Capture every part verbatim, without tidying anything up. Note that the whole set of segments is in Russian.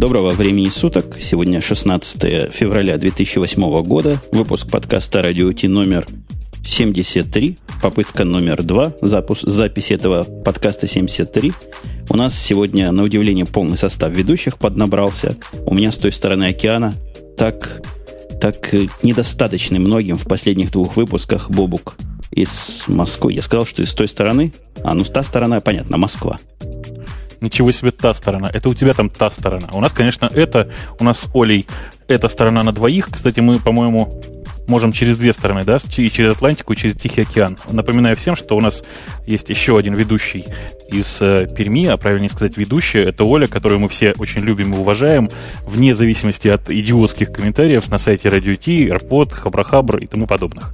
Доброго времени суток. Сегодня шестнадцатое февраля две тысячи восьмого года. Выпуск подкаста «Радио Ти» номер семьдесят три. Попытка номер два. Запуск, запись этого подкаста семьдесят три. У нас сегодня, на удивление, полный состав ведущих поднабрался. У меня с той стороны океана так, так недостаточный многим в последних двух выпусках Бобук из Москвы. Я сказал, что из той стороны. А, ну, та сторона, понятно, Москва. Ничего себе та сторона. Это у тебя там та сторона. У нас, конечно, это... У нас с Олей эта сторона на двоих. Кстати, мы, по-моему, можем через две стороны, да? И через Атлантику, и через Тихий океан. Напоминаю всем, что у нас есть еще один ведущий из э, Перми, а правильнее сказать, ведущая. Это Оля, которую мы все очень любим и уважаем, вне зависимости от идиотских комментариев на сайте Радио Ти, AirPod, Хабрахабр и тому подобных.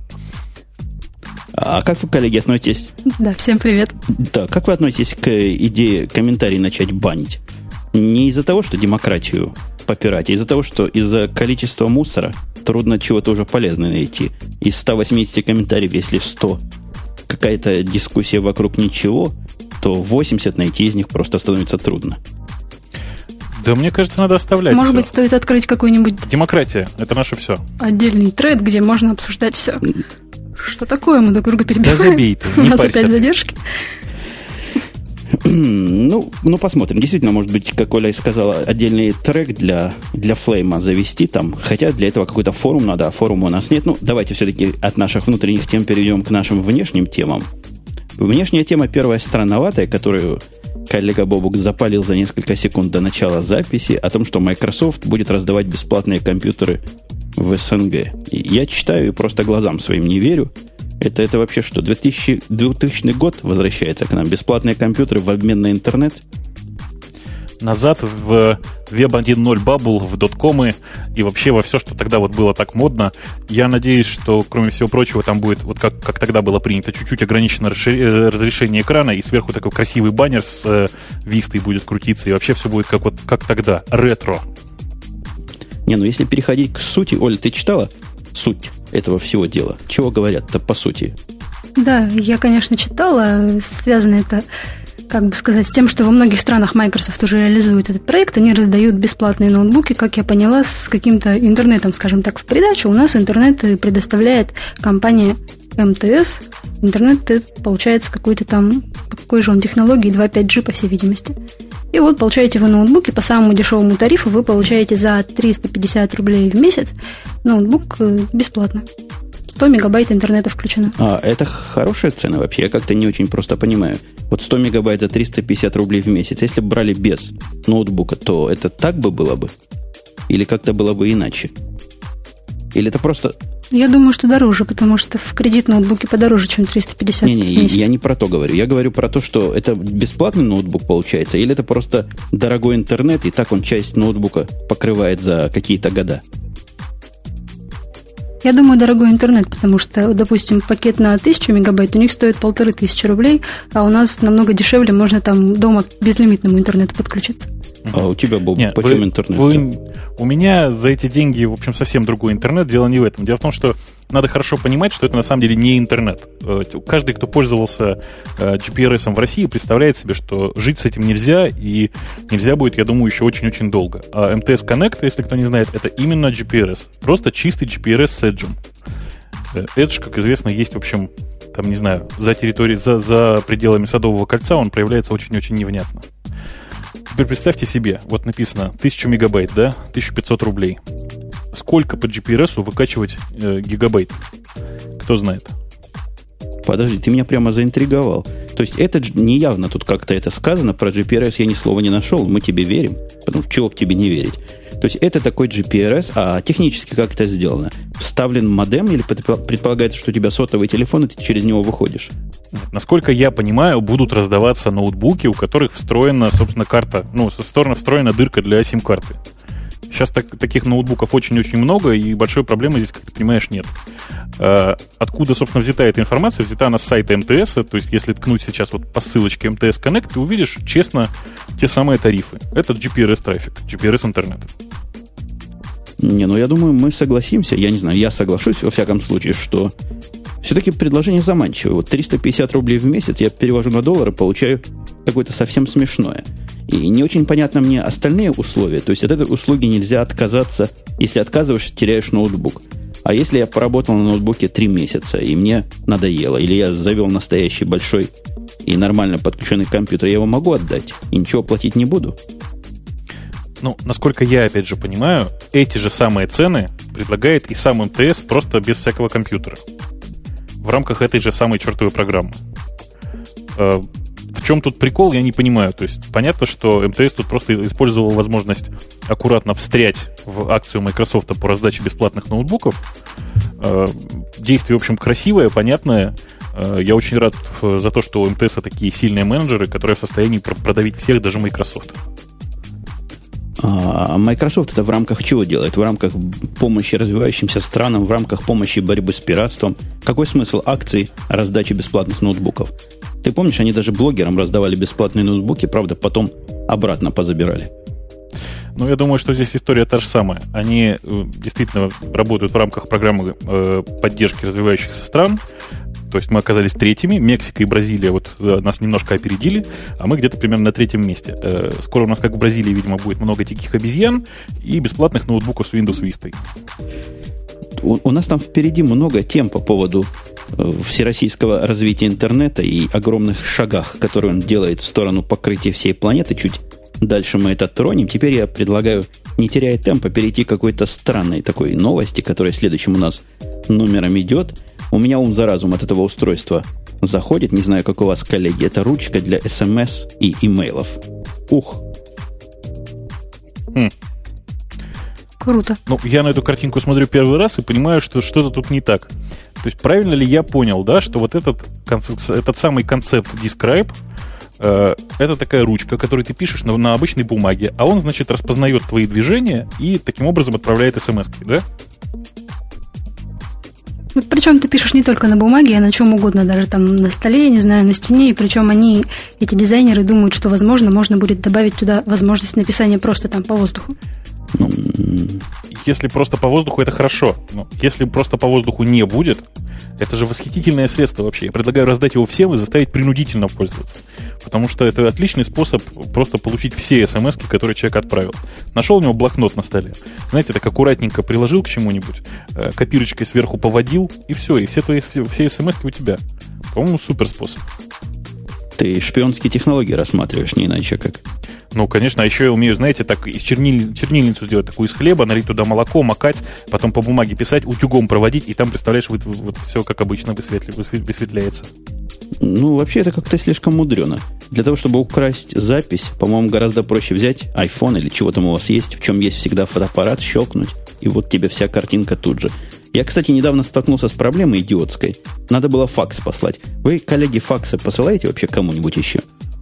А как вы, коллеги, относитесь? Да, всем привет. Да, как вы относитесь к идее комментарий начать банить? Не из-за того, что демократию попирать, а из-за того, что из-за количества мусора трудно чего-то уже полезное найти. Из ста восьмидесяти комментариев, если сто какая-то дискуссия вокруг ничего, то восемьдесят найти из них просто становится трудно. Да, мне кажется, надо оставлять. Может все. быть, стоит открыть какой-нибудь... Демократия – это наше все. Отдельный тред, где можно обсуждать все. Что такое? Мы друг друга перебиваем. Да забей ты, не У нас парься. опять задержки. Ну, ну, посмотрим. Действительно, может быть, как Оля и сказала, отдельный трек для, для флейма завести там. Хотя для этого какой-то форум надо, а форума у нас нет. Ну, давайте все-таки от наших внутренних тем перейдем к нашим внешним темам. Внешняя тема первая странноватая, которую коллега Бобук запалил за несколько секунд до начала записи, о том, что Microsoft будет раздавать бесплатные компьютеры в СНГ. И я читаю и просто глазам своим не верю. Это, это вообще что, двухтысячный год возвращается к нам? Бесплатные компьютеры в обмен на интернет? Назад в веб один ноль бабл, в доткомы и вообще во все, что тогда вот было так модно. Я надеюсь, что, кроме всего прочего, там будет, вот как, как тогда было принято, чуть-чуть ограничено расшир... разрешение экрана, и сверху такой красивый баннер с э, вистой будет крутиться, и вообще все будет как, вот, как тогда, ретро. Не, ну если переходить к сути, Оля, ты читала суть этого всего дела? Чего говорят-то по сути? Да, я, конечно, читала. Связано это, как бы сказать, с тем, что во многих странах Microsoft уже реализует этот проект. Они раздают бесплатные ноутбуки, как я поняла, с каким-то интернетом, скажем так, в придачу. У нас интернет предоставляет компания эм тэ эс. Интернет получается какой-то там, по какой же он технологии, два пять джи, по всей видимости. И вот получаете вы ноутбуки по самому дешевому тарифу, вы получаете за триста пятьдесят рублей в месяц ноутбук бесплатно. сто мегабайт интернета включено. А, это хорошая цена вообще. Я как-то не очень просто понимаю. Вот сто мегабайт за триста пятьдесят рублей в месяц. Если бы брали без ноутбука, то это так бы было бы? Или как-то было бы иначе? Или это просто... Я думаю, что дороже, потому что в кредит ноутбуки подороже, чем триста пятьдесят не, не, в месяц. Я не про то говорю. Я говорю про то, что это бесплатный ноутбук получается, или это просто дорогой интернет, и так он часть ноутбука покрывает за какие-то года. Я думаю, дорогой интернет, потому что, допустим, пакет на тысячу мегабайт у них стоит полторы тысячи рублей, а у нас намного дешевле, можно там дома к безлимитному интернету подключиться. А у тебя, Боб, Нет, почем вы, интернет? Вы, у меня за эти деньги, в общем, совсем другой интернет. Дело не в этом. Дело в том, что надо хорошо понимать, что это на самом деле не интернет. Каждый, кто пользовался джи пи ар эс в России, представляет себе, что жить с этим нельзя, и нельзя будет, я думаю, еще очень-очень долго. А эм тэ эс Connect, если кто не знает, это именно джи пи ар эс. Просто чистый джи пи ар эс с Edge. Edge, как известно, есть, в общем, там, не знаю, за территорией, за, за пределами Садового кольца он проявляется очень-очень невнятно. Теперь представьте себе, вот написано тысяча мегабайт, да, тысяча пятьсот рублей. Сколько по джи пи ар эс выкачивать э, гигабайт? Кто знает? Подожди, ты меня прямо заинтриговал. То есть это не явно тут как-то это сказано, про джи пи ар эс я ни слова не нашел, мы тебе верим, потому что чего бы тебе не верить. То есть это такой джи пи ар эс, а технически как это сделано? Вставлен модем или предполагается, что у тебя сотовый телефон, и ты через него выходишь? Насколько я понимаю, будут раздаваться ноутбуки, у которых встроена, собственно, карта, ну, со стороны встроена дырка для сим-карты. Сейчас так, таких ноутбуков очень-очень много, и большой проблемы здесь, как ты понимаешь, нет. А, откуда, собственно, взята эта информация? Взята она с сайта эм тэ эс, то есть если ткнуть сейчас вот по ссылочке эм тэ эс Connect, ты увидишь, честно, те самые тарифы. Это джи пи ар эс-трафик, джи пи ар эс-интернет. Не, ну я думаю, мы согласимся, я не знаю, я соглашусь, во всяком случае, что все-таки предложение заманчивое. Вот триста пятьдесят рублей в месяц я перевожу на доллары, получаю какое-то совсем смешное. И не очень понятно мне остальные условия. То есть от этой услуги нельзя отказаться. Если отказываешься, теряешь ноутбук. А если я поработал на ноутбуке три месяца, и мне надоело, или я завел настоящий большой и нормально подключенный компьютер, я его могу отдать и ничего платить не буду? Ну, насколько я, опять же, понимаю, эти же самые цены предлагает и сам эм тэ эс просто без всякого компьютера. В рамках этой же самой чертовой программы. В чем тут прикол, я не понимаю. То есть понятно, что эм тэ эс тут просто использовал возможность аккуратно встрять в акцию Microsoft по раздаче бесплатных ноутбуков. Действие, в общем, красивое, понятное. Я очень рад за то, что у эм тэ эс такие сильные менеджеры, которые в состоянии продавить всех, даже Microsoft. А Microsoft это в рамках чего делает? В рамках помощи развивающимся странам, в рамках помощи борьбы с пиратством. Какой смысл акций раздачи бесплатных ноутбуков? Ты помнишь, они даже блогерам раздавали бесплатные ноутбуки, правда, потом обратно позабирали. Ну, я думаю, что здесь история та же самая. Они э, действительно работают в рамках программы э, поддержки развивающихся стран. То есть мы оказались третьими. Мексика и Бразилия вот э, нас немножко опередили, а мы где-то примерно на третьем месте. Э, скоро у нас, как в Бразилии, видимо, будет много диких обезьян и бесплатных ноутбуков с Windows Vista. У, у нас там впереди много тем по поводу э, всероссийского развития интернета и огромных шагах, которые он делает в сторону покрытия всей планеты. Чуть дальше мы это тронем. Теперь я предлагаю, не теряя темпа, перейти к какой-то странной такой новости, которая следующим у нас номером идет. У меня ум за разум от этого устройства заходит. Не знаю, как у вас, коллеги. Это ручка для эс эм эс и имейлов. Ух. Хм. Круто. Ну, я на эту картинку смотрю первый раз и понимаю, что что-то тут не так. То есть правильно ли я понял, да, что вот этот, этот самый концепт Describe э, это такая ручка, которую ты пишешь на, на обычной бумаге, а он, значит, распознает твои движения и таким образом отправляет эс эм эс-ки, да? Причем ты пишешь не только на бумаге, а на чем угодно, даже там на столе, не знаю, на стене. И причем они, эти дизайнеры, думают, что, возможно, можно будет добавить туда возможность написания просто там по воздуху. Ну, если просто по воздуху, это хорошо. Но если просто по воздуху не будет, это же восхитительное средство вообще. Я предлагаю раздать его всем и заставить принудительно пользоваться. Потому что это отличный способ просто получить все смс-ки, которые человек отправил. Нашел у него блокнот на столе. Знаете, так аккуратненько приложил к чему-нибудь, копирочкой сверху поводил, и все. И все твои все, все смс-ки у тебя. По-моему, супер способ. Ты шпионские технологии рассматриваешь, не иначе как. Ну, конечно, а еще я умею, знаете, так из черниль... чернильницу сделать такую из хлеба, налить туда молоко, макать, потом по бумаге писать, утюгом проводить, и там, представляешь, вот, вот все как обычно высветли... высветляется. Ну, вообще, это как-то слишком мудрено. Для того, чтобы украсть запись, по-моему, гораздо проще взять iPhone или чего там у вас есть, в чем есть всегда фотоаппарат, щелкнуть, и вот тебе вся картинка тут же. Я, кстати, недавно столкнулся с проблемой идиотской. Надо было факс послать. Вы, коллеги, факсы посылаете вообще кому-нибудь еще?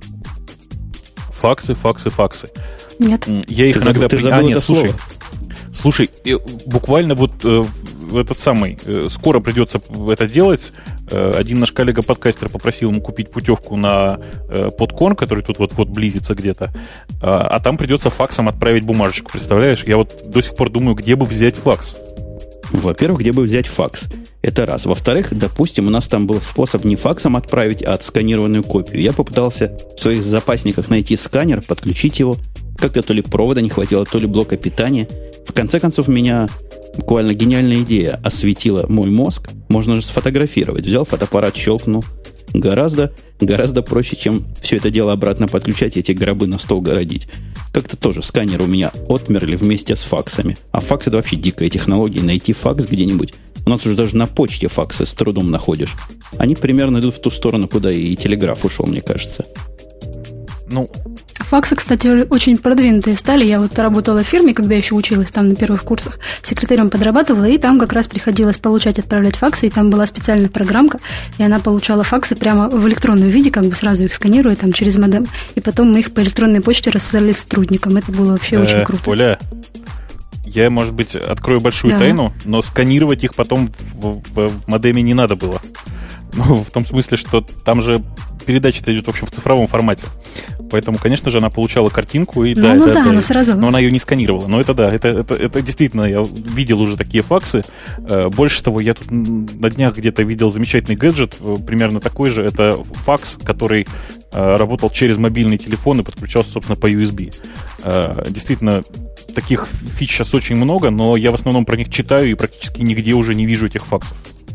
Факсы, факсы, факсы. Нет. Я их ты иногда... Ты при... забыл а, нет, это слушай, слово? Слушай, буквально вот э, этот самый, э, скоро придется это делать. Э, один наш коллега-подкастер попросил ему купить путевку на э, подкон, который тут вот-вот близится где-то, а, а там придется факсом отправить бумажечку, представляешь? Я вот до сих пор думаю, где бы взять факс. Во-первых, где бы взять факс? Это раз. Во-вторых, допустим, у нас там был способ не факсом отправить, а отсканированную копию. Я попытался в своих запасниках найти сканер, подключить его. Как-то то ли провода не хватило, то ли блока питания. В конце концов, меня буквально гениальная идея осветила мой мозг. Можно же сфотографировать. Взял фотоаппарат, щелкнул. Гораздо, гораздо проще, чем все это дело обратно подключать и эти гробы на стол городить. Как-то тоже сканеры у меня отмерли вместе с факсами. А факс — это вообще дикая технология. Найти факс где-нибудь. У нас уже даже на почте факсы с трудом находишь. Они примерно идут в ту сторону, куда и телеграф ушел, мне кажется. Ну... Факсы, кстати, очень продвинутые стали. Я вот работала в фирме, когда еще училась там на первых курсах. Секретарем подрабатывала, и там как раз приходилось получать, отправлять факсы. И там была специальная программка, и она получала факсы прямо в электронном виде, как бы сразу их сканируя там через модем. И потом мы их по электронной почте рассылали сотрудникам. Это было вообще э, очень круто. Оля, я, может быть, открою большую да. тайну, но сканировать их потом в, в, в модеме не надо было. Ну, в том смысле, что там же передача-то идет, в общем, в цифровом формате. Поэтому, конечно же, она получала картинку, и ну, да, ну это, да, это, она сразу. Но она ее не сканировала. Но это да, это, это, это действительно, я видел уже такие факсы. Больше того, я тут на днях где-то видел замечательный гаджет, примерно такой же. Это факс, который работал через мобильный телефон и подключался, собственно, по ю эс би. Действительно, таких фич сейчас очень много, но я в основном про них читаю и практически нигде уже не вижу этих факсов.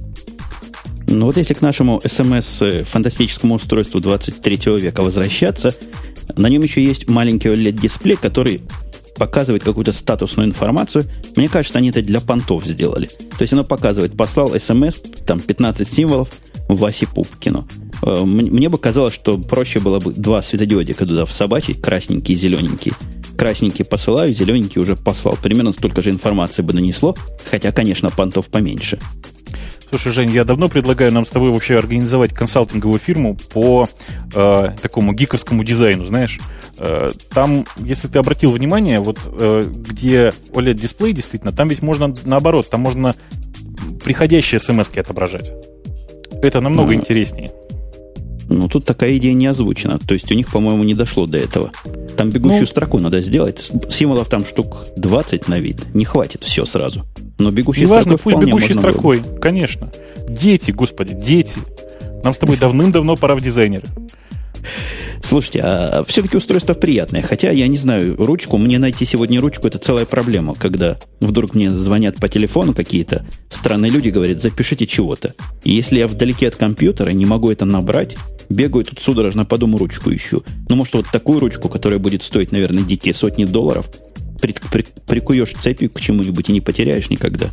Ну вот если к нашему эс эм эс-фантастическому устройству двадцать третьего века возвращаться, на нем еще есть маленький о лед-дисплей, который показывает какую-то статусную информацию. Мне кажется, они это для понтов сделали. То есть оно показывает, послал эс эм эс, там пятнадцать символов Васе Пупкину. Мне бы казалось, что проще было бы два светодиодика туда всобачить, красненький и зелененький. Красненький посылаю, зелененький уже послал. Примерно столько же информации бы нанесло, хотя, конечно, понтов поменьше. Слушай, Жень, я давно предлагаю нам с тобой вообще организовать консалтинговую фирму по э, такому гиковскому дизайну, знаешь. Э, там, если ты обратил внимание, вот э, где о лед-дисплей, действительно, там ведь можно наоборот, там можно приходящие смс-ки отображать. Это намного а, интереснее. Ну, тут такая идея не озвучена. То есть у них, по-моему, не дошло до этого. Там бегущую ну, строку надо сделать. Символов там штук двадцать на вид. Не хватит все сразу. Но бегущей неважно, строкой пусть бегущей строкой, было. Конечно. Дети, господи, дети. Нам с тобой давным-давно пора в дизайнеры. Слушайте, а все-таки устройство приятное. Хотя, я не знаю, ручку, мне найти сегодня ручку, это целая проблема. Когда вдруг мне звонят по телефону какие-то странные люди, говорят, запишите чего-то. И если я вдалеке от компьютера, не могу это набрать, бегаю тут судорожно по дому, ручку ищу. Ну, может, вот такую ручку, которая будет стоить, наверное, дикие сотни долларов, при, при, прикуешь цепью к чему-нибудь и не потеряешь никогда.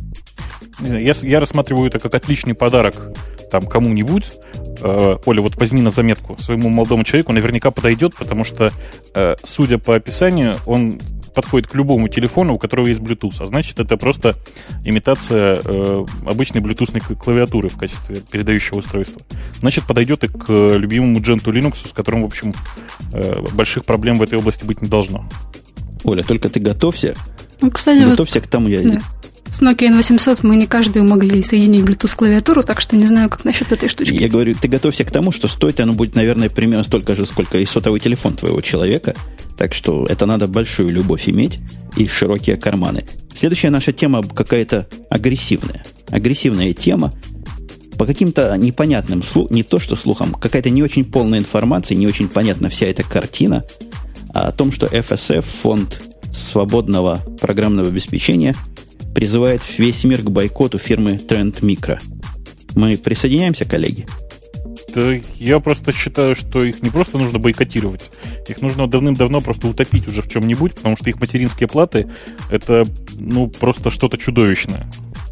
Не знаю, я, я рассматриваю это как отличный подарок там кому-нибудь. Э, Оля, вот возьми на заметку своему молодому человеку, наверняка подойдет, потому что, э, судя по описанию, он подходит к любому телефону, у которого есть Bluetooth. А значит, это просто имитация э, обычной блютусной клавиатуры в качестве передающего устройства. Значит, подойдет и к любимому Gentoo Linux, с которым, в общем, э, больших проблем в этой области быть не должно. Оля, только ты готовься. Ну, кстати, готовься вот, к тому, я... Да. С Nokia эн восемьсот мы не каждую могли соединить Bluetooth-клавиатуру, так что не знаю, как насчет этой штучки. Я говорю, ты готовься к тому, что стоит оно будет, наверное, примерно столько же, сколько и сотовый телефон твоего человека. Так что это надо большую любовь иметь и широкие карманы. Следующая наша тема какая-то агрессивная. Агрессивная тема. По каким-то непонятным слухам, не то что слухам, какая-то не очень полная информация, не очень понятна вся эта картина о том, что эф эс эф, фонд свободного программного обеспечения, призывает весь мир к бойкоту фирмы Trend Micro. Мы присоединяемся, коллеги? Да я просто считаю, что их не просто нужно бойкотировать. Их нужно давным-давно просто утопить уже в чем-нибудь, потому что их материнские платы — это, ну, просто что-то чудовищное.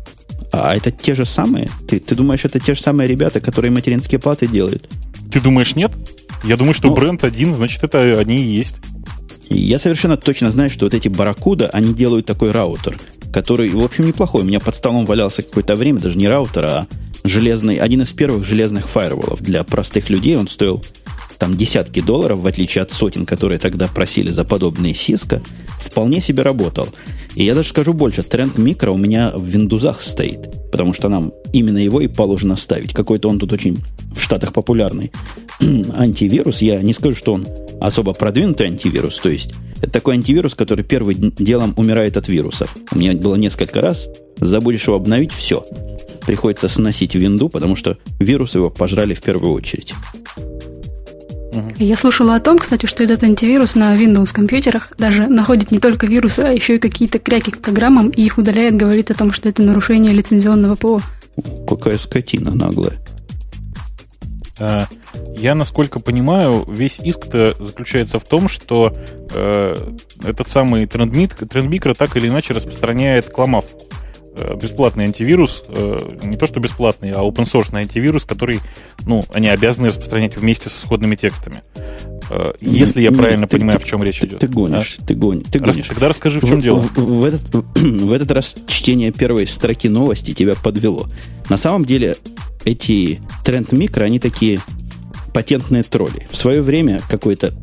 А это те же самые? Ты, ты думаешь, это те же самые ребята, которые материнские платы делают? Ты думаешь, нет? Я думаю, что ну, бренд один, значит, это они и есть. Я совершенно точно знаю, что вот эти Barracuda, они делают такой раутер, который, в общем, неплохой. У меня под столом валялся какое-то время, даже не раутер, а железный, один из первых железных фаерволов для простых людей. Он стоил там десятки долларов, в отличие от сотен, которые тогда просили за подобные Cisco. Вполне себе работал. И я даже скажу больше, Trend Micro у меня в Виндузах стоит, потому что нам именно его и положено ставить. Какой-то он тут очень в Штатах популярный антивирус. Я не скажу, что он особо продвинутый антивирус, то есть это такой антивирус, который первым делом умирает от вирусов. У меня было несколько раз, забудешь его обновить, все. Приходится сносить винду, потому что вирусы его пожрали в первую очередь. Я слышала о том, кстати, что этот антивирус на Windows компьютерах даже находит не только вирусы, а еще и какие-то кряки к программам и их удаляет, говорит о том, что это нарушение лицензионного ПО. Какая скотина наглая. Я, насколько понимаю, весь иск-то заключается в том, что э, этот самый Trend Micro так или иначе распространяет Clamaf. Бесплатный антивирус, не то что бесплатный, а open-source антивирус, который, ну, они обязаны распространять вместе с исходными текстами. Если я Нет, правильно ты, понимаю, ты, о чем речь ты, идет. Ты гонишь, а? ты гонишь. Ты Раз, гонишь. Тогда расскажи, в чем в, дело. В, в, этот, в этот раз чтение первой строки новости тебя подвело. На самом деле, эти Trend Micro, они такие патентные тролли. В свое время какой-то...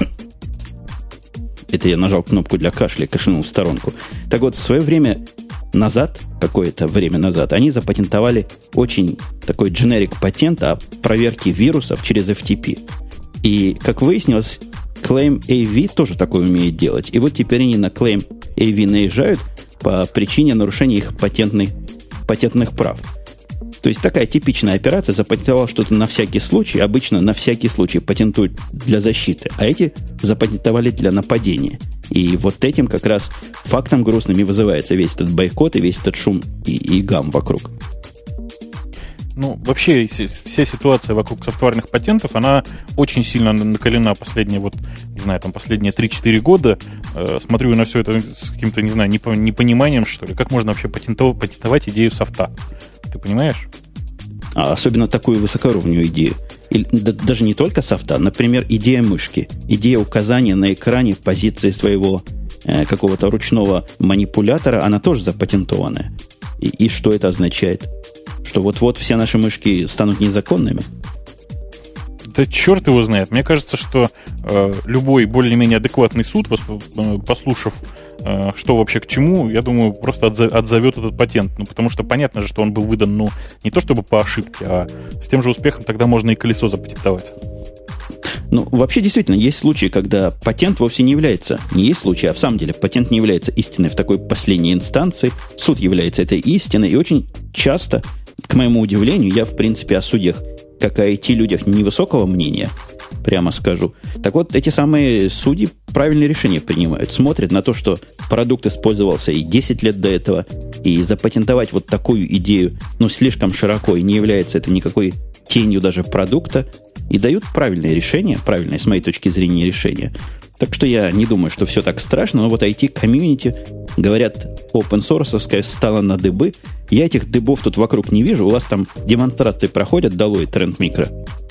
Это я нажал кнопку для кашля, кашлянул в сторонку. Так вот, в свое время назад, какое-то время назад, они запатентовали очень такой дженерик патента о проверке вирусов через эф ти пи. И, как выяснилось, Claim эй ви тоже такое умеет делать. И вот теперь они на Claim эй ви наезжают по причине нарушения их патентных, патентных прав. То есть такая типичная операция, запатентовал что-то на всякий случай, обычно на всякий случай патентуют для защиты, а эти запатентовали для нападения. И вот этим как раз фактом грустным и вызывается весь этот бойкот и весь этот шум и, и гам вокруг. Ну, вообще, вся ситуация вокруг софтварных патентов, она очень сильно накалена последние, вот, не знаю, там, последние три-четыре года. Э, смотрю на все это с каким-то, не знаю, непониманием, что ли. Как можно вообще патентовать, патентовать идею софта? Ты понимаешь? А особенно такую высокоуровневую идею. Или, да, даже не только софта. Например, идея мышки. Идея указания на экране позиции своего э, какого-то ручного манипулятора, она тоже запатентованная. И, и что это означает? Что вот-вот все наши мышки станут незаконными? Да черт его знает. Мне кажется, что э, любой более-менее адекватный суд, послушав, э, что вообще к чему, я думаю, просто отзов, отзовет этот патент. Ну, потому что понятно же, что он был выдан, ну, не то чтобы по ошибке, а с тем же успехом тогда можно и колесо запатентовать. Ну, вообще, действительно, есть случаи, когда патент вовсе не является, не есть случай, а в самом деле патент не является истиной в такой последней инстанции. Суд является этой истиной, и очень часто, к моему удивлению, я, в принципе, о судьях, как о ай ти-людях невысокого мнения, прямо скажу. Так вот, эти самые судьи правильные решения принимают. Смотрят на то, что продукт использовался и десять лет до этого, и запатентовать вот такую идею, ну, слишком широко, и не является это никакой тенью даже продукта, и дают правильные решения, правильные, с моей точки зрения, решения. Так что я не думаю, что все так страшно, но вот ай ти-комьюнити, говорят, open-source встала на дыбы. Я этих дыбов тут вокруг не вижу. У вас там демонстрации проходят, долой Тренд Микро?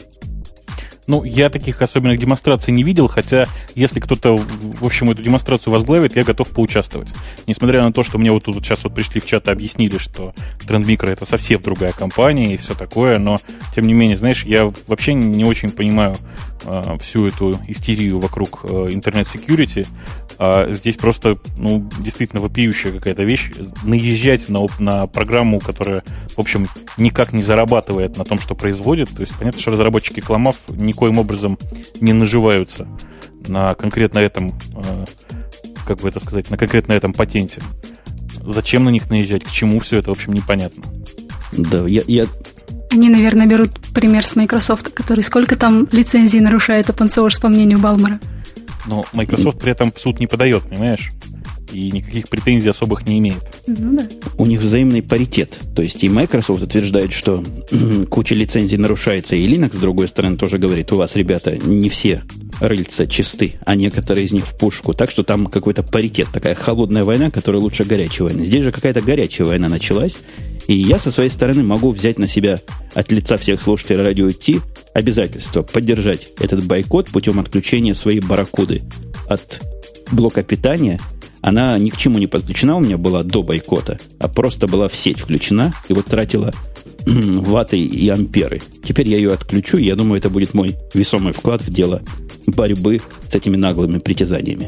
Ну, я таких особенных демонстраций не видел, хотя если кто-то, в общем, эту демонстрацию возглавит, я готов поучаствовать. Несмотря на то, что мне вот тут сейчас вот пришли в чат и объяснили, что Тренд Микро — это совсем другая компания и все такое, но, тем не менее, знаешь, я вообще не очень понимаю э, всю эту истерию вокруг э, интернет-секьюрити. А здесь просто, ну, действительно вопиющая какая-то вещь. Наезжать на, на программу, которая, в общем, никак не зарабатывает на том, что производит. То есть понятно, что разработчики Clamaf никоим образом не наживаются на конкретно этом, э, как бы это сказать, на конкретно этом патенте. Зачем на них наезжать? К чему все это, в общем, непонятно. Да, я... я... Они, наверное, берут пример с Microsoft, который сколько там лицензий нарушает open source, по мнению Балмера. Но Microsoft при этом в суд не подает, понимаешь? И никаких претензий особых не имеет. Ну, да. У них взаимный паритет. То есть и Microsoft утверждает, что куча лицензий нарушается, и Linux, с другой стороны, тоже говорит, у вас, ребята, не все рыльца чисты, а некоторые из них в пушку. Так что там какой-то паритет, такая холодная война, которая лучше горячей войны. Здесь же какая-то горячая война началась. И я со своей стороны могу взять на себя от лица всех слушателей радио Ти обязательство поддержать этот бойкот путем отключения своей барракуды от блока питания. Она ни к чему не подключена у меня была до бойкота, а просто была в сеть включена и вот тратила ватты и амперы. Теперь я ее отключу, и я думаю, это будет мой весомый вклад в дело борьбы с этими наглыми притязаниями.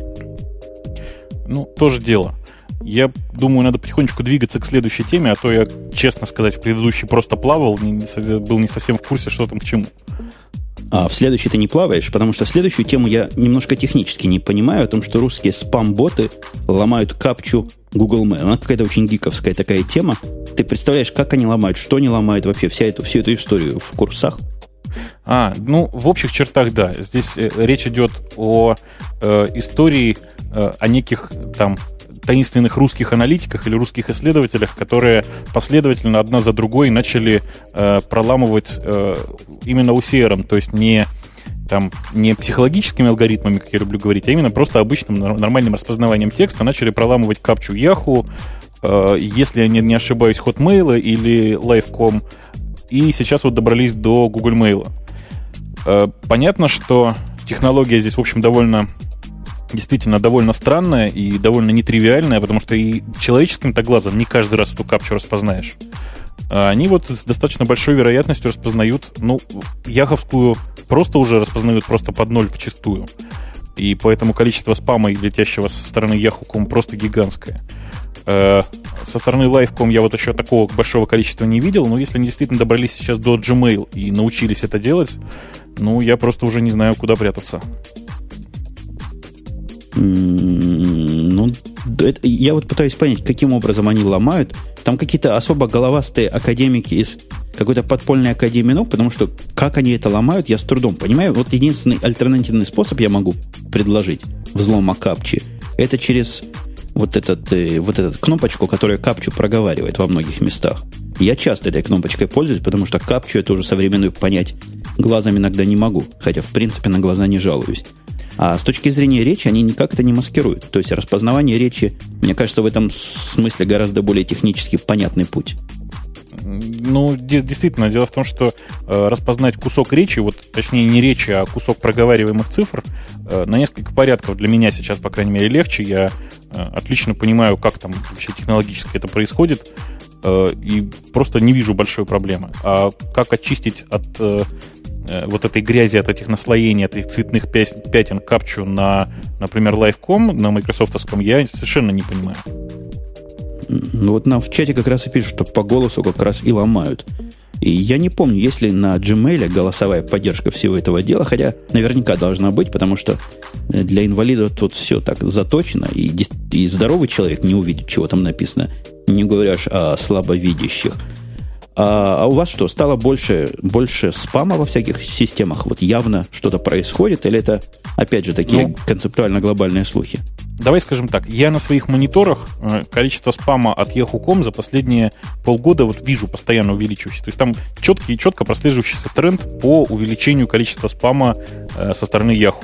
Ну, тоже дело. Я думаю, надо потихонечку двигаться к следующей теме, а то я, честно сказать, в предыдущий просто плавал, не, не, был не совсем в курсе, что там к чему. А в следующий ты не плаваешь, потому что следующую тему я немножко технически не понимаю, о том, что русские спам-боты ломают капчу Google Mail. Она какая-то очень гиковская такая тема. Ты представляешь, как они ломают, что они ломают вообще, вся эту, всю эту историю в курсах? А, ну, в общих чертах, да. Здесь э, речь идет о э, истории, э, о неких там таинственных русских аналитиках или русских исследователях, которые последовательно одна за другой начали э, проламывать э, именно о си ар эм, то есть не, там, не психологическими алгоритмами, как я люблю говорить, а именно просто обычным нормальным распознаванием текста начали проламывать капчу Yahoo, э, если я не, не ошибаюсь, Hotmail или Live точка ком, и сейчас вот добрались до Google Mail. Э, понятно, что технология здесь, в общем, довольно действительно довольно странная и довольно нетривиальная, потому что и человеческим-то глазом не каждый раз эту капчу распознаешь. А они вот с достаточно большой вероятностью распознают, ну, яховскую просто уже распознают просто под ноль вчистую. И поэтому количество спама, летящего со стороны Yahoo точка ком, просто гигантское. Со стороны Live точка ком я вот еще такого большого количества не видел, но если они действительно добрались сейчас до Gmail и научились это делать, ну, я просто уже не знаю, куда прятаться. Ну, это, я вот пытаюсь понять, каким образом они ломают. Там какие-то особо головастые академики из какой-то подпольной академии ног, потому что как они это ломают, я с трудом понимаю. Вот единственный альтернативный способ я могу предложить взлома капчи, это через вот, этот, вот эту кнопочку, которая капчу проговаривает во многих местах. Я часто этой кнопочкой пользуюсь, потому что капчу эту уже современную понять глазом иногда не могу, хотя, в принципе, на глаза не жалуюсь. А с точки зрения речи они никак это не маскируют. То есть распознавание речи, мне кажется, в этом смысле гораздо более технически понятный путь. Ну, действительно, дело в том, что э, распознать кусок речи, вот точнее не речи, а кусок проговариваемых цифр, э, на несколько порядков для меня сейчас, по крайней мере, легче. Я э, отлично понимаю, как там вообще технологически это происходит, э, и просто не вижу большой проблемы. А как очистить от э, э, вот этой грязи, от этих наслоений, от этих цветных пятен капчу на, например, Live точка ком, на майкрософтовском, я совершенно не понимаю. Ну вот нам в чате как раз и пишут, что по голосу как раз и ломают. И я не помню, есть ли на Gmail голосовая поддержка всего этого дела, хотя наверняка должна быть, потому что для инвалидов тут все так заточено, и, и здоровый человек не увидит, чего там написано, не говоря аж о слабовидящих. А, а у вас что, стало больше, больше спама во всяких системах? Вот явно что-то происходит, или это, опять же, такие ну, концептуально-глобальные слухи? Давай скажем так, я на своих мониторах количество спама от Yahoo точка ком за последние полгода вот вижу постоянно увеличивающийся. То есть там четкий, четко прослеживающийся тренд по увеличению количества спама со стороны Yahoo.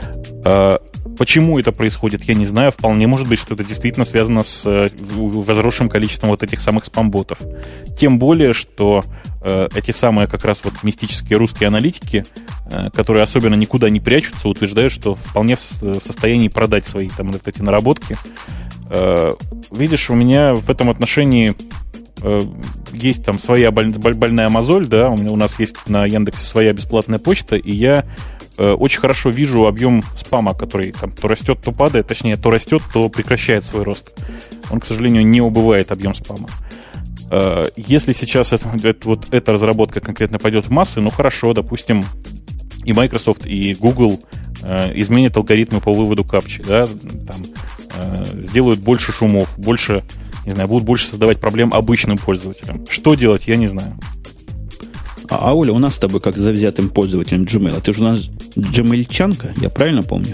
Почему это происходит, я не знаю. Вполне может быть, что это действительно связано с возросшим количеством вот этих самых спам-ботов. Тем более, что э, эти самые как раз вот мистические русские аналитики, э, которые особенно никуда не прячутся, утверждают, что вполне в, в состоянии продать свои там вот эти наработки. Э, видишь, у меня в этом отношении э, есть там своя боль, больная мозоль, да, у, меня, у нас есть на Яндексе своя бесплатная почта, и я очень хорошо вижу объем спама, который там то растет, то падает, точнее, то растет, то прекращает свой рост. Он, к сожалению, не убывает, объем спама. Если сейчас это, это, вот эта разработка конкретно пойдет в массы, ну хорошо, допустим, и Microsoft, и Google э, изменят алгоритмы по выводу капчи, да, там, э, сделают больше шумов, больше, не знаю, будут больше создавать проблем обычным пользователям. Что делать, я не знаю. А, а Оля, у нас с тобой как завзятым пользователем Gmail. Ты же у нас джемельчанка, я правильно помню?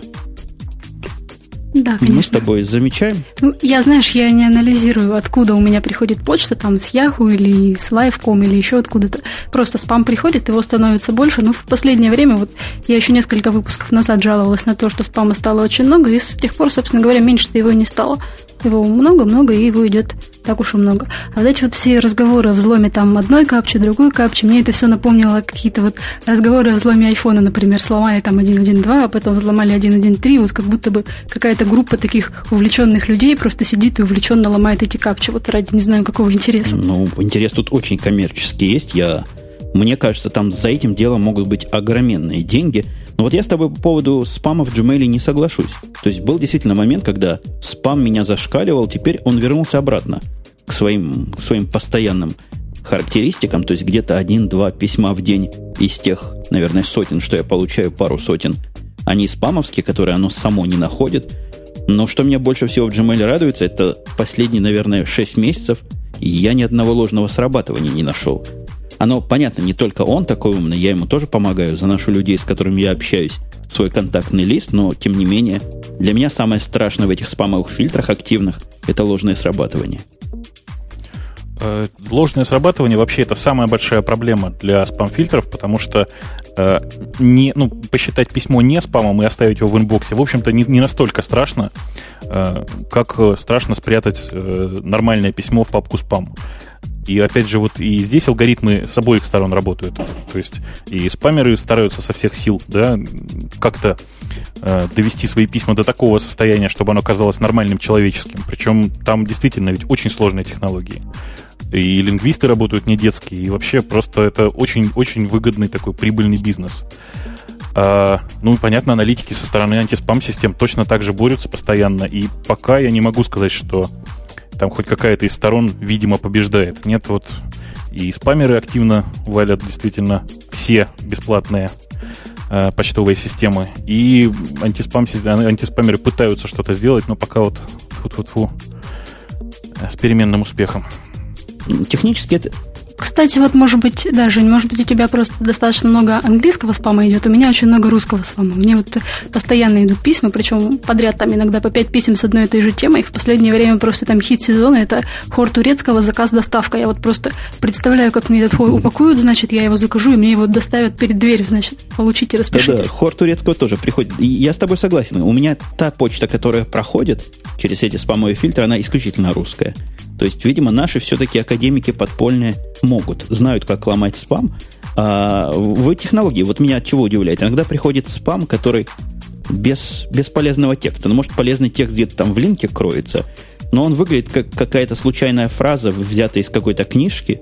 Да, конечно. Мы с тобой замечаем? Ну, я, знаешь, я не анализирую, откуда у меня приходит почта, там, с Yahoo или с Live точка ком или еще откуда-то. Просто спам приходит, его становится больше. Но в последнее время, вот я еще несколько выпусков назад жаловалась на то, что спама стало очень много, и с тех пор, собственно говоря, меньше-то его не стало. Его много-много, и его идет так уж и много. А вот эти вот все разговоры о взломе там одной капчи, другой капчи, мне это все напомнило какие-то вот разговоры о взломе айфона, например, сломали там один один два, а потом взломали один один три, вот как будто бы какая-то группа таких увлеченных людей просто сидит и увлеченно ломает эти капчи, вот ради не знаю какого интереса. Ну, интерес тут очень коммерческий есть, я... Мне кажется, там за этим делом могут быть огроменные деньги. Но вот я с тобой по поводу спама в Gmail не соглашусь. То есть был действительно момент, когда спам меня зашкаливал, теперь он вернулся обратно к своим, к своим постоянным характеристикам. То есть где-то один-два письма в день из тех, наверное, сотен, что я получаю, пару сотен. Они спамовские, которые оно само не находит. Но что меня больше всего в Gmail радуется, это последние, наверное, шесть месяцев, и я ни одного ложного срабатывания не нашел. Оно, понятно, не только он такой умный, я ему тоже помогаю, заношу людей, с которыми я общаюсь, в свой контактный лист, но, тем не менее, для меня самое страшное в этих спамовых фильтрах активных – это ложное срабатывание. Ложное срабатывание вообще это самая большая проблема для спам-фильтров, потому что э, не, ну, посчитать письмо не спамом и оставить его в инбоксе, в общем-то, не, не настолько страшно, э, как страшно спрятать э, нормальное письмо в папку спам. И опять же, вот и здесь алгоритмы с обоих сторон работают. То есть и спамеры стараются со всех сил, да, как-то э, довести свои письма до такого состояния, чтобы оно казалось нормальным, человеческим. Причем там действительно ведь очень сложные технологии. И лингвисты работают не детские, и вообще просто это очень-очень выгодный такой прибыльный бизнес. А, ну и понятно, аналитики со стороны антиспам-систем точно так же борются постоянно. И пока я не могу сказать, что там хоть какая-то из сторон, видимо, побеждает. Нет, вот и спамеры активно валят действительно все бесплатные э, почтовые системы. И антиспам, антиспамеры пытаются что-то сделать, но пока вот фу-фу-фу, с переменным успехом. Технически это, Кстати, вот, может быть, даже, может быть, у тебя просто достаточно много английского спама идет, у меня очень много русского спама. Мне вот постоянно идут письма, причем подряд там иногда по пять писем с одной и той же темой. В последнее время просто там хит сезона – это хор турецкого, заказ-доставка. Я вот просто представляю, как мне этот хор упакуют, значит, я его закажу, и мне его доставят перед дверью, значит, получите, распишитесь. Да-да, хор турецкого тоже приходит. И я с тобой согласен. У меня та почта, которая проходит через эти спамовые фильтры, она исключительно русская. То есть, видимо, наши все-таки академики подпольные могут, знают, как ломать спам. А в технологии, вот меня от чего удивляет, иногда приходит спам, который без, без полезного текста. Ну, может, полезный текст где-то там в линке кроется, но он выглядит как какая-то случайная фраза, взятая из какой-то книжки.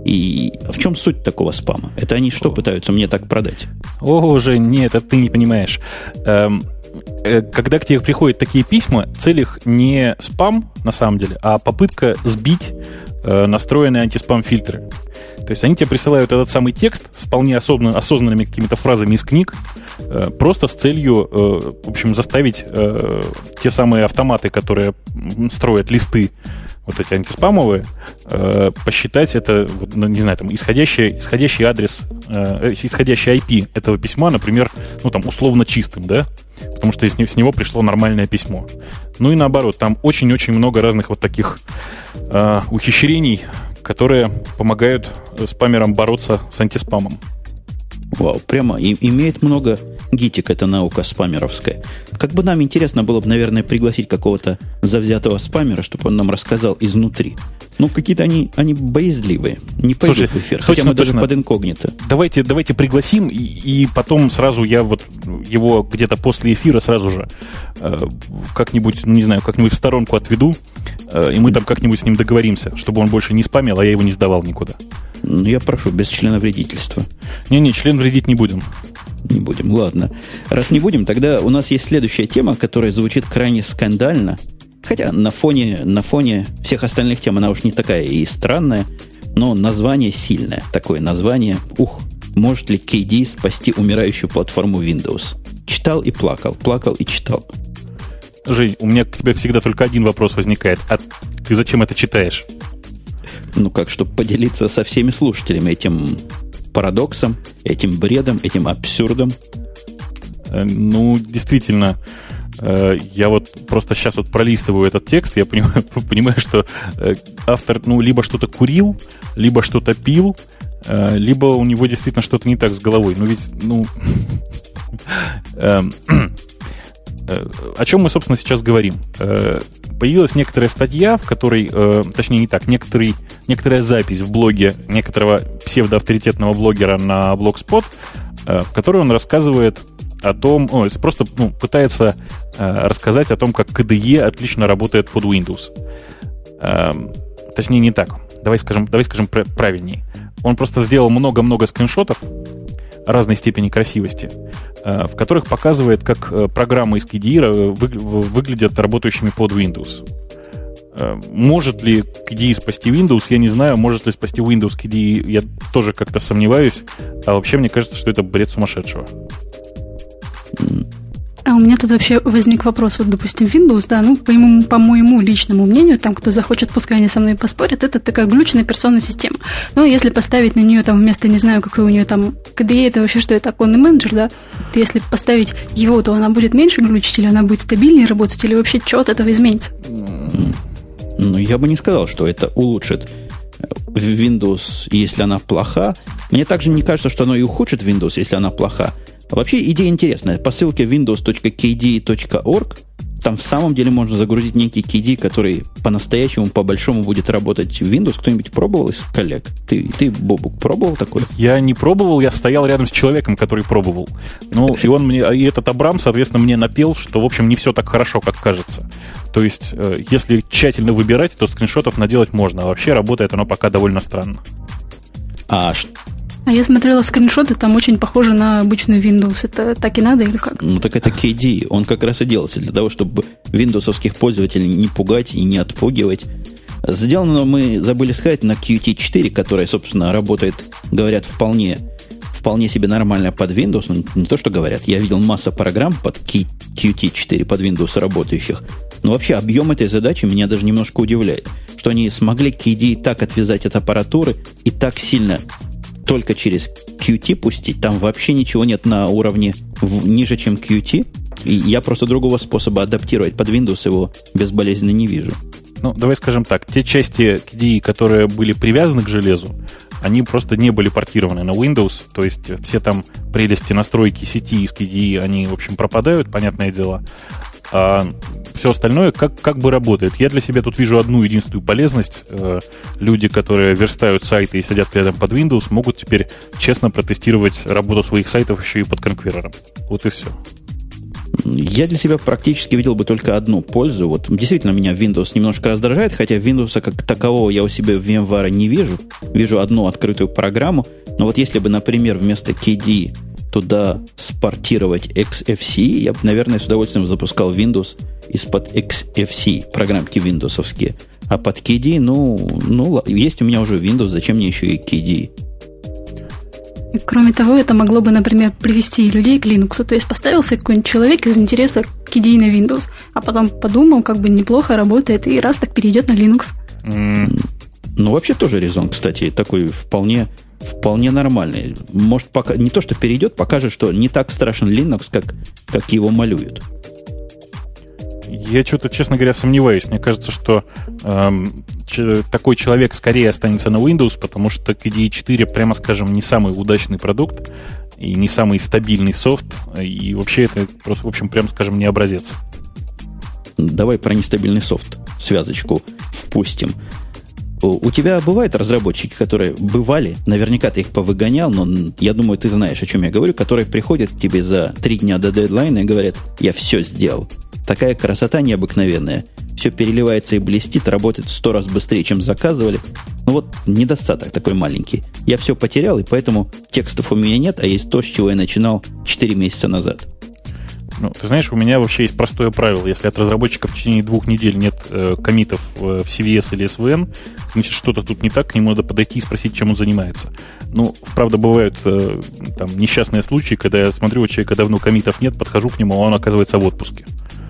И в чем суть такого спама? Это они что О. пытаются мне так продать? О, Жень, нет, это ты не понимаешь. Эм... Когда к тебе приходят такие письма, цель их не спам, на самом деле, а попытка сбить э, настроенные антиспам-фильтры. То есть они тебе присылают этот самый текст с вполне осознанными, осознанными какими-то фразами из книг, э, просто с целью, э, в общем, заставить э, те самые автоматы, которые строят листы, вот эти антиспамовые, э, посчитать это, вот, ну, не знаю, там, исходящий, исходящий адрес, э, исходящий ай пи этого письма, например, ну, там, условно чистым, да? Потому что с него пришло нормальное письмо. Ну и наоборот, там очень-очень много разных вот таких э, ухищрений, которые помогают спамерам бороться с антиспамом. Вау, прямо и, имеет много гитик, эта наука спамеровская. Как бы нам интересно было бы, наверное, пригласить какого-то завзятого спамера, чтобы он нам рассказал изнутри. Ну, какие-то они, они боязливые, не пойдут Слушай, в эфир, точно, хотя мы точно. даже под инкогнито. Давайте, давайте пригласим, и, и потом сразу я вот его где-то после эфира сразу же э, как-нибудь, не знаю, как-нибудь в сторонку отведу, э, и мы там как-нибудь с ним договоримся, чтобы он больше не спамил, а я его не сдавал никуда. Ну, я прошу, без членовредительства. Не-не, член вредить не будем. Не будем, ладно. Раз не будем, тогда у нас есть следующая тема, которая звучит крайне скандально. Хотя на фоне, на фоне всех остальных тем она уж не такая и странная, но название сильное. Такое название. Ух, может ли кей ди спасти умирающую платформу Windows? Читал и плакал, плакал и читал. Жень, у меня к тебе всегда только один вопрос возникает. А ты зачем это читаешь? Ну как, чтобы поделиться со всеми слушателями этим парадоксом, этим бредом, этим абсурдом. Ну, действительно, я вот просто сейчас вот пролистываю этот текст, я понимаю, понимаю, что автор, ну, либо что-то курил, либо что-то пил, либо у него действительно что-то не так с головой. Ну, ведь, ну... О чем мы, собственно, сейчас говорим? Появилась некоторая статья, в которой, точнее, не так, некоторый, некоторая запись в блоге некоторого псевдоавторитетного блогера на Blogspot, в которой он рассказывает о том, о, просто ну, пытается рассказать о том, как кей ди и отлично работает под Windows. Точнее, не так. Давай скажем, давай скажем правильнее. Он просто сделал много-много скриншотов разной степени красивости, в которых показывает, как программы из кей ди и выглядят работающими под Windows. Может ли кей ди и спасти Windows, я не знаю. Может ли спасти Windows кей ди и, я тоже как-то сомневаюсь. А вообще мне кажется, что это бред сумасшедшего. А у меня тут вообще возник вопрос, вот, допустим, Windows, да, ну, по моему, по моему личному мнению, там, кто захочет, пускай они со мной поспорят, это такая глючная операционная система. Но если поставить на нее там вместо, не знаю, какой у нее там кей ди и, это вообще что, это оконный менеджер, да, если поставить его, то она будет меньше глючить, или она будет стабильнее работать, или вообще что от этого изменится? Ну, я бы не сказал, что это улучшит Windows, если она плоха. Мне также не кажется, что оно и ухудшит Windows, если она плоха. А вообще идея интересная. По ссылке windows точка кей ди и точка орг там в самом деле можно загрузить некий кей ди, который по-настоящему, по-большому будет работать в Windows. Кто-нибудь пробовал из коллег? Ты, ты, Бобук, пробовал такое? Я не пробовал, я стоял рядом с человеком, который пробовал. Ну, и он мне, и этот Абрам, соответственно, мне напел, что, в общем, не все так хорошо, как кажется. То есть, если тщательно выбирать, то скриншотов наделать можно. А вообще работает оно пока довольно странно. А что? А я смотрела скриншоты, там очень похоже на обычную Windows. Это так и надо или как? Ну, так это кей ди. Он как раз и делался для того, чтобы виндовсовских пользователей не пугать и не отпугивать. Сделано, мы забыли сказать, на кью ти четыре, которая, собственно, работает, говорят, вполне, вполне себе нормально под Windows. Ну, не то, что говорят. Я видел массу программ под кью ти четыре, под Windows работающих. Но вообще объем этой задачи меня даже немножко удивляет. что они смогли кей ди и так отвязать от аппаратуры и так сильно только через кью ти пустить. Там вообще ничего нет на уровне в, ниже, чем кью ти. И я просто другого способа адаптировать под Windows его безболезненно не вижу. Ну, давай скажем так. Те части кей ди и, которые были привязаны к железу, они просто не были портированы на Windows. То есть все там прелести настройки сети из кей ди и, они, в общем, пропадают, понятное дело. А все остальное как, как бы работает. Я для себя тут вижу одну единственную полезность. Люди, которые верстают сайты и сидят рядом под Windows, могут теперь честно протестировать работу своих сайтов еще и под конкверером. Вот и все. Я для себя практически видел бы только одну пользу. Вот действительно меня Windows немножко раздражает, хотя Windows как такового я у себя в VMware не вижу. Вижу одну открытую программу. Но вот если бы, например, вместо кей ди и туда спортировать икс эф си, я бы, наверное, с удовольствием запускал Windows из-под икс эф си, программки виндовсовские. А под кей ди, ну, ну, есть у меня уже Windows, зачем мне еще и кей ди? И, кроме того, это могло бы, например, привести людей к Linux. То есть поставился какой-нибудь человек из интереса к кей ди и на Windows, а потом подумал, как бы неплохо работает, и раз так перейдет на Linux. Mm. Ну, вообще тоже резон, кстати, такой вполне, вполне нормальный. Может, пока, не то, что перейдет, покажет, что не так страшен Linux, как, как его малюют. Я что-то, честно говоря, сомневаюсь. Мне кажется, что эм, ч- такой человек скорее останется на Windows, потому что кей ди и четыре, прямо скажем, не самый удачный продукт и не самый стабильный софт. И вообще это просто, в общем, прямо скажем, не образец. Давай про нестабильный софт связочку впустим. У тебя бывают разработчики, которые бывали, наверняка ты их повыгонял, но я думаю, ты знаешь, о чем я говорю, которые приходят к тебе за три дня до дедлайна и говорят: я все сделал. Такая красота необыкновенная. Все переливается и блестит, работает в сто раз быстрее, чем заказывали. Ну вот недостаток такой маленький. Я все потерял, и поэтому текстов у меня нет, а есть то, с чего я начинал четыре месяца назад. Ну, ты знаешь, у меня вообще есть простое правило. Если от разработчиков в течение двух недель нет э, коммитов в си ви эс или эс ви эн, значит, что-то тут не так, к нему надо подойти и спросить, чем он занимается. Ну, правда, бывают э, там несчастные случаи, когда я смотрю, у человека давно коммитов нет, подхожу к нему, а он оказывается в отпуске.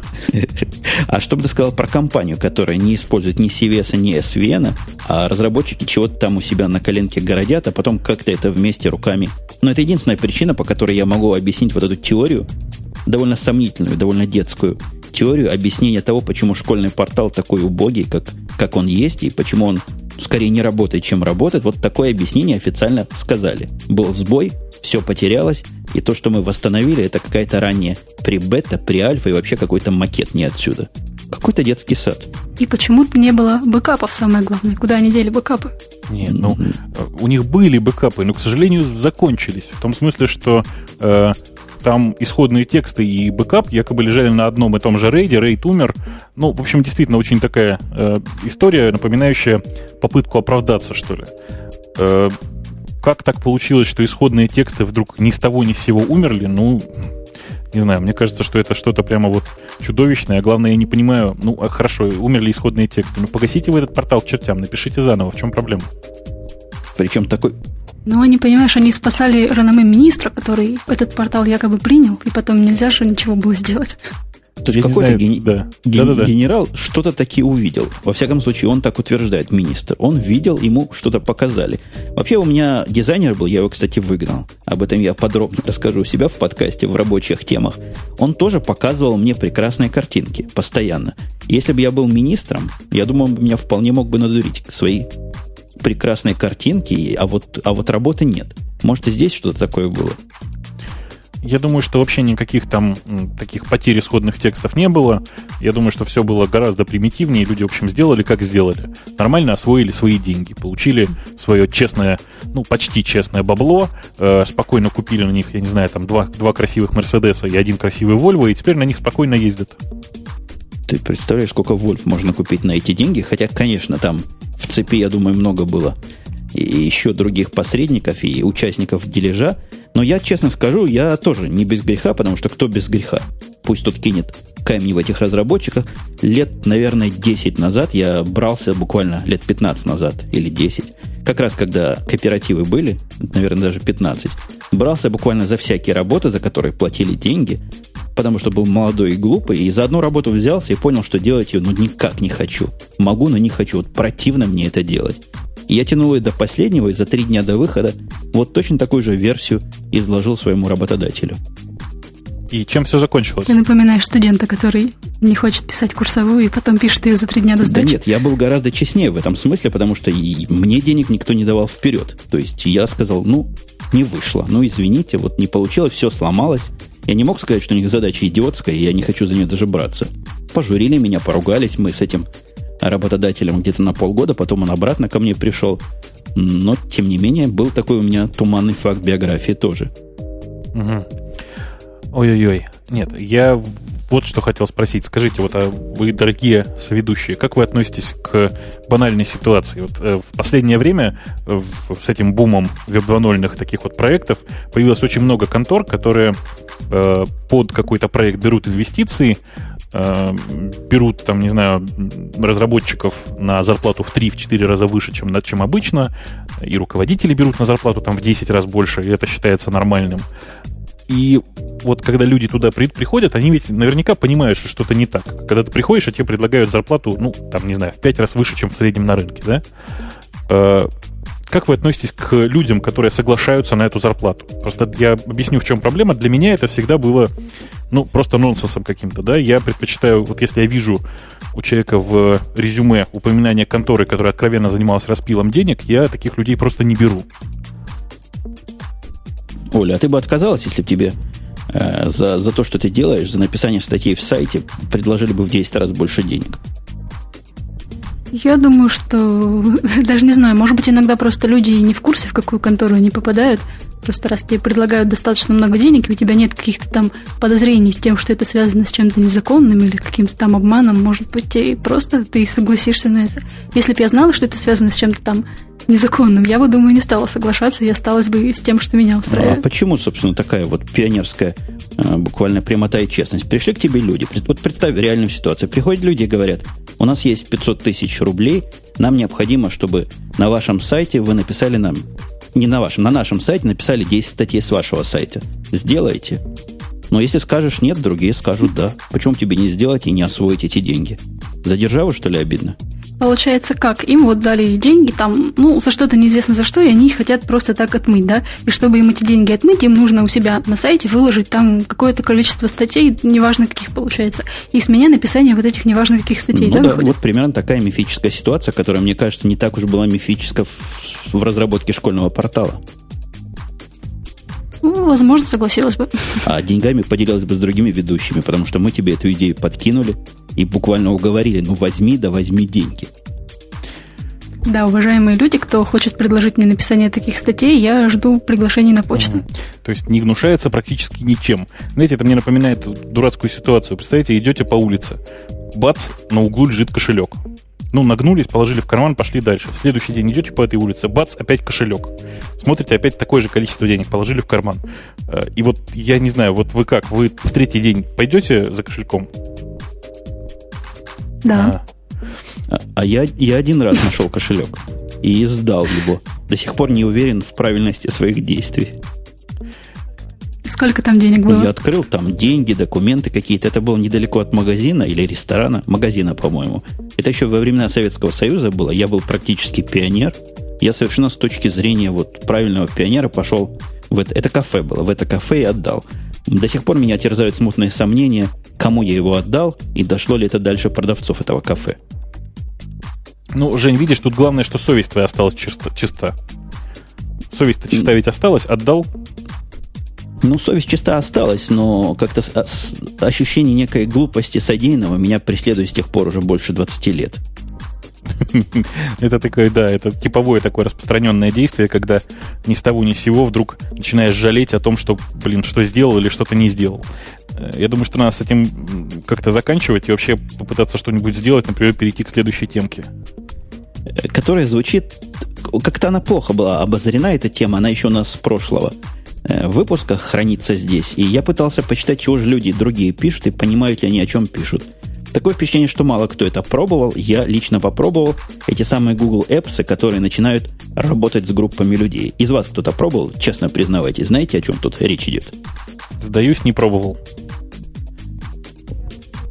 А что бы ты сказал про компанию, которая не использует ни си ви эс, ни эс ви эн, а разработчики чего-то там у себя на коленке городят, а потом как-то это вместе руками... Но это единственная причина, по которой я могу объяснить вот эту теорию, довольно сомнительную, довольно детскую теорию объяснения того, почему школьный портал такой убогий, как, как он есть, и почему он скорее не работает, чем работает. Вот такое объяснение официально сказали. Был сбой, все потерялось, и то, что мы восстановили, это какая-то ранняя при-бета, при-альфа и вообще какой-то макет не отсюда. Какой-то детский сад. И почему-то не было бэкапов, самое главное. Куда они дели бэкапы? Нет, ну, mm-hmm. у них были бэкапы, но, к сожалению, закончились. В том смысле, что... Э, там исходные тексты и бэкап якобы лежали на одном и том же рейде, рейд умер. Ну, в общем, действительно, очень такая э, история, напоминающая попытку оправдаться, что ли. Э, как так получилось, что исходные тексты вдруг ни с того ни с сего умерли? Ну, не знаю, мне кажется, что это что-то прямо вот чудовищное. А главное, я не понимаю, ну, хорошо, умерли исходные тексты. Ну, погасите вы этот портал к чертям, напишите заново, в чем проблема? Причем такой... Ну, они, понимаешь, они спасали реноме министра, который этот портал якобы принял, и потом нельзя же ничего было сделать. То есть какой-то гени... да. Ген... Да, да, да. генерал что-то таки увидел. Во всяком случае, он так утверждает, министр. Он видел, ему что-то показали. Вообще у меня дизайнер был, я его, кстати, выгнал. Об этом я подробно расскажу у себя в подкасте в рабочих темах. Он тоже показывал мне прекрасные картинки постоянно. Если бы я был министром, я думаю, он меня вполне мог бы надурить свои прекрасные картинки, а вот, а вот работы нет. Может, и здесь что-то такое было? Я думаю, что вообще никаких там таких потерь исходных текстов не было. Я думаю, что все было гораздо примитивнее. Люди, в общем, сделали, как сделали. Нормально освоили свои деньги. Получили свое честное, ну, почти честное бабло. Э, спокойно купили на них, я не знаю, там два, два красивых Мерседеса и один красивый Вольво, и теперь на них спокойно ездят. Ты представляешь, сколько Вольф можно купить на эти деньги? Хотя, конечно, там в цепи, я думаю, много было и еще других посредников и участников дележа. Но я, честно скажу, я тоже не без греха, потому что кто без греха? Пусть тут кинет камень в этих разработчиках. Лет, наверное, десять назад я брался, буквально лет пятнадцать назад или десять, как раз когда кооперативы были, наверное, даже пятнадцать, брался буквально за всякие работы, за которые платили деньги, потому что был молодой и глупый, и за одну работу взялся и понял, что делать ее ну никак не хочу. Могу, но не хочу. Вот противно мне это делать. И я тянул ее до последнего, и за три дня до выхода вот точно такую же версию изложил своему работодателю. И чем все закончилось? Ты напоминаешь студента, который не хочет писать курсовую, и потом пишет ее за три дня до сдачи. Да нет, я был гораздо честнее в этом смысле, потому что и мне денег никто не давал вперед. То есть я сказал, ну, не вышло. Ну, извините, вот не получилось, все сломалось. Я не мог сказать, что у них задача идиотская, и я не хочу за нее даже браться. Пожурили меня, поругались мы с этим работодателем где-то на полгода, потом он обратно ко мне пришел. Но, тем не менее, был такой у меня туманный факт биографии тоже. Угу. Ой-ой-ой. Нет, я вот что хотел спросить. Скажите, вот, а вы, дорогие соведущие, как вы относитесь к банальной ситуации? Вот э, в последнее время э, в, с этим бумом веб два ноль-ных таких вот проектов появилось очень много контор, которые э, под какой-то проект берут инвестиции, э, берут, там, не знаю, разработчиков на зарплату в три-четыре раза выше, чем, чем обычно, и руководители берут на зарплату там в десять раз больше, и это считается нормальным. И вот когда люди туда при, приходят, они ведь наверняка понимают, что что-то не так. Когда ты приходишь, а тебе предлагают зарплату, ну, там, не знаю, в пять раз выше, чем в среднем на рынке, да? Э, как вы относитесь к людям, которые соглашаются на эту зарплату? Просто я объясню, в чем проблема. Для меня это всегда было, ну, просто нонсенсом каким-то, да? Я предпочитаю, вот если я вижу у человека в резюме упоминание конторы, которая откровенно занималась распилом денег, я таких людей просто не беру. Оля, а ты бы отказалась, если бы тебе э, за, за то, что ты делаешь, за написание статей в сайте, предложили бы в десять раз больше денег? Я думаю, что... Даже не знаю, может быть, иногда просто люди не в курсе, в какую контору они попадают. Просто раз тебе предлагают достаточно много денег, и у тебя нет каких-то там подозрений с тем, что это связано с чем-то незаконным или каким-то там обманом, может быть, и просто ты согласишься на это. Если бы я знала, что это связано с чем-то там незаконным, я бы, думаю, не стала соглашаться, и осталась бы с тем, что меня устраивает. А почему, собственно, такая вот пионерская буквально прямота и честность? Пришли к тебе люди, вот представь реальную ситуацию. Приходят люди и говорят, у нас есть пятьсот тысяч рублей, нам необходимо, чтобы на вашем сайте вы написали нам, не на вашем, на нашем сайте написали десять статей с вашего сайта. Сделайте. Но если скажешь нет, другие скажут да. Почему тебе не сделать и не освоить эти деньги? За державу, что ли, обидно? Получается, как? Им вот дали деньги там, ну, за что-то неизвестно за что, и они их хотят просто так отмыть, да? И чтобы им эти деньги отмыть, им нужно у себя на сайте выложить там какое-то количество статей, неважно каких получается. И с меня написание вот этих неважно каких статей, ну, да, да, выходит? Вот примерно такая мифическая ситуация, которая, мне кажется, не так уж была мифическая в, в разработке школьного портала. Ну, возможно, согласилась бы. А деньгами поделилась бы с другими ведущими, потому что мы тебе эту идею подкинули и буквально уговорили, ну возьми, да возьми деньги. Да, уважаемые люди, кто хочет предложить мне написание таких статей, я жду приглашений на почту. Mm-hmm. То есть не гнушается практически ничем. Знаете, это мне напоминает дурацкую ситуацию. Представляете, идете по улице, бац, на углу лежит кошелек. Ну, нагнулись, положили в карман, пошли дальше. В следующий день идете по этой улице, бац, опять кошелек. Смотрите, опять такое же количество денег, положили в карман. И вот, я не знаю, вот вы как, вы в третий день пойдете за кошельком? Да. А, а я, я один раз нашел кошелек и сдал его. До сих пор не уверен в правильности своих действий. Сколько там денег было? Я открыл, там деньги, документы какие-то. Это было недалеко от магазина или ресторана. Магазина, по-моему. Это еще во времена Советского Союза было. Я был практически пионер. Я совершенно с точки зрения вот правильного пионера пошел в это. Это кафе было. В это кафе и отдал. До сих пор меня терзают смутные сомнения, кому я его отдал и дошло ли это дальше продавцов этого кафе. Ну, Жень, видишь, тут главное, что совесть твоя осталась чиста. чиста. Совесть-то чиста ведь осталась, отдал. Ну, совесть чиста осталась, но как-то ощущение некой глупости содеянного меня преследует с тех пор уже больше двадцати лет. Это такое, да, это типовое такое распространенное действие, когда ни с того ни с сего вдруг начинаешь жалеть о том, что, блин, что сделал или что-то не сделал. Я думаю, что надо с этим как-то заканчивать и вообще попытаться что-нибудь сделать, например, перейти к следующей темке. Которая звучит... Как-то она плохо была обозрена, эта тема, она еще у нас с прошлого выпуска хранится здесь. И я пытался почитать, чего же люди другие пишут, и понимают ли они, о чем пишут. Такое впечатление, что мало кто это пробовал. Я лично попробовал эти самые Google Apps, которые начинают работать с группами людей. Из вас кто-то пробовал? Честно признавайтесь. Знаете, о чем тут речь идет? Сдаюсь, не пробовал.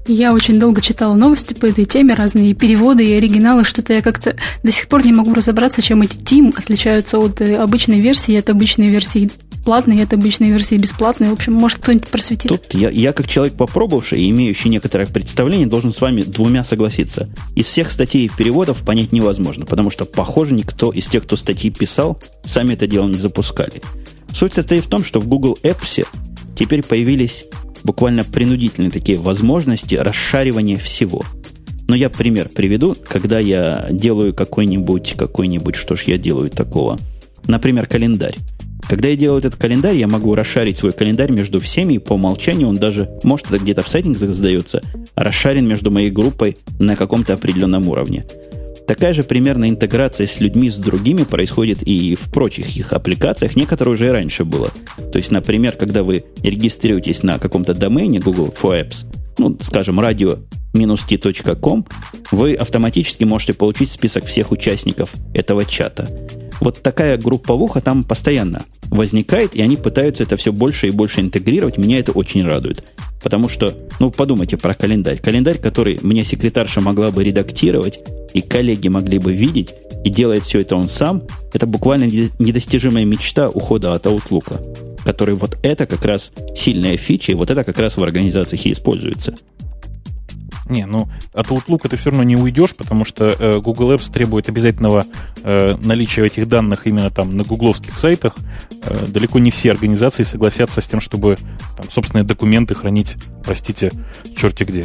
Я очень долго читала новости по этой теме, разные переводы и оригиналы. Что-то я как-то до сих пор не могу разобраться, чем эти Team отличаются от обычной версии, от обычной версии платной, от обычной версии бесплатной. В общем, может, кто-нибудь просветит. Тут я, я как человек попробовавший и имеющий некоторое представление, должен с вами двумя согласиться. Из всех статей и переводов понять невозможно, потому что, похоже, никто из тех, кто статьи писал, сами это дело не запускали. Суть состоит в том, что в Google Apps теперь появились буквально принудительные такие возможности расшаривания всего. Но я пример приведу, когда я делаю какой-нибудь, какой-нибудь, что ж я делаю такого? Например, календарь. Когда я делаю этот календарь, я могу расшарить свой календарь между всеми, и по умолчанию он даже, может, это где-то в сеттингах задается, расшарен между моей группой на каком-то определенном уровне. Такая же примерно интеграция с людьми, с другими происходит и в прочих их аппликациях. Некоторые уже и раньше было. То есть, например, когда вы регистрируетесь на каком-то домене Google for Apps, ну, скажем, radio dash t точка com, вы автоматически можете получить список всех участников этого чата. Вот такая групповуха там постоянно возникает, и они пытаются это все больше и больше интегрировать. Меня это очень радует. Потому что, ну, подумайте про календарь. Календарь, который мне секретарша могла бы редактировать, и коллеги могли бы видеть, и делает все это он сам, это буквально недостижимая мечта ухода от Outlook, который вот это как раз сильная фича, и вот это как раз в организациях и используется. Не, ну от Outlook ты все равно не уйдешь, потому что э, Google Apps требует обязательного э, наличия этих данных именно там на гугловских сайтах. Э, далеко не все организации согласятся с тем, чтобы там собственные документы хранить, простите, черти где.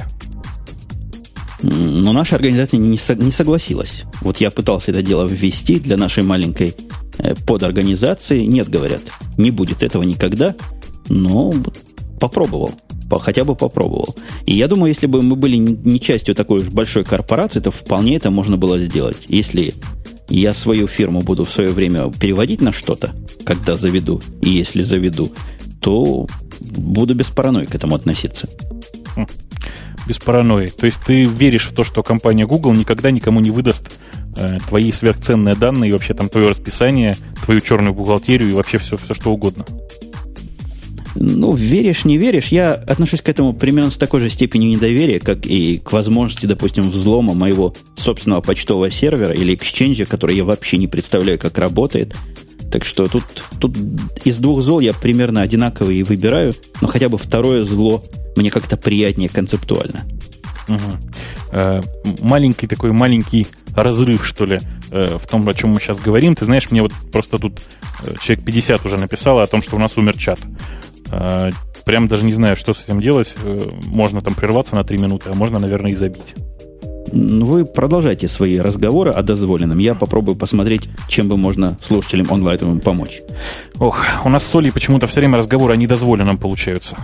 Но наша организация не, со, не согласилась. Вот я пытался это дело ввести для нашей маленькой э, подорганизации. Нет, говорят, не будет этого никогда, но попробовал. Хотя бы попробовал. И я думаю, если бы мы были не частью такой уж большой корпорации, то вполне это можно было сделать. Если я свою фирму буду в свое время переводить на что-то, когда заведу, и если заведу, то буду без паранойи к этому относиться. Без паранойи. То есть ты веришь в то, что компания Google никогда никому не выдаст э, твои сверхценные данные, и вообще там твое расписание, твою черную бухгалтерию и вообще все, все что угодно? Ну, веришь, не веришь, я отношусь к этому примерно с такой же степенью недоверия, как и к возможности, допустим, взлома моего собственного почтового сервера или эксченджа, который я вообще не представляю, как работает. Так что тут, тут из двух зол я примерно одинаковые и выбираю, но хотя бы второе зло мне как-то приятнее концептуально. Угу. Э, маленький такой маленький разрыв, что ли, э, в том, о чем мы сейчас говорим. Ты знаешь, мне вот просто тут э, человек пятьдесят уже написало о том, что у нас умер чат. Э, прям даже не знаю, что с этим делать. Э, можно там прерваться на три минуты, а можно, наверное, и забить. Вы продолжайте свои разговоры о дозволенном. Я попробую посмотреть, чем бы можно слушателям онлайновым помочь. Ох, у нас с Олей почему-то все время разговоры о недозволенном получаются.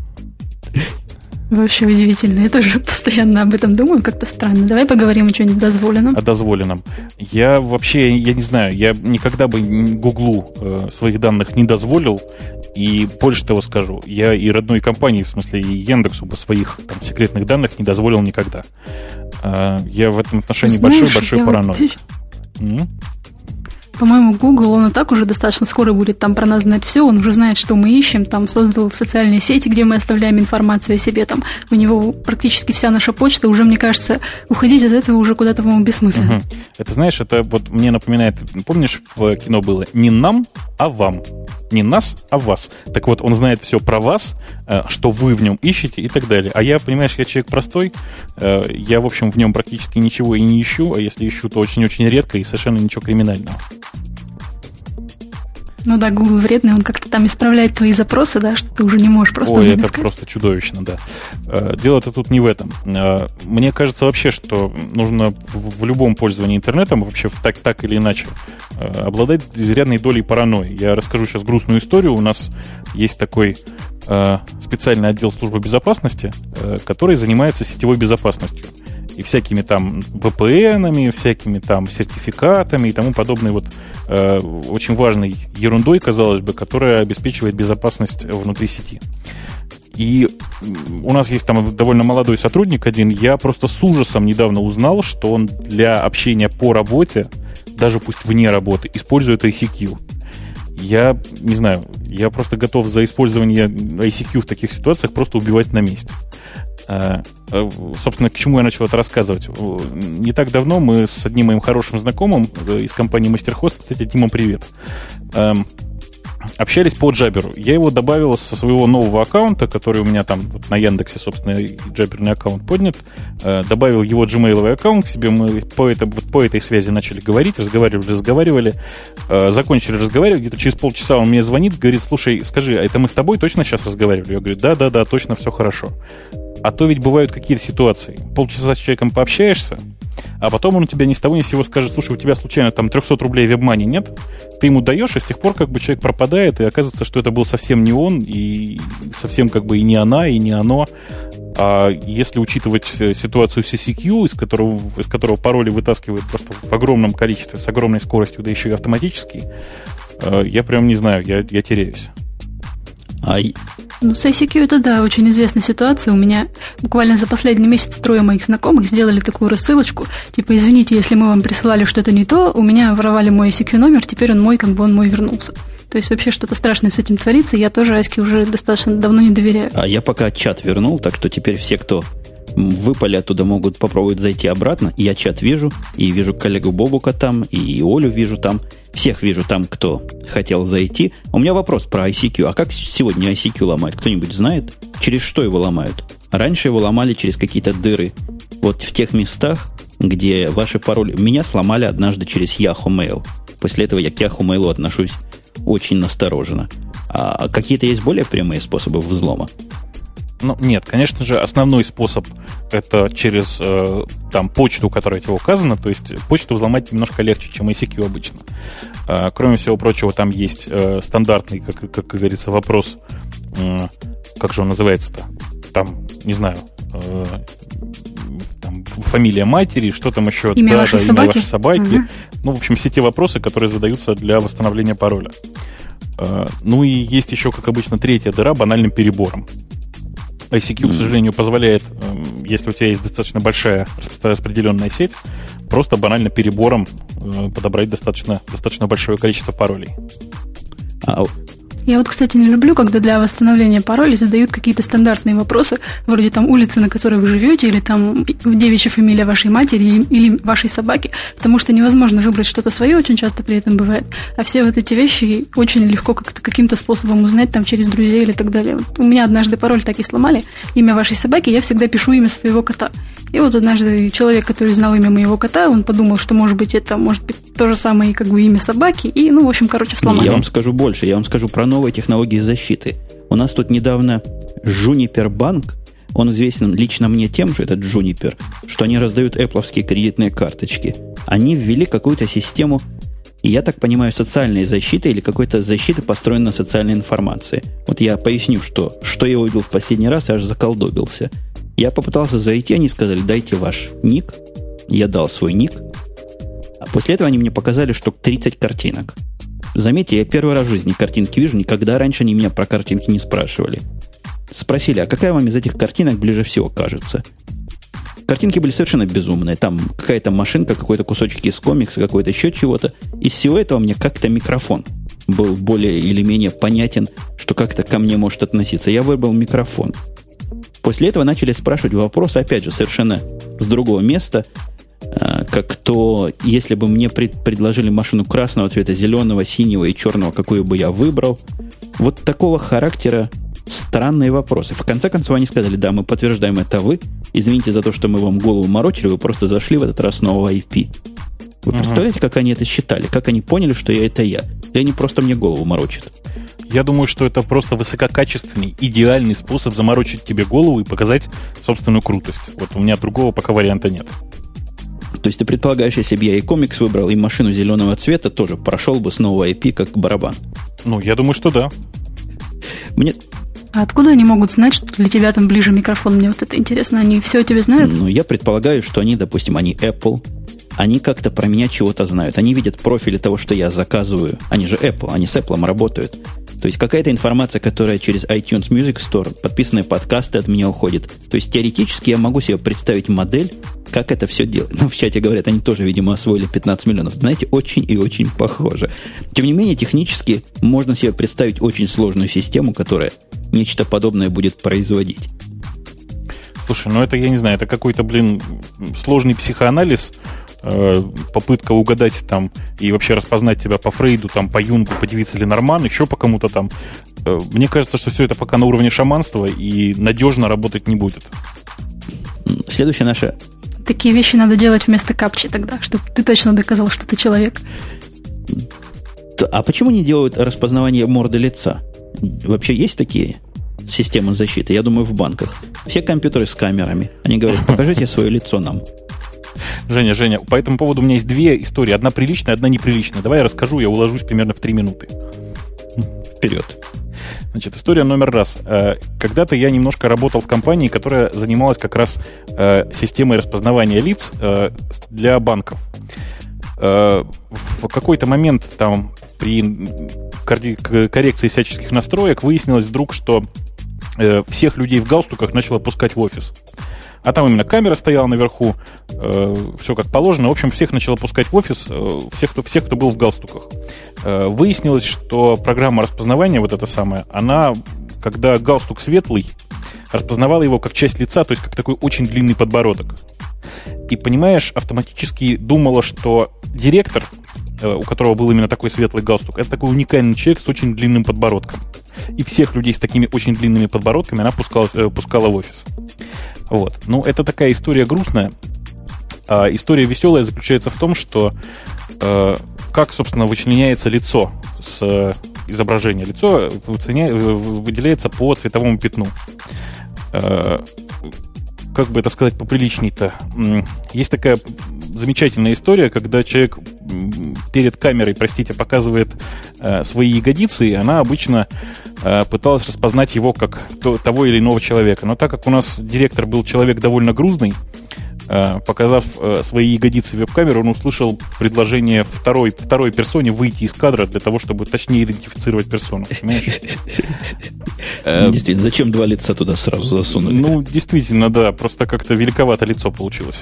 Вообще удивительно. Я тоже постоянно об этом думаю, как-то странно. Давай поговорим о чем-нибудь дозволенном. О дозволенном. Я вообще, я не знаю, я никогда бы Гуглу э, своих данных не дозволил. И больше того скажу, я и родной компании, в смысле и Яндексу бы своих там, секретных данных не дозволил никогда. Э, я в этом отношении большой-большой параноик. Вот... По-моему, Google, он и так уже достаточно скоро будет там про нас знать все, он уже знает, что мы ищем, там создал социальные сети, где мы оставляем информацию о себе, там у него практически вся наша почта, уже, мне кажется, уходить от этого уже куда-то, по-моему, бессмысленно. Угу. Это, знаешь, это вот мне напоминает, помнишь, в кино было «Не нам, а вам». Не нас, а вас. Так вот, он знает все про вас, что вы в нем ищете и так далее. А я, понимаешь, я человек простой, я, в общем, в нем практически ничего и не ищу, а если ищу, то очень-очень редко и совершенно ничего криминального. Ну да, Google вредный, он как-то там исправляет твои запросы, да, что ты уже не можешь просто... Ой, это искать. Просто чудовищно, да. Дело-то тут не в этом. Мне кажется вообще, что нужно в любом пользовании интернетом, вообще так, так или иначе, обладать изрядной долей паранойи. Я расскажу сейчас грустную историю. У нас есть такой специальный отдел службы безопасности, который занимается сетевой безопасностью. И всякими там ви пи эн-ами, всякими там сертификатами и тому подобной вот э, очень важной ерундой, казалось бы, которая обеспечивает безопасность внутри сети. И у нас есть там довольно молодой сотрудник один. Я просто с ужасом недавно узнал, что он для общения по работе, даже пусть вне работы, использует ай си кью. Я не знаю, я просто готов за использование ай си кью в таких ситуациях просто убивать на месте. Собственно, к чему я начал это рассказывать? Не так давно мы с одним моим хорошим знакомым из компании MasterHost, кстати, Дима, привет, общались по Джаберу. Я его добавил со своего нового аккаунта, который у меня там вот, на Яндексе, собственно, джаберный аккаунт поднят. Добавил его Gmail-овый аккаунт к себе. Мы по, это, вот, по этой связи начали говорить, разговаривали, разговаривали. Закончили разговаривать. Где-то через полчаса он мне звонит, говорит: слушай, скажи, а это мы с тобой точно сейчас разговаривали? Я говорю: да-да-да, точно, все хорошо. А то ведь бывают какие-то ситуации. Полчаса с человеком пообщаешься, а потом он у тебя ни с того ни с сего скажет: слушай, у тебя случайно там триста рублей вебмани нет? Ты ему даешь, и с тех пор как бы человек пропадает, и оказывается, что это был совсем не он, и совсем как бы и не она, и не оно. А если учитывать ситуацию с си си кью, из которого, из которого пароли вытаскивают просто в огромном количестве, с огромной скоростью, да еще и автоматически, я прям не знаю, я, я теряюсь. А... Ну, с ай си кью это, да, очень известная ситуация. У меня буквально за последний месяц трое моих знакомых сделали такую рассылочку, типа: извините, если мы вам присылали что-то не то, у меня воровали мой ай си кью номер, теперь он мой, как бы он мой вернулся. То есть вообще что-то страшное с этим творится, я тоже Аське уже достаточно давно не доверяю. А я пока чат вернул, так что теперь все, кто выпали оттуда, могут попробовать зайти обратно. Я чат вижу, и вижу коллегу Бобука там, и Олю вижу там. Всех вижу там, кто хотел зайти. У меня вопрос про ай си кью. А как сегодня ай си кью ломают? Кто-нибудь знает? Через что его ломают? Раньше его ломали через какие-то дыры. Вот в тех местах, где ваши пароли... Меня сломали однажды через Yahoo Mail. После этого я к Yahoo Mail отношусь очень настороженно. А какие-то есть более прямые способы взлома? Ну, нет, конечно же, основной способ — это через э, там, почту, которая у тебя указана. То есть почту взломать немножко легче, чем ай си кью обычно. Э, кроме всего прочего, там есть э, стандартный, как, как, как говорится, вопрос, э, как же он называется-то? Там, не знаю, э, там, фамилия матери, что там еще? Имя да, вашей да, собаки? Имя вашей собаки. Угу. Ну, в общем, все те вопросы, которые задаются для восстановления пароля. Э, ну и есть еще, как обычно, третья дыра — банальным перебором. ай си кью, к сожалению, позволяет, если у тебя есть достаточно большая распределенная сеть, просто банально перебором подобрать достаточно, достаточно большое количество паролей. А... Я вот, кстати, не люблю, когда для восстановления паролей задают какие-то стандартные вопросы, вроде там улицы, на которой вы живете, или там девичья фамилия вашей матери или вашей собаки, потому что невозможно выбрать что-то свое, очень часто при этом бывает. А все вот эти вещи очень легко как-то каким-то способом узнать там через друзей или так далее. Вот у меня однажды пароль так и сломали, имя вашей собаки, я всегда пишу имя своего кота. И вот однажды человек, который знал имя моего кота, он подумал, что, может быть, это может быть то же самое, как бы, имя собаки, и, ну, в общем, короче, сломали. Я вам скажу больше, я вам скажу про новые технологии защиты. У нас тут недавно Juniper Bank, он известен лично мне тем, что этот Juniper, что они раздают Apple'овские кредитные карточки. Они ввели какую-то систему, и я так понимаю, социальной защиты или какой-то защиты, построенной на социальной информации. Вот я поясню, что, что я увидел в последний раз, я аж заколдобился. Я попытался зайти, они сказали: дайте ваш ник. Я дал свой ник. А после этого они мне показали штук тридцать картинок. Заметьте, я первый раз в жизни картинки вижу, никогда раньше они меня про картинки не спрашивали. Спросили: а какая вам из этих картинок ближе всего кажется? Картинки были совершенно безумные. Там какая-то машинка, какой-то кусочек из комикса, какой-то еще чего-то. Из всего этого мне как-то микрофон был более или менее понятен, что как-то ко мне может относиться. Я выбрал микрофон. После этого начали спрашивать вопросы, опять же, совершенно с другого места, как то, если бы мне пред, предложили машину красного цвета, зеленого, синего и черного, какую бы я выбрал. Вот такого характера странные вопросы. В конце концов, они сказали: да, мы подтверждаем, это вы. Извините за то, что мы вам голову морочили, вы просто зашли в этот раз с нового ай пи. Вы uh-huh. представляете, как они это считали? Как они поняли, что я это я? И они просто мне голову морочат. Я думаю, что это просто высококачественный, идеальный способ заморочить тебе голову и показать собственную крутость. Вот у меня другого пока варианта нет. То есть ты предполагаешь, если бы я и комикс выбрал, и машину зеленого цвета, тоже прошел бы с нового ай пи как барабан? Ну, я думаю, что да. Мне... А откуда они могут знать, что для тебя там ближе микрофон? Мне вот это интересно. Они все о тебе знают? Ну, я предполагаю, что они, допустим, они Apple, они как-то про меня чего-то знают. Они видят профили того, что я заказываю. Они же Apple, они с Apple работают. То есть какая-то информация, которая через iTunes Music Store, подписанные подкасты от меня уходит. То есть теоретически я могу себе представить модель, как это все делать. Но в чате говорят, они тоже, видимо, освоили пятнадцать миллионов. Знаете, очень и очень похоже. Тем не менее, технически можно себе представить очень сложную систему, которая нечто подобное будет производить. Слушай, ну это, я не знаю, это какой-то, блин, сложный психоанализ, э, попытка угадать там и вообще распознать тебя по Фрейду, там, по Юнгу, подивиться ли Норман, еще по кому-то там. Э, мне кажется, что все это пока на уровне шаманства и надежно работать не будет. Следующая наша... Такие вещи надо делать вместо капчи тогда, чтобы ты точно доказал, что ты человек. А почему не делают распознавание морды лица? Вообще есть такие системы защиты? Я думаю, в банках. Все компьютеры с камерами. Они говорят, покажите свое лицо нам. Женя, Женя, по этому поводу у меня есть две истории. Одна приличная, одна неприличная. Давай я расскажу, я уложусь примерно в три минуты. Вперед. Значит, история номер раз. Когда-то я немножко работал в компании, которая занималась как раз системой распознавания лиц для банков. В какой-то момент там при коррекции всяческих настроек выяснилось вдруг, что всех людей в галстуках начало пускать в офис. А там именно камера стояла наверху, э, все как положено. В общем, всех начало пускать в офис, э, всех, кто, всех, кто был в галстуках. Э, выяснилось, что программа распознавания, вот эта самая, она, когда галстук светлый, распознавала его как часть лица, то есть как такой очень длинный подбородок. И, понимаешь, автоматически думала, что директор, э, у которого был именно такой светлый галстук, это такой уникальный человек с очень длинным подбородком. И всех людей с такими очень длинными подбородками она пускала, э, пускала в офис. Вот. Ну, это такая история грустная. А история веселая заключается в том, что э, как, собственно, вычленяется лицо с э, изображения. Лицо выценя... выделяется по цветовому пятну. Э, как бы это сказать поприличней-то? Есть такая замечательная история, когда человек перед камерой, простите, показывает э, свои ягодицы, и она обычно э, пыталась распознать его как то, того или иного человека. Но так как у нас директор был человек довольно грузный, э, показав э, свои ягодицы в веб-камеру, он услышал предложение второй, второй персоне выйти из кадра для того, чтобы точнее идентифицировать персону. Понимаешь? Действительно, зачем два лица туда сразу засунули? Ну, действительно, да, просто как-то великовато лицо получилось.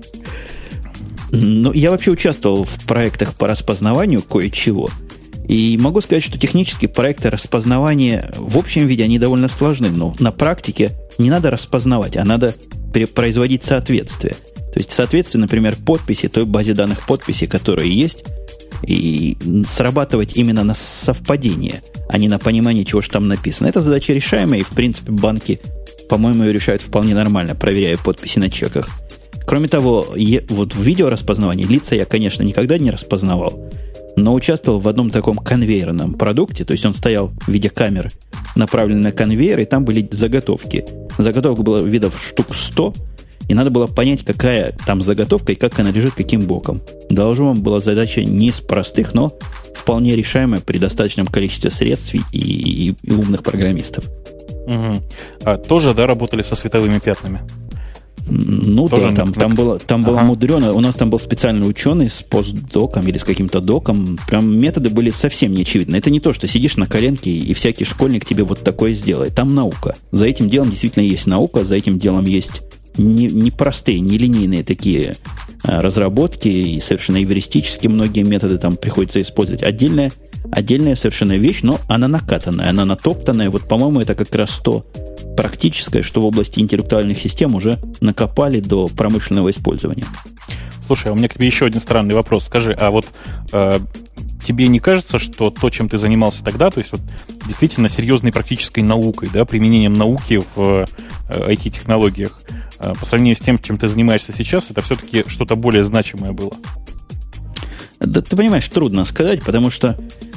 Ну, я вообще участвовал в проектах по распознаванию кое-чего. И могу сказать, что технически проекты распознавания в общем виде, они довольно сложны. Но на практике не надо распознавать, а надо производить соответствие. То есть соответствие, например, подписи, той базе данных подписи, которые есть, и срабатывать именно на совпадение, а не на понимание, чего же там написано. Это задача решаемая, и, в принципе, банки, по-моему, ее решают вполне нормально, проверяя подписи на чеках. Кроме того, я, вот в видеораспознавании лица я, конечно, никогда не распознавал, но участвовал в одном таком конвейерном продукте, то есть он стоял в виде камеры, направленный на конвейер, и там были заготовки. Заготовок было видов штук сто, и надо было понять, какая там заготовка и как она лежит, каким боком. Должно вам была задача не из простых, но вполне решаемая при достаточном количестве средств и, и, и умных программистов. Угу. А тоже, да, работали со световыми пятнами? Ну тоже да, там, там было, там ага. было мудрено. У нас там был специальный ученый с постдоком или с каким-то доком. Прям методы были совсем неочевидны. Это не то, что сидишь на коленке и всякий школьник тебе вот такое сделает. Там наука. За этим делом действительно есть наука, за этим делом есть не, не простые, не линейные такие а, разработки, и совершенно эвристические многие методы там приходится использовать. Отдельная, отдельная совершенно вещь, но она накатанная, она натоптанная. Вот, по-моему, это как раз то практическое, что в области интеллектуальных систем уже накопали до промышленного использования. Слушай, а у меня к тебе еще один странный вопрос. Скажи, а вот э, тебе не кажется, что то, чем ты занимался тогда, то есть вот действительно серьезной практической наукой, да, применением науки в э, ай ти-технологиях, э, по сравнению с тем, чем ты занимаешься сейчас, это все-таки что-то более значимое было? Да ты понимаешь, трудно сказать, потому что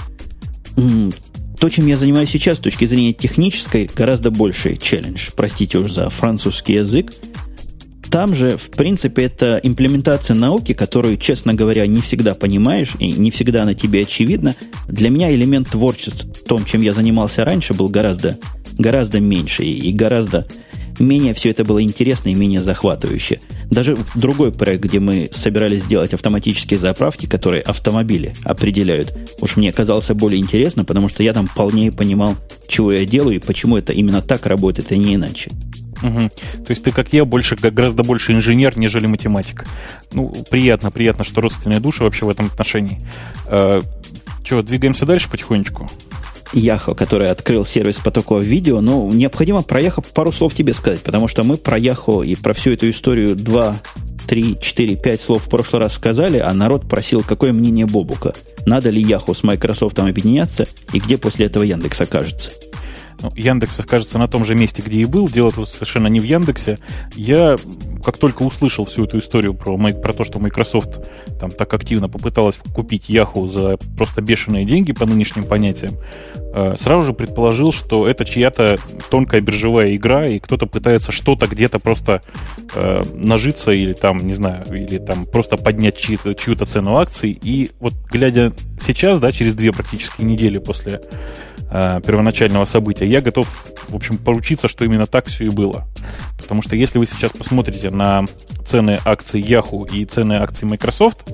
м- то, чем я занимаюсь сейчас, с точки зрения технической, гораздо больший челлендж. Простите уж за французский язык. Там же, в принципе, это имплементация науки, которую, честно говоря, не всегда понимаешь, и не всегда она тебе очевидна. Для меня элемент творчества в том, чем я занимался раньше, был гораздо, гораздо меньше и гораздо менее все это было интересно и менее захватывающе. Даже другой проект, где мы собирались сделать автоматические заправки, которые автомобили определяют, уж мне казался более интересно, потому что я там полнее понимал, чего я делаю и почему это именно так работает, а не иначе. Угу. То есть ты, как я, больше, гораздо больше инженер, нежели математик. Ну, приятно, приятно, что родственные души вообще в этом отношении. Э, что, двигаемся дальше потихонечку? Яхо, который открыл сервис потокового видео, но необходимо про Яхо пару слов тебе сказать, потому что мы про Яхо и про всю эту историю два, три, четыре, пять слов в прошлый раз сказали, а народ просил, какое мнение Бобука. Надо ли Яхо с Microsoft объединяться, и где после этого Яндекс окажется? Ну, Яндекс окажется на том же месте, где и был. Дело тут совершенно не в Яндексе. Я, как только услышал всю эту историю про, про то, что Microsoft там так активно попыталась купить Yahoo за просто бешеные деньги по нынешним понятиям, сразу же предположил, что это чья-то тонкая биржевая игра, и кто-то пытается что-то где-то просто э, нажиться или там, не знаю, или там просто поднять чью-то, чью-то цену акций. И вот глядя сейчас, да, через две практически недели после э, первоначального события, я готов, в общем, поручиться, что именно так все и было. Потому что если вы сейчас посмотрите на цены акций Yahoo и цены акций Microsoft,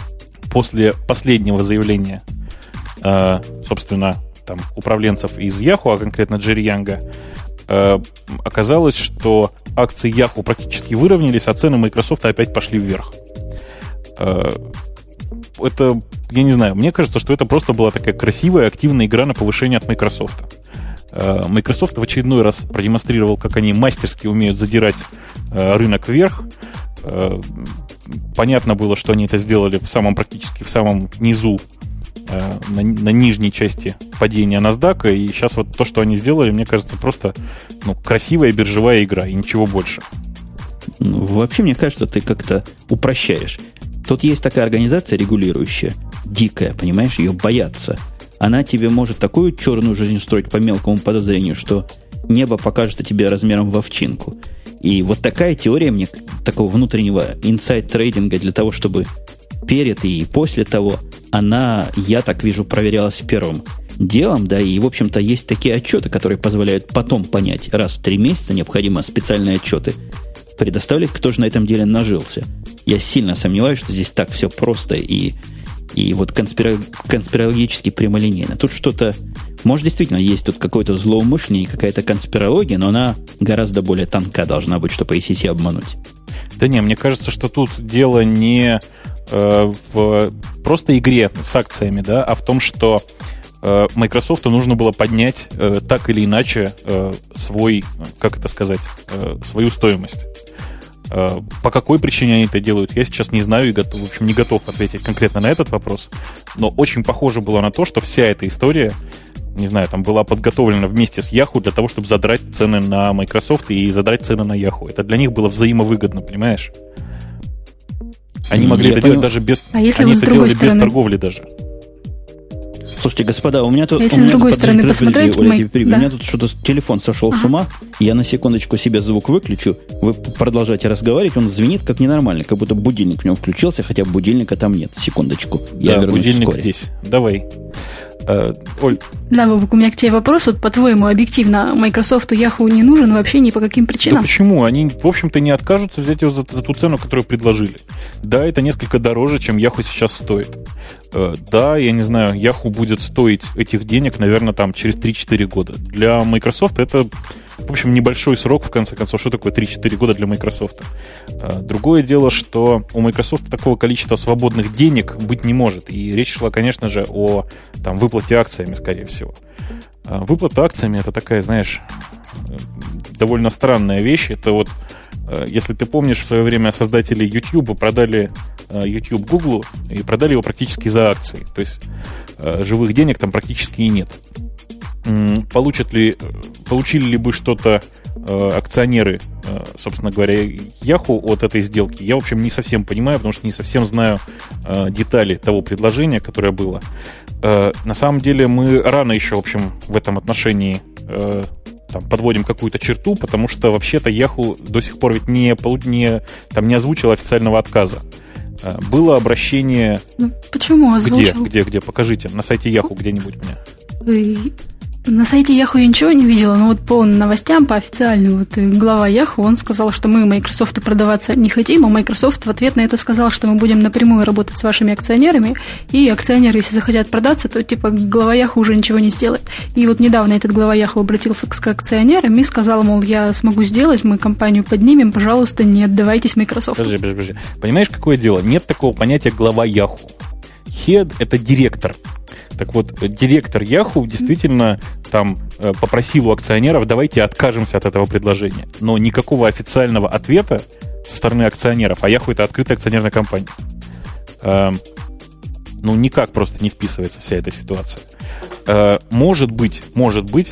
после последнего заявления, э, собственно, там, управленцев из Yahoo, а конкретно Джерри Янга, э, оказалось, что акции Yahoo практически выровнялись, а цены Microsoft опять пошли вверх. Э, это, я не знаю, мне кажется, что это просто была такая красивая, активная игра на повышение от Microsoft. Э, Microsoft в очередной раз продемонстрировал, как они мастерски умеют задирать э, рынок вверх. Э, понятно было, что они это сделали в самом, практически в самом низу, На, на нижней части падения NASDAQ, и сейчас вот то, что они сделали, мне кажется, просто ну, красивая биржевая игра, и ничего больше. Ну, вообще, мне кажется, ты как-то упрощаешь. Тут есть такая организация регулирующая, дикая, понимаешь, ее боятся. Она тебе может такую черную жизнь устроить по мелкому подозрению, что небо покажется тебе размером в овчинку. И вот такая теория мне, такого внутреннего инсайд-трейдинга для того, чтобы перед и после того, она, я так вижу, проверялась первым делом, да, и, в общем-то, есть такие отчеты, которые позволяют потом понять, раз в три месяца необходимо специальные отчеты предоставлять, кто же на этом деле нажился. Я сильно сомневаюсь, что здесь так все просто и, и вот конспира... конспирологически прямолинейно. Тут что-то, может, действительно есть тут какое-то злоумышление и какая-то конспирология, но она гораздо более тонка должна быть, чтобы ай си си обмануть. Да не, мне кажется, что тут дело не в просто игре с акциями, да, а в том, что э, Microsoft нужно было поднять э, так или иначе э, свой, как это сказать, э, свою стоимость. Э, по какой причине они это делают, я сейчас не знаю и готов, в общем, не готов ответить конкретно на этот вопрос, но очень похоже было на то, что вся эта история, не знаю, там была подготовлена вместе с Yahoo для того, чтобы задрать цены на Microsoft и задрать цены на Yahoo. Это для них было взаимовыгодно, понимаешь? Они могли я это понял. делать даже без... А если они вот это делали стороны... без торговли даже. Слушайте, господа, у меня тут... А если у меня с другой тут, стороны подожди, посмотреть... подожди, мы... Оля, да. У меня тут что-то телефон сошел ага. с ума. Я на секундочку себе звук выключу. Вы продолжаете разговаривать. Он звенит как ненормально, как будто будильник в нем включился, хотя будильника там нет. Секундочку. Я да, вернусь будильник вскоре. здесь. Давай. Uh, Оль. Да, Бобук, у меня к тебе вопрос. Вот, по-твоему, объективно, Microsoft Yahoo не нужен вообще ни по каким причинам? Да почему? Они, в общем-то, не откажутся взять его за, за ту цену, которую предложили. Да, это несколько дороже, чем Yahoo сейчас стоит. Uh, да, я не знаю, Yahoo будет стоить этих денег, наверное, там через три-четыре года. Для Microsoft это, в общем, небольшой срок, в конце концов. Что такое три-четыре года для Microsoft? Uh, другое дело, что у Microsoft такого количества свободных денег быть не может. И речь шла, конечно же, о там, выплате акциями, скорее всего. Uh, выплата акциями — это такая, знаешь, довольно странная вещь. Это вот, uh, если ты помнишь, в свое время создатели YouTube продали uh, YouTube Google и продали его практически за акции. То есть uh, живых денег там практически и нет. Получат ли, получили ли бы что-то э, акционеры, э, собственно говоря, Yahoo от этой сделки, я, в общем, не совсем понимаю, потому что не совсем знаю э, детали того предложения, которое было. Э, на самом деле мы рано еще, в общем, в этом отношении э, там, подводим какую-то черту, потому что вообще-то Yahoo до сих пор ведь не, не, там, не озвучил официального отказа. Э, было обращение... Ну, почему озвучил? Где, где, где? Покажите, на сайте Yahoo где-нибудь мне. На сайте Yahoo я ничего не видела, но вот по новостям, по официальным, вот глава Yahoo, он сказал, что мы Microsoft продаваться не хотим, а Microsoft в ответ на это сказал, что мы будем напрямую работать с вашими акционерами, и акционеры, если захотят продаться, то типа глава Yahoo уже ничего не сделает. И вот недавно этот глава Yahoo обратился к акционерам и сказал, мол, я смогу сделать, мы компанию поднимем, пожалуйста, не отдавайтесь Microsoft. Подожди, подожди, подожди. Понимаешь, какое дело? Нет такого понятия глава Yahoo. Head — это директор. Так вот, директор Yahoo действительно там попросил у акционеров, давайте откажемся от этого предложения. Но никакого официального ответа со стороны акционеров, а Yahoo — это открытая акционерная компания, ну, никак просто не вписывается вся эта ситуация. Может быть, может быть,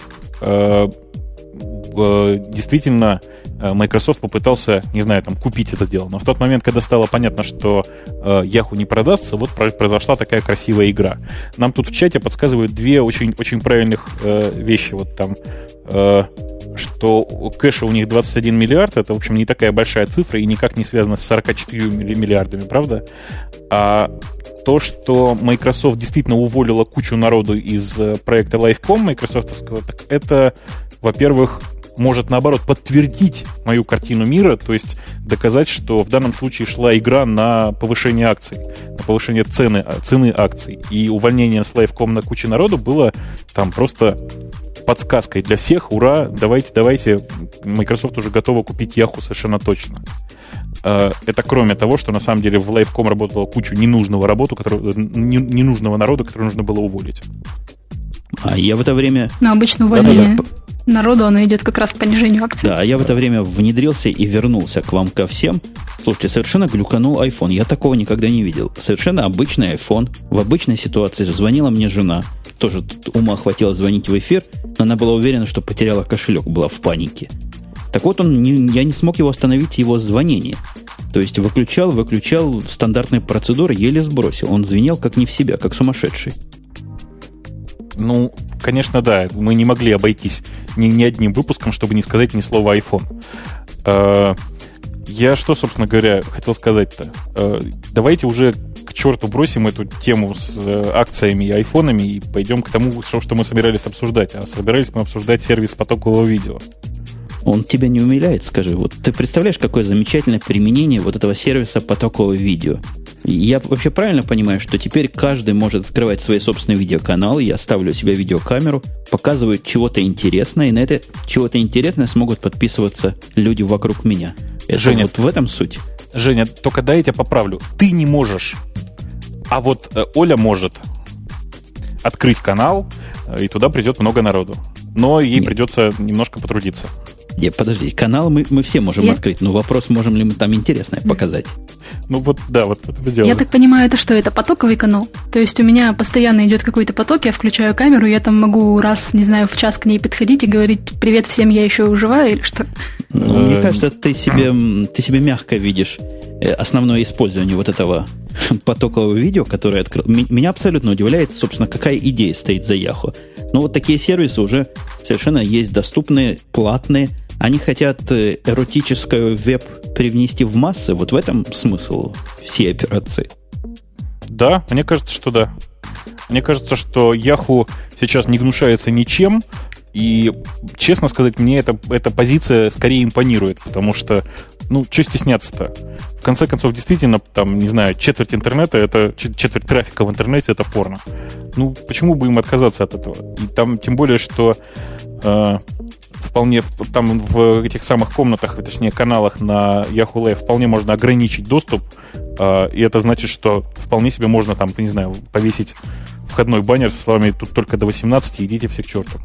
действительно Microsoft попытался, не знаю, там, купить это дело. Но в тот момент, когда стало понятно, что э, Yahoo не продастся, вот произошла такая красивая игра. Нам тут в чате подсказывают две очень, очень правильных э, вещи. Вот там, э, что кэша у них двадцать один миллиард, это, в общем, не такая большая цифра и никак не связано с сорок четыре миллиардами, правда? А то, что Microsoft действительно уволила кучу народу из проекта Livecom майкрософтовского, так это, во-первых, может, наоборот, подтвердить мою картину мира, то есть доказать, что в данном случае шла игра на повышение акций, на повышение цены, цены акций. И увольнение с Livecom на кучу народу было там просто подсказкой для всех. Ура, давайте, давайте, Microsoft уже готова купить Yahoo совершенно точно. Это кроме того, что на самом деле в Livecom работала кучу ненужного, работу, которую, ненужного народа, который нужно было уволить. А я в это время... Но обычно увольнение... народу, оно идет как раз к понижению акций. Да, а я в это время внедрился и вернулся к вам ко всем. Слушайте, совершенно глюканул iPhone. Я такого никогда не видел. Совершенно обычный iPhone. В обычной ситуации звонила мне жена. Тоже ума хватило звонить в эфир, но она была уверена, что потеряла кошелек, была в панике. Так вот, он не, я не смог его остановить, его звонение. То есть выключал, выключал стандартные процедуры, еле сбросил. Он звенел как не в себя, как сумасшедший. Ну, конечно, да. Мы не могли обойтись ни, ни одним выпуском, чтобы не сказать ни слова iPhone. Э, я что, собственно говоря, хотел сказать-то? Э, давайте уже к черту бросим эту тему с э, акциями и айфонами и пойдем к тому, что, что мы собирались обсуждать. А собирались мы обсуждать сервис потокового видео. Он тебя не умиляет, скажи? Вот ты представляешь, какое замечательное применение вот этого сервиса потокового видео? Я вообще правильно понимаю, что теперь каждый может открывать свои собственные видеоканалы, я ставлю у себя видеокамеру, показываю чего-то интересное, и на это чего-то интересное смогут подписываться люди вокруг меня. Это Женя, вот в этом суть. Женя, только дай я тебя поправлю. Ты не можешь, а вот э, Оля может открыть канал, э, и туда придет много народу. Но ей Нет. придется немножко потрудиться. Нет, подожди, канал мы, мы все можем Я... открыть, но вопрос, можем ли мы там интересное показать. Ну вот, да, вот это дело. Я так понимаю, это что, это потоковый канал? То есть у меня постоянно идет какой-то поток, я включаю камеру, я там могу раз, не знаю, в час к ней подходить и говорить: привет всем, я еще живая, или что? Ну, мне кажется, ты себе, ты себе мягко видишь основное использование вот этого потокового видео, которое открыл. Меня абсолютно удивляет, собственно, какая идея стоит за Yahoo. Но вот такие сервисы уже совершенно есть доступные, платные. Они хотят эротическое веб привнести в массы. Вот в этом смысл всей операции. Да, мне кажется, что да. Мне кажется, что Yahoo сейчас не гнушается ничем. И, честно сказать, мне эта, эта позиция скорее импонирует, потому что, ну, что стесняться-то? В конце концов, действительно, там, не знаю, четверть интернета, это четверть трафика в интернете, это порно. Ну, почему бы им отказаться от этого? И там, тем более, что э, вполне, там в этих самых комнатах, точнее, каналах на Yahoo Live вполне можно ограничить доступ, э, и это значит, что вполне себе можно там, не знаю, повесить входной баннер со словами «тут только до восемнадцати, идите все к черту».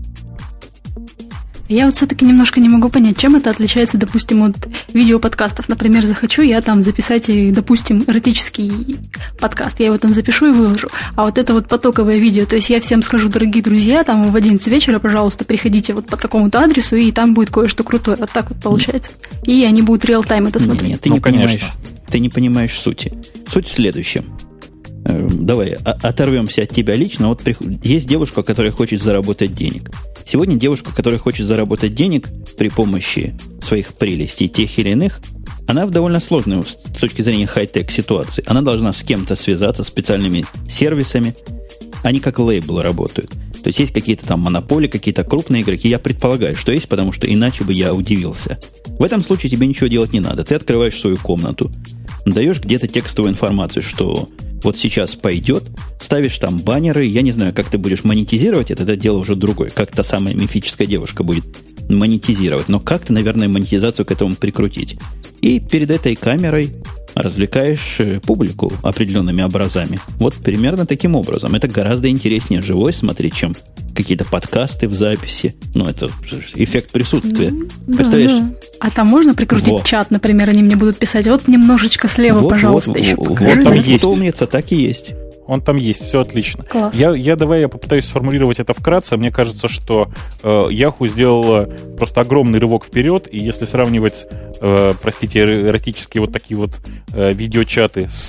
Я вот все-таки немножко не могу понять, чем это отличается, допустим, от видеоподкастов. Например, захочу я там записать, допустим, эротический подкаст. Я его там запишу и выложу. А вот это вот потоковое видео. То есть я всем скажу: дорогие друзья, там в одиннадцать вечера, пожалуйста, приходите вот по такому-то адресу, и там будет кое-что крутое. Вот так вот получается. И они будут реал-тайм это смотреть. Нет, ты, ну, не понимаешь, ты не понимаешь сути. Суть в следующем. Давай оторвемся от тебя лично. Вот есть девушка, которая хочет заработать денег. Сегодня девушка, которая хочет заработать денег при помощи своих прелестей, тех или иных, она в довольно сложной с точки зрения хай-тек ситуации. Она должна с кем-то связаться, с специальными сервисами. Они как лейблы работают. То есть есть какие-то там монополии, какие-то крупные игроки. Я предполагаю, что есть, потому что иначе бы я удивился. В этом случае тебе ничего делать не надо. Ты открываешь свою комнату, даешь где-то текстовую информацию, что вот сейчас пойдет, ставишь там баннеры. Я не знаю, как ты будешь монетизировать это, это дело уже другое. Как та самая мифическая девушка будет монетизировать. Но как-то, наверное, монетизацию к этому прикрутить. И перед этой камерой развлекаешь публику определенными образами. Вот примерно таким образом. Это гораздо интереснее живой смотреть, чем какие-то подкасты в записи. Ну, это эффект присутствия. Да, Представляешь? Да. А там можно прикрутить Во. чат, например, они мне будут писать, вот немножечко слева, Вот, пожалуйста, вот, еще вот, покажи. вот там там есть. умница, так и есть. Он там есть, все отлично. Класс. Я, я давай я попытаюсь сформулировать это вкратце. Мне кажется, что э, Yahoo сделала просто огромный рывок вперед, и если сравнивать, э, простите, эротические вот такие вот э, видеочаты с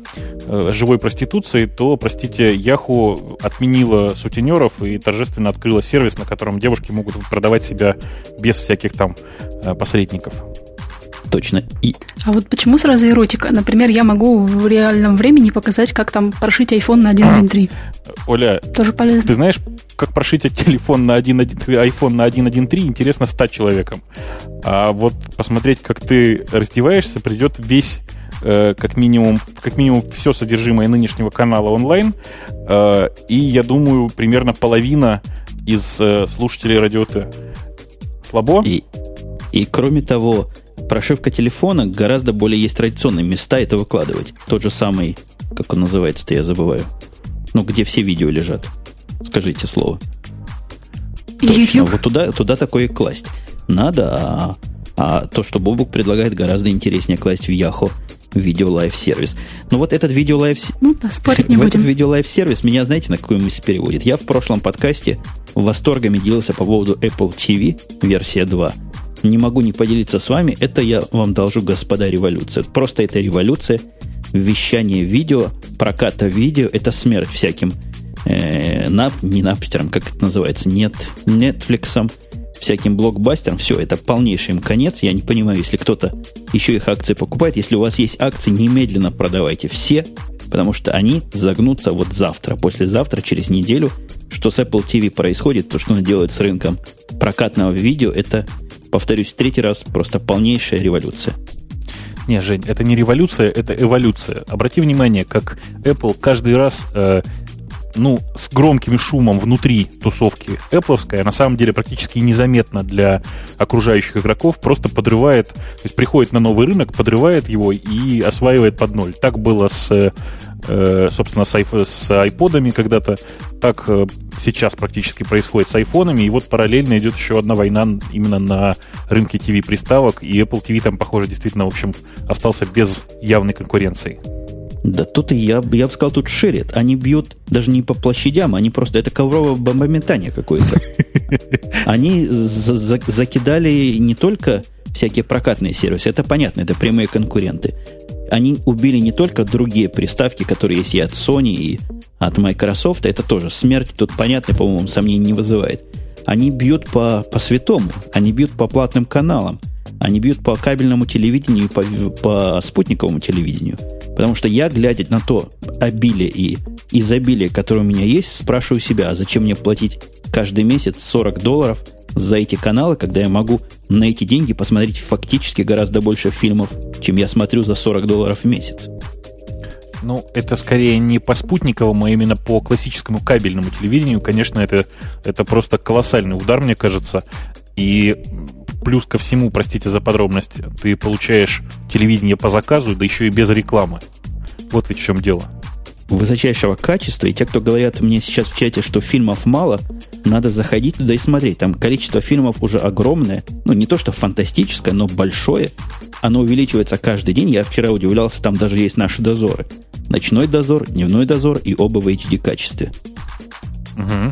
э, живой проституцией, то, простите, Yahoo отменила сутенеров и торжественно открыла сервис, на котором девушки могут продавать себя без всяких там э, посредников. Точно. И А вот почему сразу эротика? Например, я могу в реальном времени показать, как там прошить iPhone на один один три. Оля, Тоже полезно. ты знаешь, как прошить телефон на один, iPhone на один один три, интересно стать человеком. А вот посмотреть, как ты раздеваешься, придет весь, э, как минимум, как минимум все содержимое нынешнего канала онлайн. Э, и, я думаю, примерно половина из э, слушателей Радио Т. Слабо? И, и кроме того, прошивка телефона гораздо более есть традиционные места это выкладывать. Тот же самый, как он называется-то, я забываю. Ну, где все видео лежат. Скажите слово. Точно, YouTube. вот туда, туда такое класть. Надо, а, а то, что Бобук предлагает, гораздо интереснее класть в Yahoo видео лайв сервис. Но вот этот видео лайв Ну да, спорить не в этот будем. видео лайв сервис меня, знаете, на какую мысль переводит? Я в прошлом подкасте восторгами делился по поводу Apple ти ви версия два. Не могу не поделиться с вами. Это я вам должу, господа, революция. Просто это революция. Вещание видео, проката видео, это смерть всяким э, нап, не напстерам, как это называется, нет, Netflix'ам, всяким блокбастерам. Все, это полнейший им конец. Я не понимаю, если кто-то еще их акции покупает. Если у вас есть акции, немедленно продавайте все, потому что они загнутся вот завтра, послезавтра, через неделю. Что с Apple ти ви происходит, то, что он делает с рынком прокатного видео, это, повторюсь, в третий раз, просто полнейшая революция. Не, Жень, это не революция, это эволюция. Обрати внимание, как Apple каждый раз, э, ну, с громким шумом внутри тусовки Apple'овской, на самом деле практически незаметно для окружающих игроков, просто подрывает, то есть приходит на новый рынок, подрывает его и осваивает под ноль. Так было с, э, собственно, с, айф- с айподами когда-то, так э, сейчас практически происходит с айфонами, и вот параллельно идет еще одна война именно на рынке ти ви-приставок, и Apple ти ви там, похоже, действительно, в общем, остался без явной конкуренции. Да тут и я, я бы сказал, тут ширит. Они бьют даже не по площадям, они просто... Это ковровое бомбометание какое-то. Они за- за- закидали не только всякие прокатные сервисы, это понятно, это прямые конкуренты. Они убили не только другие приставки, которые есть и от Sony, и от Microsoft, это тоже смерть, тут понятно, по-моему, сомнений не вызывает. Они бьют по, по святому, они бьют по платным каналам, они бьют по кабельному телевидению и по, по спутниковому телевидению. Потому что я, глядя на то обилие и изобилие, которое у меня есть, спрашиваю себя, а зачем мне платить каждый месяц сорок долларов за эти каналы, когда я могу на эти деньги посмотреть фактически гораздо больше фильмов, чем я смотрю за сорок долларов в месяц. Ну, это скорее не по спутниковому, а именно по классическому кабельному телевидению. Конечно, это, это просто колоссальный удар, мне кажется. И плюс ко всему, простите за подробность, ты получаешь телевидение по заказу, да еще и без рекламы. Вот ведь в чем дело. Высочайшего качества, и те, кто говорят мне сейчас в чате, что фильмов мало, надо заходить туда и смотреть. Там количество фильмов уже огромное. Ну, не то, что фантастическое, но большое. Оно увеличивается каждый день. Я вчера удивлялся, там даже есть наши дозоры. Ночной дозор, дневной дозор и оба в эйч ди качестве. Угу.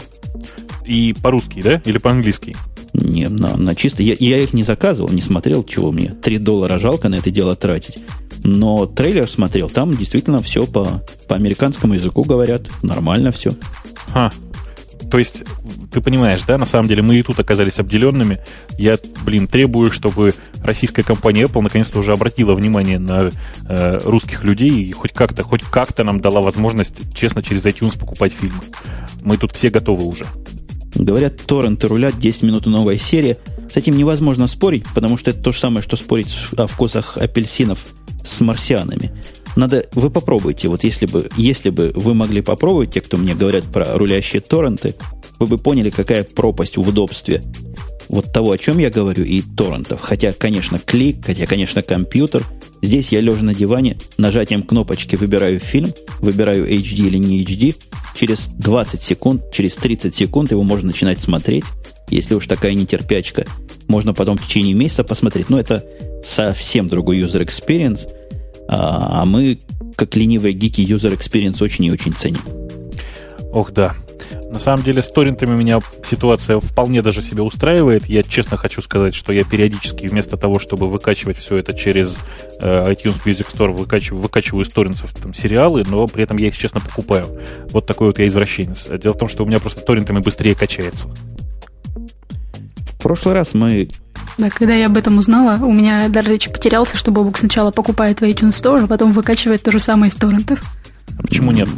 И по-русски, да? Или по-английски? Не, на, на чисто. Я, я их не заказывал, не смотрел, чего мне. три доллара жалко на это дело тратить. Но трейлер смотрел, там действительно все по, по американскому языку говорят. Нормально все. Ха. То есть, ты понимаешь, да, на самом деле мы и тут оказались обделенными. Я, блин, требую, чтобы российская компания Apple наконец-то уже обратила внимание на э, русских людей и хоть как-то, хоть как-то нам дала возможность честно через iTunes покупать фильмы. Мы тут все готовы уже. Говорят, торренты рулят, десять минут и новая серия. С этим невозможно спорить, потому что это то же самое, что спорить о вкусах апельсинов с марсианами. Надо, вы попробуйте. Вот если бы, если бы вы могли попробовать, те, кто мне говорят про рулящие торренты, вы бы поняли, какая пропасть в удобстве вот того, о чем я говорю, и торрентов. Хотя, конечно, клик, хотя, конечно, компьютер. Здесь я, лежа на диване, нажатием кнопочки выбираю фильм, выбираю эйч ди или не эйч ди. Через двадцать секунд, через тридцать секунд его можно начинать смотреть. Если уж такая нетерпячка, можно потом в течение месяца посмотреть. Но это совсем другой user experience. А мы, как ленивые гики, user experience очень и очень ценим. Ох, да. На самом деле с торрентами у меня ситуация вполне даже себя устраивает. Я честно хочу сказать, что я периодически вместо того, чтобы выкачивать все это через э, iTunes Music Store, выкачиваю, выкачиваю из торрентсов там, сериалы, но при этом я их честно покупаю. Вот такой вот я извращенец. Дело в том, что у меня просто торрентами быстрее качается. В прошлый раз мы... Да, когда я об этом узнала, у меня дар речи потерялся, что Бобук сначала покупает в iTunes Store, а потом выкачивает то же самое из торрентов. А почему нет?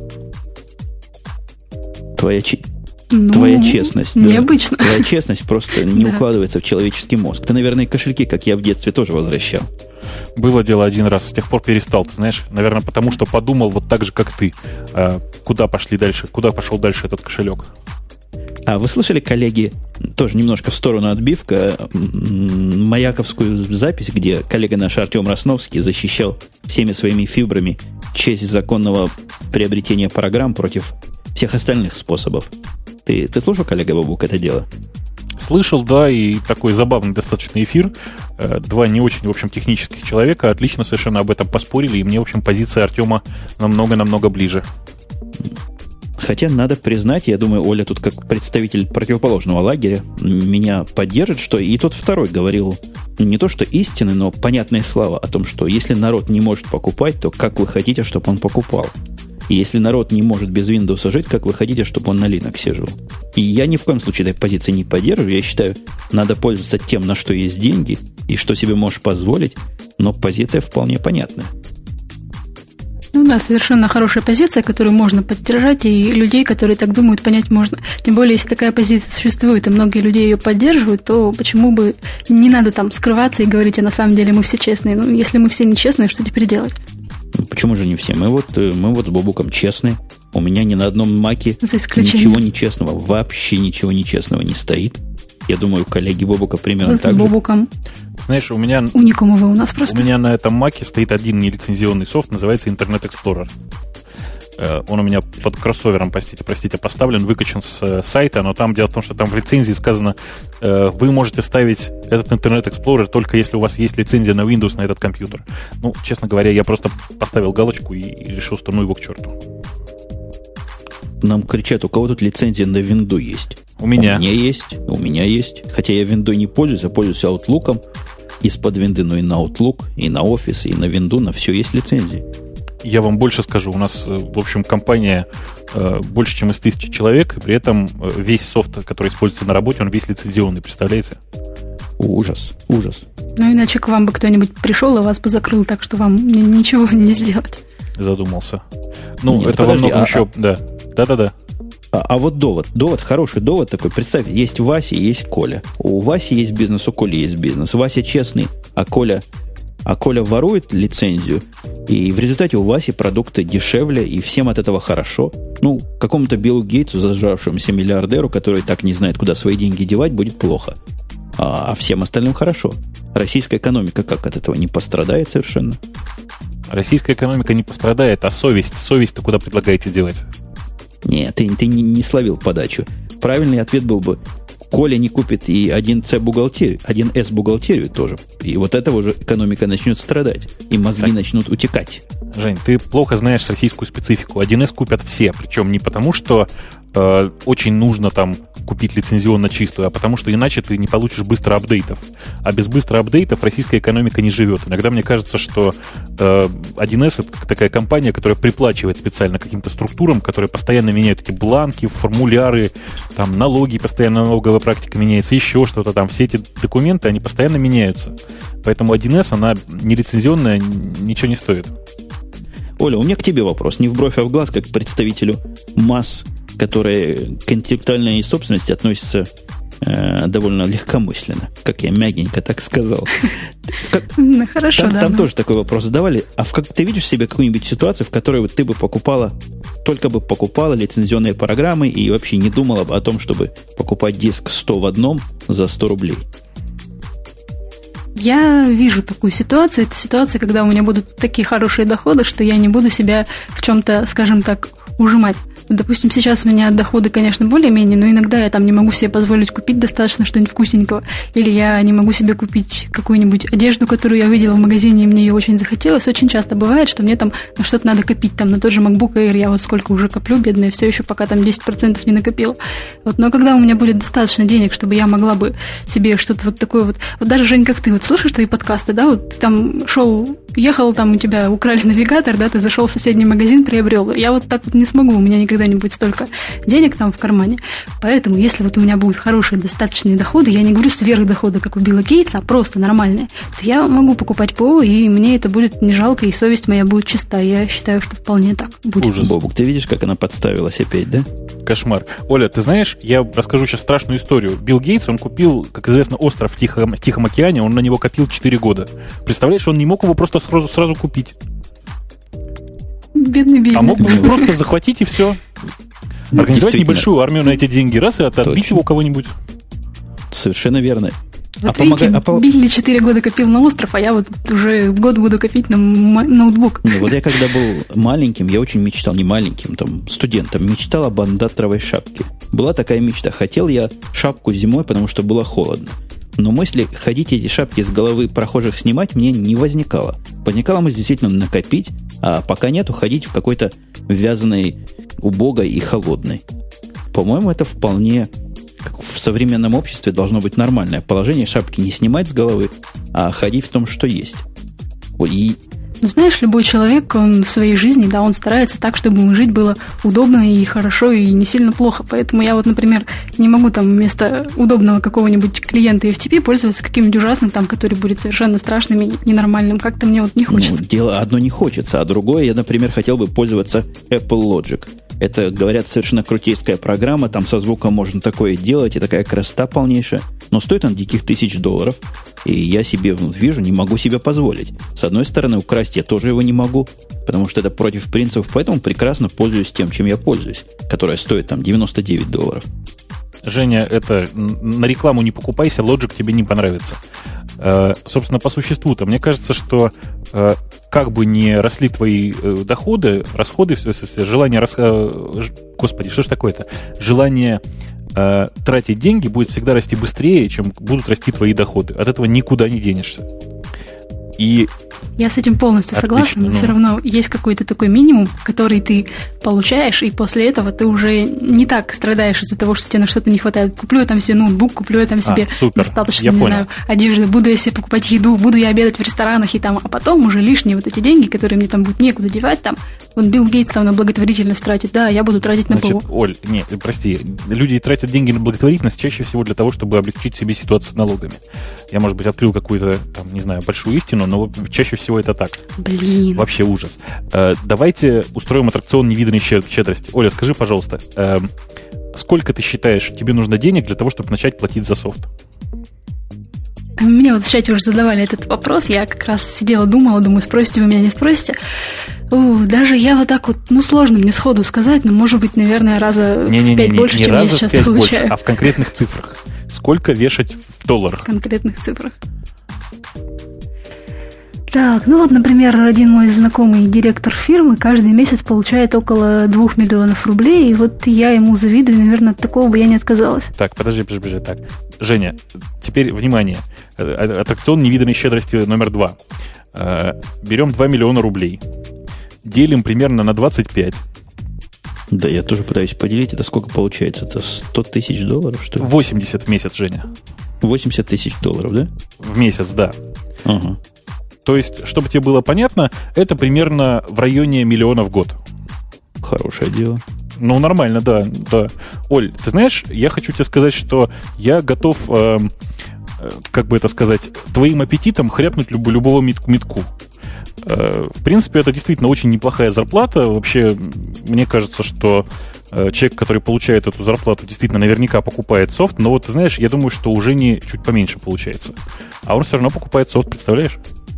Твоя, че... ну, Твоя честность. Необычно. Да. Твоя честность просто не да. укладывается в человеческий мозг. Ты, наверное, кошельки, как я в детстве, тоже возвращал. Было дело один раз, с тех пор перестал, ты знаешь, наверное, потому что подумал вот так же, как ты, куда пошли дальше, куда пошел дальше этот кошелек. А вы слышали, коллеги, тоже немножко в сторону отбивка, маяковскую запись, где коллега наш Артем Росновский защищал всеми своими фибрами честь законного приобретения программ против всех остальных способов. Ты, ты слушал, коллега Бобук, это дело? Слышал, да, и такой забавный достаточно эфир. Два не очень, в общем, технических человека отлично совершенно об этом поспорили, и мне, в общем, позиция Артема намного-намного ближе. Хотя, надо признать, я думаю, Оля тут как представитель противоположного лагеря меня поддержит, что и тот второй говорил не то что истины, но понятные слова о том, что если народ не может покупать, то как вы хотите, чтобы он покупал? И если народ не может без Windows жить, как вы хотите, чтобы он на Linux жил? И я ни в коем случае этой позиции не поддерживаю. Я считаю, надо пользоваться тем, на что есть деньги, и что себе можешь позволить, но позиция вполне понятная. Ну да, совершенно хорошая позиция, которую можно поддержать, и людей, которые так думают, понять можно. Тем более, если такая позиция существует, и многие люди ее поддерживают, то почему бы не надо там скрываться и говорить, а на самом деле мы все честные. Ну, если мы все нечестные, что теперь делать? Почему же не все? Мы вот, мы вот с Бобуком честные. У меня ни на одном маке ничего нечестного, вообще ничего нечестного не стоит. Я думаю, у коллеги Бобука примерно вот так Бобуком. же. Знаешь, у меня... Уникум вы у нас просто. У меня на этом маке стоит один нелицензионный софт, называется Internet Explorer. Он у меня под кроссовером, простите, простите, поставлен, выкачан с сайта, но там дело в том, что там в лицензии сказано, вы можете ставить этот Internet Explorer только если у вас есть лицензия на Windows на этот компьютер. Ну, честно говоря, я просто поставил галочку и, и решил, что ну его к черту. Нам кричат, у кого тут лицензия на Windows есть? У меня. У меня есть, у меня есть. Хотя я Windows не пользуюсь, я пользуюсь Outlook'ом из-под Windows, но и на Outlook, и на Office, и на Windows, на все есть лицензии. Я вам больше скажу. У нас, в общем, компания э, больше, чем из тысячи человек, и при этом весь софт, который используется на работе, он весь лицензионный, представляете? Ужас, ужас. Ну, иначе к вам бы кто-нибудь пришел, и вас бы закрыл, так что вам ничего не сделать. Задумался. Ну, Нет, это подожди, во многом а, еще... А, да, да-да-да. А, а вот довод. Довод, хороший довод такой. Представь, есть Вася, есть Коля. У Васи есть бизнес, у Коли есть бизнес. Вася честный, а Коля... А Коля ворует лицензию, и в результате у Васи продукты дешевле, и всем от этого хорошо. Ну, какому-то Биллу Гейтсу, зажравшемуся миллиардеру, который так не знает, куда свои деньги девать, будет плохо. А, а всем остальным хорошо. Российская экономика как от этого не пострадает совершенно? Российская экономика не пострадает, а совесть. Совесть-то куда предлагаете делать? Нет, ты, ты не, не словил подачу. Правильный ответ был бы: Коля не купит и один С бухгалтерию, один С бухгалтерию тоже. И вот этого уже экономика начнет страдать. И мозги так. начнут утекать. Жень, ты плохо знаешь российскую специфику. один С купят все. Причем не потому, что э, очень нужно там купить лицензионно чистую, а потому что иначе ты не получишь быстро апдейтов. А без быстро апдейтов российская экономика не живет. Иногда мне кажется, что э, один С — это такая компания, которая приплачивает специально каким-то структурам, которые постоянно меняют эти бланки, формуляры, там налоги, постоянно налоговая практика меняется, еще что-то там. Все эти документы, они постоянно меняются. Поэтому один С, она нелицензионная, ничего не стоит. Оля, у меня к тебе вопрос. Не в бровь, а в глаз, как представителю масс, которые к интеллектуальной собственности относятся э, довольно легкомысленно. Как я мягенько так сказал. как... Ну, хорошо, там, да. Там да. тоже такой вопрос задавали. А в как ты видишь себе какую-нибудь ситуацию, в которой вот ты бы покупала, только бы покупала лицензионные программы и вообще не думала бы о том, чтобы покупать диск сто в одном за сто рублей? Я вижу такую ситуацию. Это ситуация, когда у меня будут такие хорошие доходы, что я не буду себя в чем-то, скажем так, ужимать. Допустим, сейчас у меня доходы, конечно, более-менее, но иногда я там не могу себе позволить купить достаточно что-нибудь вкусненького, или я не могу себе купить какую-нибудь одежду, которую я увидела в магазине, и мне ее очень захотелось. Очень часто бывает, что мне там на что-то надо копить, там на тот же MacBook Air я вот сколько уже коплю, бедная, все еще пока там десять процентов не накопила. Вот, но когда у меня будет достаточно денег, чтобы я могла бы себе что-то вот такое вот, вот даже, Жень, как ты, вот слушаешь твои подкасты, да, вот ты там шел, ехал, там у тебя украли навигатор, да, ты зашел в соседний магазин, приобрел. Я вот так вот не смогу, у меня никогда не будет столько денег там в кармане. Поэтому, если вот у меня будут хорошие достаточные доходы, я не говорю сверхдоходы, как у Билла Гейтса, а просто нормальные, то я могу покупать ПО, и мне это будет не жалко, и совесть моя будет чиста. Я считаю, что вполне так будет. Ужас. Бобук, ты видишь, как она подставилась опять, да? Кошмар. Оля, ты знаешь, я расскажу сейчас страшную историю. Билл Гейтс, он купил, как известно, остров в Тихом, в Тихом океане, он на него копил четыре года. Представляешь, он не мог его просто сразу, сразу купить. Бедный Билл. А мог бы просто захватить и все. Организовать небольшую армию на эти деньги, раз, и отбить его у кого-нибудь. Совершенно верно. Вот а видите, помога... а... Билли четыре года копил на остров, а я вот уже год буду копить на м- ноутбук. Не, вот я когда был маленьким, я очень мечтал, не маленьким, там, студентом, мечтал об андатровой шапке. Была такая мечта. Хотел я шапку зимой, потому что было холодно. Но мысли ходить эти шапки с головы прохожих снимать мне не возникало. Возникала мысль действительно накопить, а пока нету, ходить в какой-то вязаной, убогой и холодной. По-моему, это вполне... Как в современном обществе должно быть нормальное положение, шапки не снимать с головы, а ходить в том, что есть. И... Ну, знаешь, любой человек, он в своей жизни, да, он старается так, чтобы ему жить было удобно и хорошо, и не сильно плохо. Поэтому я вот, например, не могу там вместо удобного какого-нибудь клиента эф ти пи пользоваться каким-нибудь ужасным, там, который будет совершенно страшным и ненормальным. Как-то мне вот не хочется. Ну, дело одно не хочется, а другое, я, например, хотел бы пользоваться Apple Logic. Это, говорят, совершенно крутейская программа, там со звуком можно такое делать, и такая красота полнейшая. Но стоит он диких тысяч долларов, и я себе вижу, не могу себе позволить. С одной стороны, украсть я тоже его не могу, потому что это против принципов, поэтому прекрасно пользуюсь тем, чем я пользуюсь, которое стоит там девяносто девять долларов. Женя, это на рекламу не покупайся, Logic тебе не понравится. Э, собственно, по существу-то, мне кажется, что э, как бы ни росли твои э, доходы, расходы, желание... Рас... Э, господи, что ж такое-то? Желание э, тратить деньги будет всегда расти быстрее, чем будут расти твои доходы. От этого никуда не денешься. И я с этим полностью Отлично, согласна, но ну. все равно есть какой-то такой минимум, который ты получаешь, и после этого ты уже не так страдаешь из-за того, что тебе на что-то не хватает. Куплю я там себе ноутбук, куплю я там себе а, супер. достаточно, я не понял. знаю, одежды, буду я себе покупать еду, буду я обедать в ресторанах, и там, а потом уже лишние вот эти деньги, которые мне там будет некуда девать, там, вот Билл Гейтс там на благотворительность тратит, да, я буду тратить на Значит, ПО. Оль, нет, прости, люди тратят деньги на благотворительность чаще всего для того, чтобы облегчить себе ситуацию с налогами. Я, может быть, открыл какую-то, там, не знаю, большую истину, но чаще всего это так. Блин. Вообще ужас. Э, давайте устроим аттракцион невиданной щедрости. Оля, скажи, пожалуйста, э, сколько ты считаешь, тебе нужно денег для того, чтобы начать платить за софт? Мне вот в чате уже задавали этот вопрос, я как раз сидела, думала, думаю, спросите вы меня, не спросите. У, даже я вот так вот, ну, сложно мне сходу сказать, но, может быть, наверное, раза не, не, в пять не, больше, не чем я сейчас получаю. Больше, а в конкретных цифрах. Сколько вешать в долларах? В конкретных цифрах. Так, ну вот, например, один мой знакомый директор фирмы каждый месяц получает около двух миллионов рублей, и вот я ему завидую, и, наверное, от такого бы я не отказалась. Так, подожди, подожди, подожди. Так, Женя, теперь, внимание, аттракцион невиданной щедрости номер два. Берем два миллиона рублей, делим примерно на двадцать пять. Да, я тоже пытаюсь поделить, это сколько получается? Это сто тысяч долларов, что ли? восемьдесят в месяц, Женя. восемьдесят тысяч долларов, да? В месяц, да. Ага. То есть, чтобы тебе было понятно, это примерно в районе миллиона в год. Хорошее дело. Ну, нормально, да, да. Оль, ты знаешь, я хочу тебе сказать, что я готов, э, э, как бы это сказать, твоим аппетитом хряпнуть люб- любого метку. В принципе, это действительно очень неплохая зарплата. Вообще, мне кажется, что человек, который получает эту зарплату, действительно наверняка покупает софт. Но вот, ты знаешь, я думаю, что уже не чуть поменьше получается. А он все равно покупает софт, представляешь?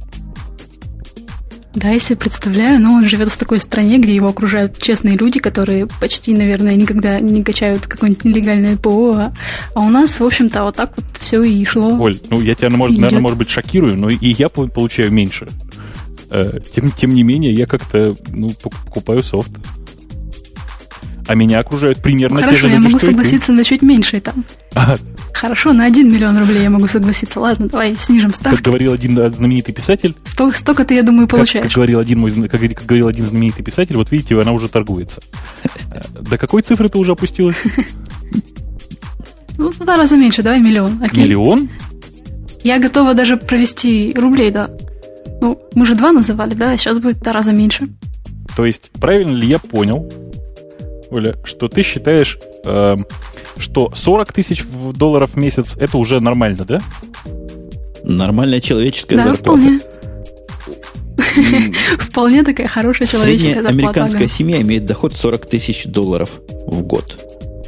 Да, я себе представляю, но он живет в такой стране, где его окружают честные люди, которые почти, наверное, никогда не качают какое-нибудь нелегальное ПО. А у нас, в общем-то, вот так вот все и шло. Оль, ну я тебя, может, наверное, может быть, шокирую, но и я получаю меньше. Тем, тем не менее, я как-то ну, покупаю софт. А меня окружают примерно ну, те же люди, что и ты. Хорошо, я могу согласиться на чуть меньше там. Ага. Хорошо, на один миллион рублей я могу согласиться. Ладно, давай снижим ставку. Как говорил один знаменитый писатель... Сто, столько ты, я думаю, получаешь. Как, как, говорил один мой, как, как говорил один знаменитый писатель, вот видите, она уже торгуется. До какой цифры ты уже опустилась? Ну, в два раза меньше, давай миллион. Окей? Миллион? Я готова даже провести рублей, да. Ну, мы же два называли, да, а сейчас будет в два раза меньше. То есть, правильно ли я понял, Оля, что ты считаешь, э, что сорок тысяч долларов в месяц это уже нормально, да? Нормальная человеческая да, зарплата. Вполне. Вполне такая хорошая человеческая зарплата. Средняя американская семья имеет доход сорок тысяч долларов в год.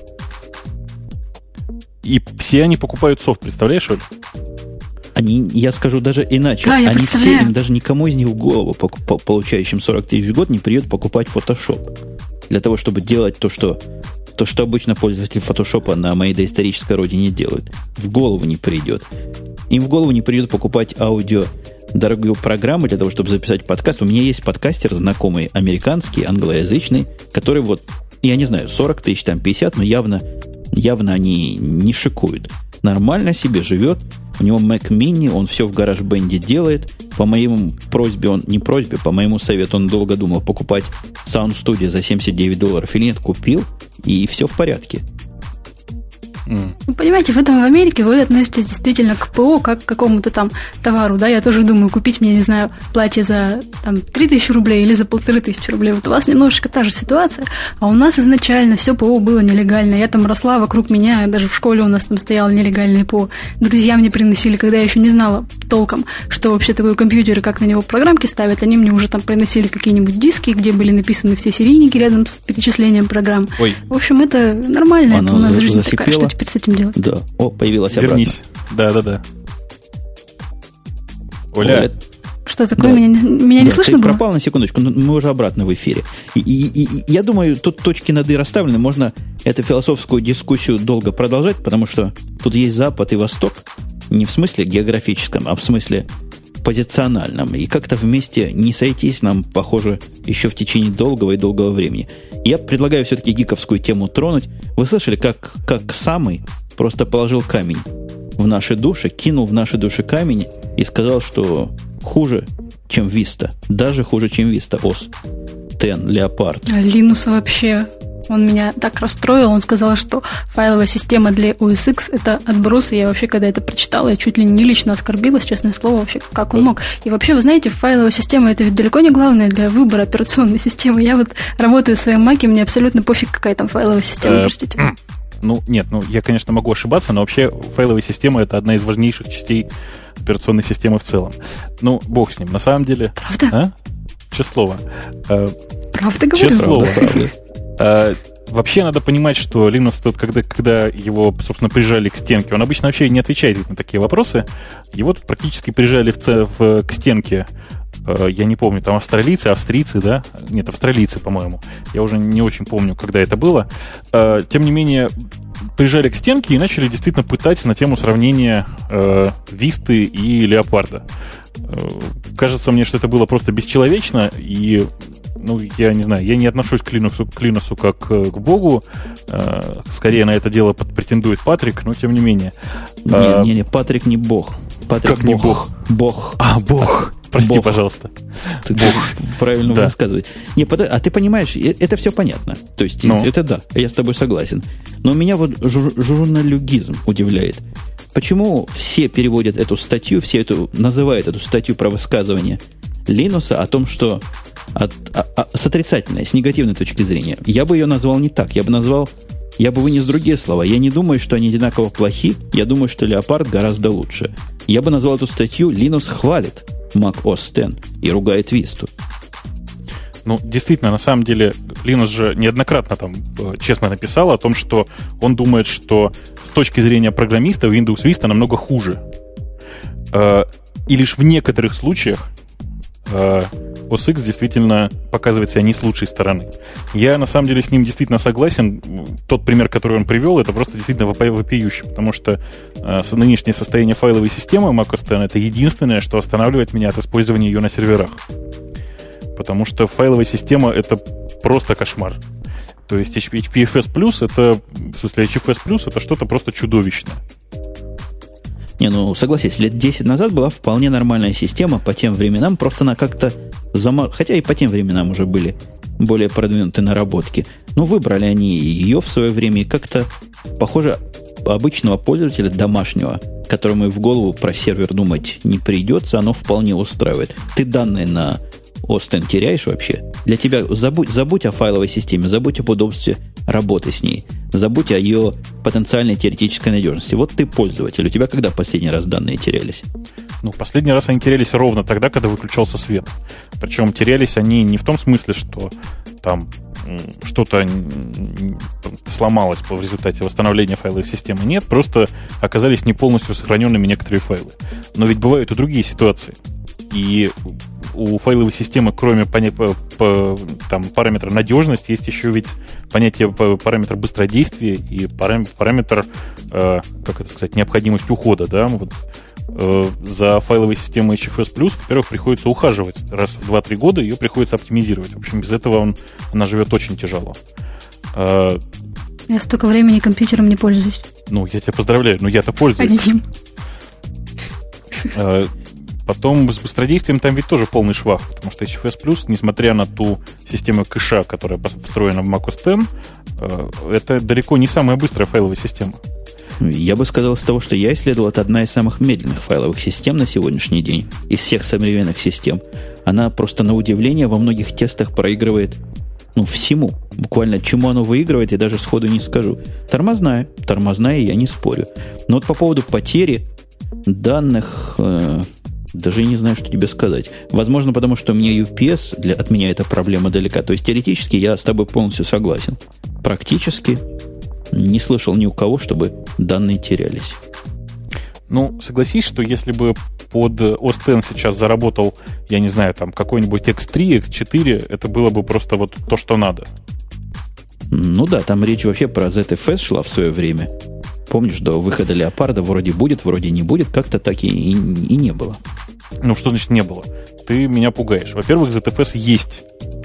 И все они покупают софт, представляешь, Оль? Они, я скажу даже иначе, да, они все, им даже никому из них в голову, получающим сорок тысяч в год, не придет покупать Photoshop. Для того, чтобы делать то, что, то, что обычно пользователи Photoshop на моей доисторической родине делают. В голову не придет. Им в голову не придет покупать аудио, дорогую программу для того, чтобы записать подкаст. У меня есть подкастер знакомый, американский, англоязычный, который вот, я не знаю, сорок тысяч, там пятьдесят, но явно, явно они не шикуют. Нормально себе живет. У него Mac Mini, он все в GarageBand делает. По моему просьбе, он не просьбе, по моему совету, он долго думал покупать Sound Studio за семьдесят девять долларов или нет, купил, и все в порядке. Mm. Ну, понимаете, в этом в Америке вы относитесь действительно к ПО как к какому-то там товару, да, я тоже думаю, купить мне, не знаю, платье за там три тысячи рублей или за полторы тысячи рублей, вот у вас немножечко та же ситуация, а у нас изначально все ПО было нелегально, я там росла, вокруг меня, даже в школе у нас там стояло нелегальное ПО, друзья мне приносили, когда я еще не знала толком, что вообще такое компьютер и как на него программки ставят, они мне уже там приносили какие-нибудь диски, где были написаны все серийники рядом с перечислением программ. Ой. В общем, это нормально, это у нас жизнь засыпела. Такая, что теперь с этим делать? Да. О, появилась Вернись. обратно. Да-да-да. Оля. Оля. Что такое? Да. Меня, меня не да, слышно ты было? пропал на секундочку, но мы уже обратно в эфире. И, и, и, и я думаю, тут точки над «и» расставлены. Можно эту философскую дискуссию долго продолжать, потому что тут есть Запад и Восток. Не в смысле географическом, а в смысле позициональном. И как-то вместе не сойтись нам, похоже, еще в течение долгого и долгого времени. Я предлагаю все-таки гиковскую тему тронуть. Вы слышали, как, как самый просто положил камень в наши души, кинул в наши души камень и сказал, что хуже, чем Vista. Даже хуже, чем Vista о эс десять Leopard. Линус вообще, он меня так расстроил. Он сказал, что файловая система для о эс икс это отбросы. Я вообще, когда это прочитала, я чуть ли не лично оскорбилась, честное слово, вообще, как он мог. И вообще, вы знаете, файловая система это ведь далеко не главное для выбора операционной системы. Я вот работаю в своем Маке, мне абсолютно пофиг, какая там файловая система, простите. Ну, нет, ну, я, конечно, могу ошибаться, но вообще файловая система — это одна из важнейших частей операционной системы в целом. Ну, бог с ним. На самом деле... Правда? А? Честное слово. Правда говорю? Честное слово. А, вообще надо понимать, что Linux, тут, когда, когда его, собственно, прижали к стенке, он обычно вообще не отвечает на такие вопросы. Его тут практически прижали в, в, к стенке, я не помню, там австралийцы, австрийцы, да? Нет, австралийцы, по-моему. Я уже не очень помню, когда это было. Тем не менее, прижали к стенке и начали действительно пытать на тему сравнения Висты и Леопарда. Кажется мне, что это было просто бесчеловечно, и, ну, я не знаю, я не отношусь к Linux, к Linux как к богу. Скорее на это дело претендует Патрик, но тем не менее. Не-не-не, Патрик не бог. Патрик как бог. не бог? Бог. А, бог. Прости, бог. Пожалуйста. Ты бог. Правильно да. высказывать. Не, под... А ты понимаешь, это все понятно. То есть, ну. это да, я с тобой согласен. Но меня вот жур... журналюгизм удивляет. Почему все переводят эту статью, все эту, называют эту статью про высказывание Линуса о том, что от, а, а, с отрицательной, с негативной точки зрения. Я бы ее назвал не так. Я бы назвал, я бы вынес другие слова. Я не думаю, что они одинаково плохи. Я думаю, что Леопард гораздо лучше. Я бы назвал эту статью «Линус хвалит Mac о эс десять». и ругает Висту. Ну, действительно, на самом деле, Линус же неоднократно там честно написал о том, что он думает, что с точки зрения программиста Windows Vista намного хуже. И лишь в некоторых случаях о эс икс действительно показывает себя не с лучшей стороны. Я, на самом деле, с ним действительно согласен. Тот пример, который он привел, это просто действительно вопиющий, потому что э, нынешнее состояние файловой системы macOS X это единственное, что останавливает меня от использования ее на серверах. Потому что файловая система — это просто кошмар. То есть эйч пи эф эс Plus, это, в смысле, эйч эф эс Plus это что-то просто чудовищное. Не, ну, согласись, лет десять назад была вполне нормальная система по тем временам, просто она как-то замор... Хотя и по тем временам уже были более продвинутые наработки. Но выбрали они ее в свое время, и как-то, похоже, обычного пользователя домашнего, которому и в голову про сервер думать не придется, оно вполне устраивает. Ты данные на о эс X теряешь вообще? Для тебя забудь, забудь о файловой системе, забудь об удобстве работы с ней, забудь о ее потенциальной теоретической надежности. Вот ты пользователь. У тебя когда последний раз данные терялись? Ну, последний раз они терялись ровно тогда, когда выключался свет. Причем терялись они не в том смысле, что там что-то сломалось в результате восстановления файловой системы. Нет, просто оказались не полностью сохраненными некоторые файлы. Но ведь бывают и другие ситуации. И у файловой системы, кроме поня- по, по, там, параметра надежности, есть еще ведь понятие параметра быстродействия и параметр, параметр э, как это сказать, необходимость ухода. Да? Вот, э, за файловой системой эйч эф эс Plus, во-первых, приходится ухаживать. Раз в два-три года ее приходится оптимизировать. В общем, без этого он, она живет очень тяжело. Э, Я столько времени компьютером не пользуюсь. Ну, я тебя поздравляю, но я-то пользуюсь. Одним. Э, Потом с быстродействием там ведь тоже полный швах, потому что эйч эф эс Plus, несмотря на ту систему кэша, которая встроена в macOS X, это далеко не самая быстрая файловая система. Я бы сказал, с того, что я исследовал, это одна из самых медленных файловых систем на сегодняшний день из всех современных систем. Она просто на удивление во многих тестах проигрывает ну, всему. Буквально чему оно выигрывает, я даже сходу не скажу. Тормозная. Тормозная, я не спорю. Но вот по поводу потери данных... Э- Даже не знаю, что тебе сказать. Возможно, потому что у меня ю пи эс, для, от меня эта проблема далека. То есть, теоретически я с тобой полностью согласен. Практически не слышал ни у кого, чтобы данные терялись. Ну, согласись, что если бы под о эс X сейчас заработал, я не знаю, там какой-нибудь икс три, икс четыре, это было бы просто вот то, что надо. Ну да, там речь вообще про зет эф эс шла в свое время. Помнишь, до выхода Леопарда вроде будет, вроде не будет, как-то так и, и, и не было. Ну, что значит не было? Ты меня пугаешь. Во-первых, зет эф эс есть.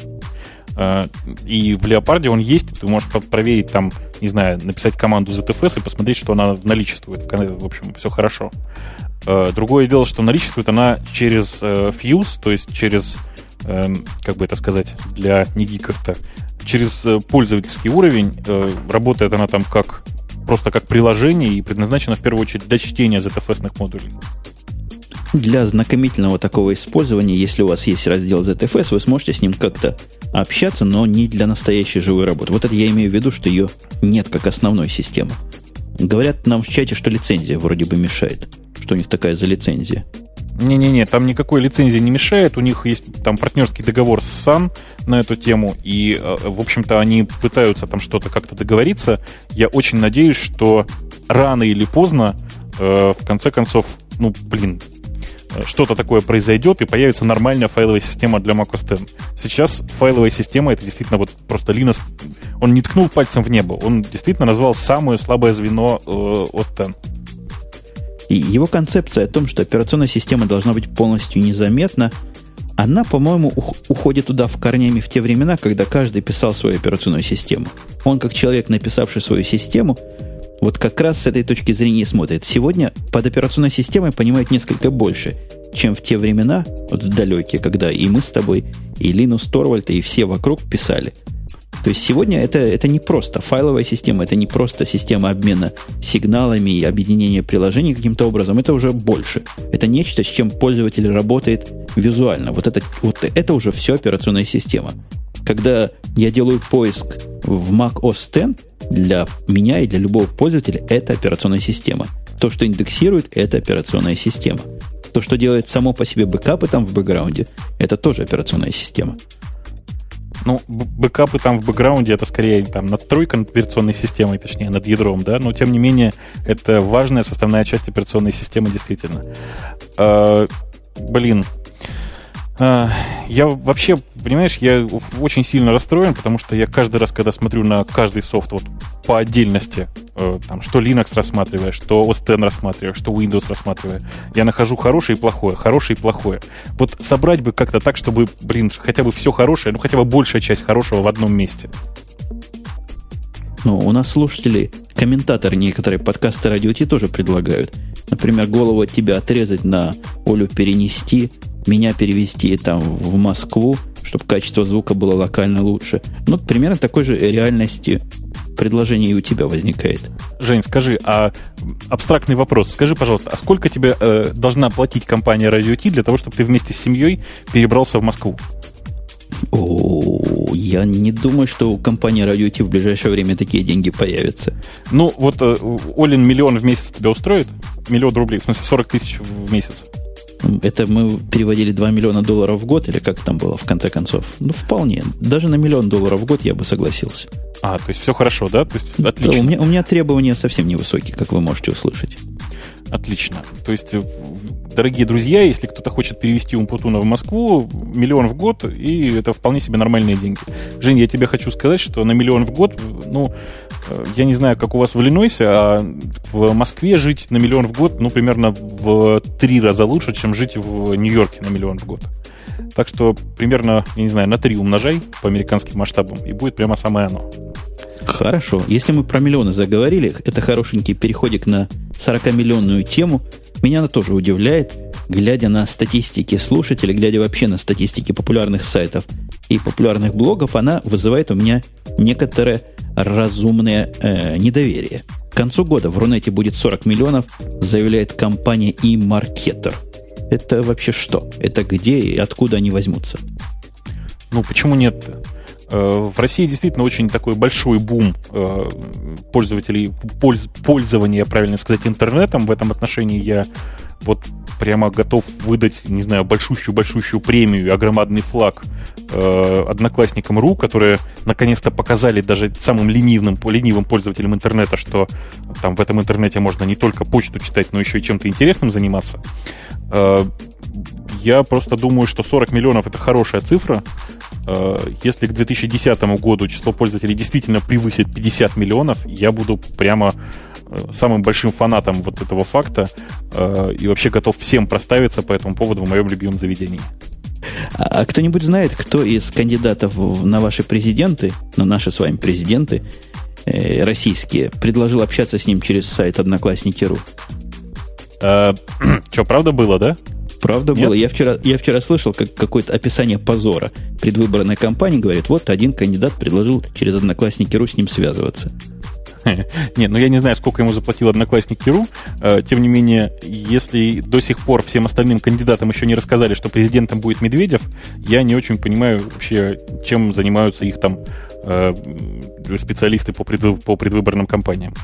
И в Леопарде он есть. Ты можешь проверить там, не знаю, написать команду зет эф эс и посмотреть, что она наличествует. В общем, все хорошо. Другое дело, что наличествует она через Fuse, то есть через, как бы это сказать, для негиков-то, через пользовательский уровень. Работает она там как просто как приложение и предназначена в первую очередь для чтения зет эф эс-ных модулей. Для знакомительного такого использования, если у вас есть раздел зет эф эс, вы сможете с ним как-то общаться, но не для настоящей живой работы. Вот это я имею в виду, что ее нет как основной системы. Говорят нам в чате, что лицензия вроде бы мешает. Что у них такая за лицензия? Не-не-не, там никакой лицензии не мешает. У них есть там партнерский договор с Sun на эту тему. И, в общем-то, они пытаются там что-то как-то договориться. Я очень надеюсь, что рано или поздно, в конце концов, ну, блин, что-то такое произойдет, и появится нормальная файловая система для macOS X. Сейчас файловая система — это действительно вот просто Linus, он не ткнул пальцем в небо, он действительно назвал самое слабое звено э, о эс X. И его концепция о том, что операционная система должна быть полностью незаметна, она, по-моему, уходит туда в корнями в те времена, когда каждый писал свою операционную систему. Он, как человек, написавший свою систему, вот как раз с этой точки зрения смотрит. Сегодня под операционной системой понимает несколько больше, чем в те времена, вот далекие, когда и мы с тобой, и Линус Торвальд, и все вокруг писали. То есть сегодня это, это не просто файловая система, это не просто система обмена сигналами и объединения приложений каким-то образом, это уже больше. Это нечто, с чем пользователь работает визуально. Вот это, вот это уже все операционная система. Когда я делаю поиск в macOS X, для меня и для любого пользователя это операционная система. То, что индексирует, это операционная система. То, что делает само по себе бэкапы там в бэкграунде, это тоже операционная система. Ну, бэкапы там в бэкграунде это скорее там надстройка над операционной системой, точнее, над ядром, да, но тем не менее это важная составная часть операционной системы, действительно. А, блин, а, я вообще, понимаешь, я очень сильно расстроен, потому что я каждый раз, когда смотрю на каждый софт вот по отдельности, там, что Linux рассматривая, что о эс икс рассматривая, что Windows рассматривая, я нахожу хорошее и плохое, хорошее и плохое. Вот собрать бы как-то так, чтобы, блин, хотя бы все хорошее, ну хотя бы большая часть хорошего в одном месте. Ну, у нас слушатели, комментаторы некоторые подкасты Радио Ти тоже предлагают. Например, голову от тебя отрезать, на Олю перенести, меня перевести там в Москву, чтобы качество звука было локально лучше. Ну, примерно такой же реальности предложение и у тебя возникает. Жень, скажи, а абстрактный вопрос. Скажи, пожалуйста, а сколько тебе э, должна платить компания Радио Ти для того, чтобы ты вместе с семьей перебрался в Москву? О, я не думаю, что у компании Радио Ти в ближайшее время такие деньги появятся. Ну, вот э, Олин миллион в месяц тебя устроит? Миллион рублей, в смысле сорок тысяч в месяц. Это мы переводили два миллиона долларов в год, или как там было, в конце концов? Ну, вполне. Даже на миллион долларов в год я бы согласился. А, то есть все хорошо, да? То есть отлично. Да, у меня, у меня требования совсем невысокие, как вы можете услышать. Отлично. То есть, дорогие друзья, если кто-то хочет перевести Умпутуна в Москву, миллион в год, и это вполне себе нормальные деньги. Жень, я тебе хочу сказать, что на миллион в год, ну, я не знаю, как у вас в Иллинойсе, а в Москве жить на миллион в год, ну, примерно в три раза лучше, чем жить в Нью-Йорке на миллион в год. Так что примерно, я не знаю, на три умножай по американским масштабам, и будет прямо самое оно. Хорошо. Если мы про миллионы заговорили, это хорошенький переходик на сорокамиллионную тему. Меня она тоже удивляет, глядя на статистики слушателей, глядя вообще на статистики популярных сайтов и популярных блогов, она вызывает у меня некоторое разумное э, недоверие. К концу года в Рунете будет сорок миллионов, заявляет компания eMarketer. Это вообще что? Это где и откуда они возьмутся? Ну, почему нет-то? В России действительно очень такой большой бум пользователей, польз, пользования, правильно сказать, интернетом. В этом отношении я вот прямо готов выдать, не знаю, большущую-большущую премию, огромадный флаг одноклассникам точка ру, которые наконец-то показали даже самым ленивым, ленивым пользователям интернета, что там в этом интернете можно не только почту читать, но еще и чем-то интересным заниматься. Я просто думаю, что сорок миллионов — это хорошая цифра. Если к две тысячи десятому году число пользователей действительно превысит пятьдесят миллионов, я буду прямо самым большим фанатом вот этого факта и вообще готов всем проставиться по этому поводу в моем любимом заведении. А, а кто-нибудь знает, кто из кандидатов на ваши президенты, на наши с вами президенты э, российские, предложил общаться с ним через сайт одноклассники точка ру? Что, правда было, да? Правда было. Я вчера, я вчера слышал как какое-то описание позора предвыборной кампании. Говорит, вот один кандидат предложил через одноклассники точка ру с ним связываться. Не, ну я не знаю, сколько ему заплатил одноклассники точка ру. Тем не менее, если до сих пор всем остальным кандидатам еще не рассказали, что президентом будет Медведев, я не очень понимаю вообще, чем занимаются их там специалисты по, предвы- по предвыборным кампаниям.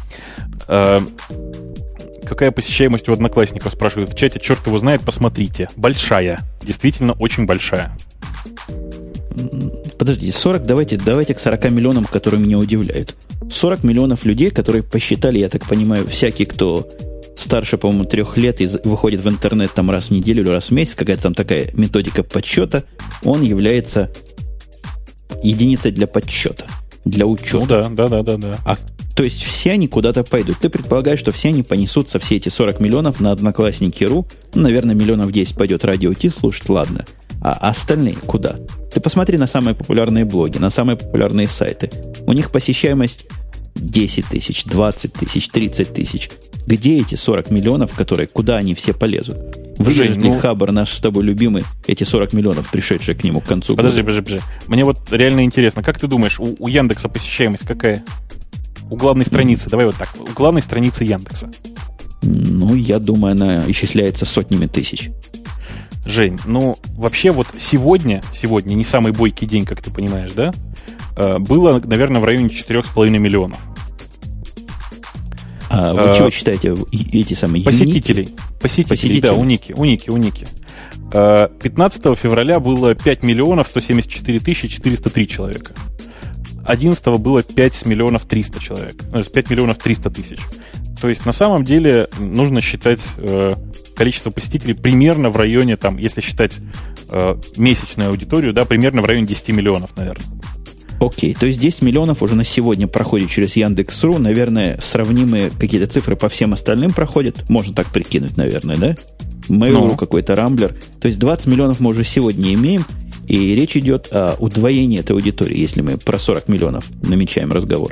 Какая посещаемость у одноклассников, спрашивают в чате. Черт его знает, посмотрите. Большая. Действительно очень большая. Подождите, сорок, давайте, давайте к сорока миллионам, которые меня удивляют. сорок миллионов людей, которые посчитали, я так понимаю, всякий, кто старше, по-моему, трех лет и выходит в интернет там раз в неделю или раз в месяц, какая-то там такая методика подсчета, он является единицей для подсчета, для учета. Ну да, да, да, да, да. А то есть все они куда-то пойдут. Ты предполагаешь, что все они понесутся, все эти сорок миллионов на одноклассники точка ру. Ну, наверное, миллионов десять пойдет Радио Ти слушать, ладно. А остальные куда? Ты посмотри на самые популярные блоги, на самые популярные сайты. У них посещаемость десять тысяч, двадцать тысяч, тридцать тысяч. Где эти сорок миллионов, которые, куда они все полезут? Выиграет ли ну... Хабр, наш с тобой любимый, эти сорок миллионов, пришедшие к нему к концу подожди, года? Подожди, подожди. Мне вот реально интересно, как ты думаешь, у, у Яндекса посещаемость какая? У главной страницы, mm. давай вот так, у главной страницы Яндекса. Ну, я думаю, она исчисляется сотнями тысяч. Жень, ну, вообще вот сегодня, сегодня не самый бойкий день, как ты понимаешь, да? Было, наверное, в районе четырех с половиной миллионов. А А вы а, чего считаете эти самые посетителей? Юники? Посетителей, посетителей, да, уники, уники, уники. пятнадцатого февраля было пять миллионов сто семьдесят четыре тысячи четыреста три человека. одиннадцатого было пять миллионов триста человек. пять миллионов триста тысяч. То есть, на самом деле, нужно считать э, количество посетителей примерно в районе, там, если считать э, месячную аудиторию, да, примерно в районе десять миллионов, наверное. Окей, то есть десять миллионов уже на сегодня проходит через Яндекс.ру. Наверное, сравнимые какие-то цифры по всем остальным проходят. Можно так прикинуть, наверное, да? Mail.ru, ну. какой-то Рамблер. То есть двадцать миллионов мы уже сегодня имеем. И речь идет о удвоении этой аудитории, если мы про сорок миллионов намечаем разговор.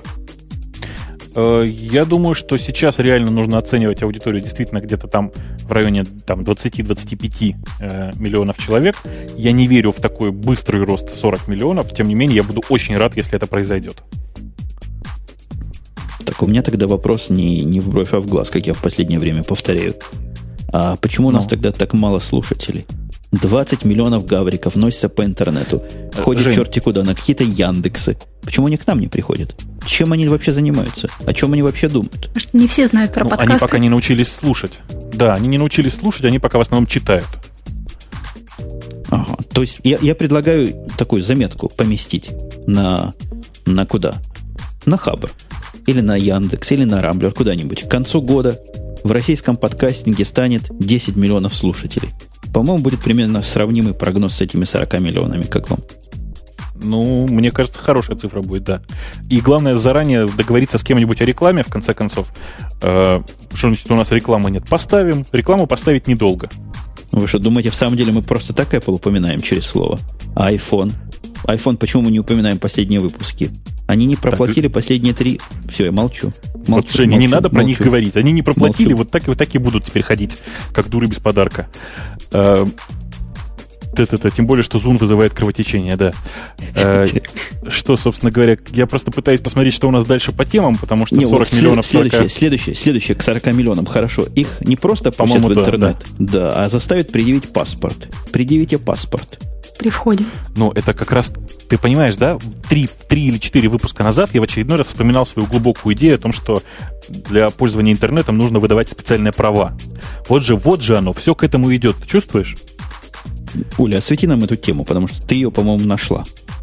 Я думаю, что сейчас реально нужно оценивать аудиторию действительно где-то там в районе там, двадцать-двадцать пять э, миллионов человек. Я не верю в такой быстрый рост сорок миллионов. Тем не менее, я буду очень рад, если это произойдет. Так у меня тогда вопрос не, не в бровь, а в глаз, как я в последнее время повторяю. А почему у нас ну. тогда так мало слушателей? двадцать миллионов гавриков носятся по интернету. Ходят Жень. черти куда, на какие-то Яндексы. Почему они к нам не приходят? Чем они вообще занимаются? О чем они вообще думают? Может, не все знают про ну, подкасты? Они пока не научились слушать. Да, они не научились слушать, они пока в основном читают. Ага. То есть я, я предлагаю такую заметку поместить на, на куда? На Хабр. Или на Яндекс, или на Рамблер, куда-нибудь. К концу года в российском подкастинге станет десять миллионов слушателей. По-моему, будет примерно сравнимый прогноз с этими сорока миллионами, как вам? Ну, мне кажется, хорошая цифра будет, да. И главное, заранее договориться с кем-нибудь о рекламе, в конце концов. Э, что значит, у нас рекламы нет? Поставим. Рекламу поставить недолго. Вы что, думаете, в самом деле мы просто так Apple упоминаем через слово? А iPhone? iPhone, почему мы не упоминаем последние выпуски? Они не проплатили так, последние три... Все, я молчу. молчу вот, Женя, молчу, не надо молчу, про них говорить. Они не проплатили, молчу. вот так и вот так и будут теперь ходить, как дуры без подарка. Э, Это, тем более, что Zoom вызывает кровотечение, да. Э, что, собственно говоря, я просто пытаюсь посмотреть, что у нас дальше по темам, потому что сорок не, вот миллионов... Следующее, сорок... следующее, следующее к сорока миллионам, хорошо. Их не просто пустят в интернет, да. да, а заставят предъявить паспорт. Предъявите паспорт. При входе. Ну, это как раз, ты понимаешь, да, три, три или четыре выпуска назад я в очередной раз вспоминал свою глубокую идею о том, что для пользования интернетом нужно выдавать специальные права. Вот же, вот же оно, все к этому идет. Ты чувствуешь? Уля, освети нам эту тему, потому что ты ее, по-моему, нашла.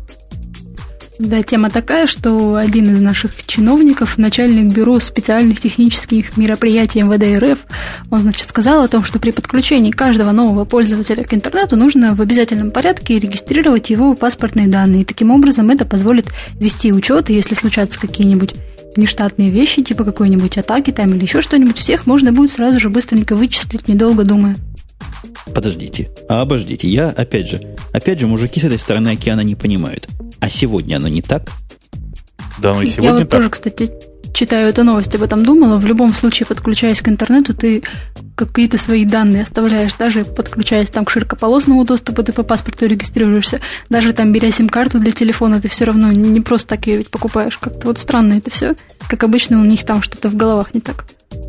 Да, тема такая, что один из наших чиновников, начальник бюро специальных технических мероприятий эм вэ дэ эр эф, он, значит, сказал о том, что при подключении каждого нового пользователя к интернету нужно в обязательном порядке регистрировать его паспортные данные. И таким образом это позволит вести учет, и если случатся какие-нибудь нештатные вещи, типа какой-нибудь атаки там или еще что-нибудь, всех можно будет сразу же быстренько вычислить, недолго думая. Подождите, а обождите, я опять же, опять же, мужики с этой стороны океана не понимают. А сегодня оно не так? Да, ну и сегодня я вот так. тоже, кстати, читаю эту новость, об этом думала. В любом случае, подключаясь к интернету, ты какие-то свои данные оставляешь. Даже подключаясь там к широкополосному доступу, ты по паспорту регистрируешься. Даже там, беря сим-карту для телефона, ты все равно не просто так ее ведь покупаешь. Как-то вот странно это все. Как обычно, у них там что-то в головах не так.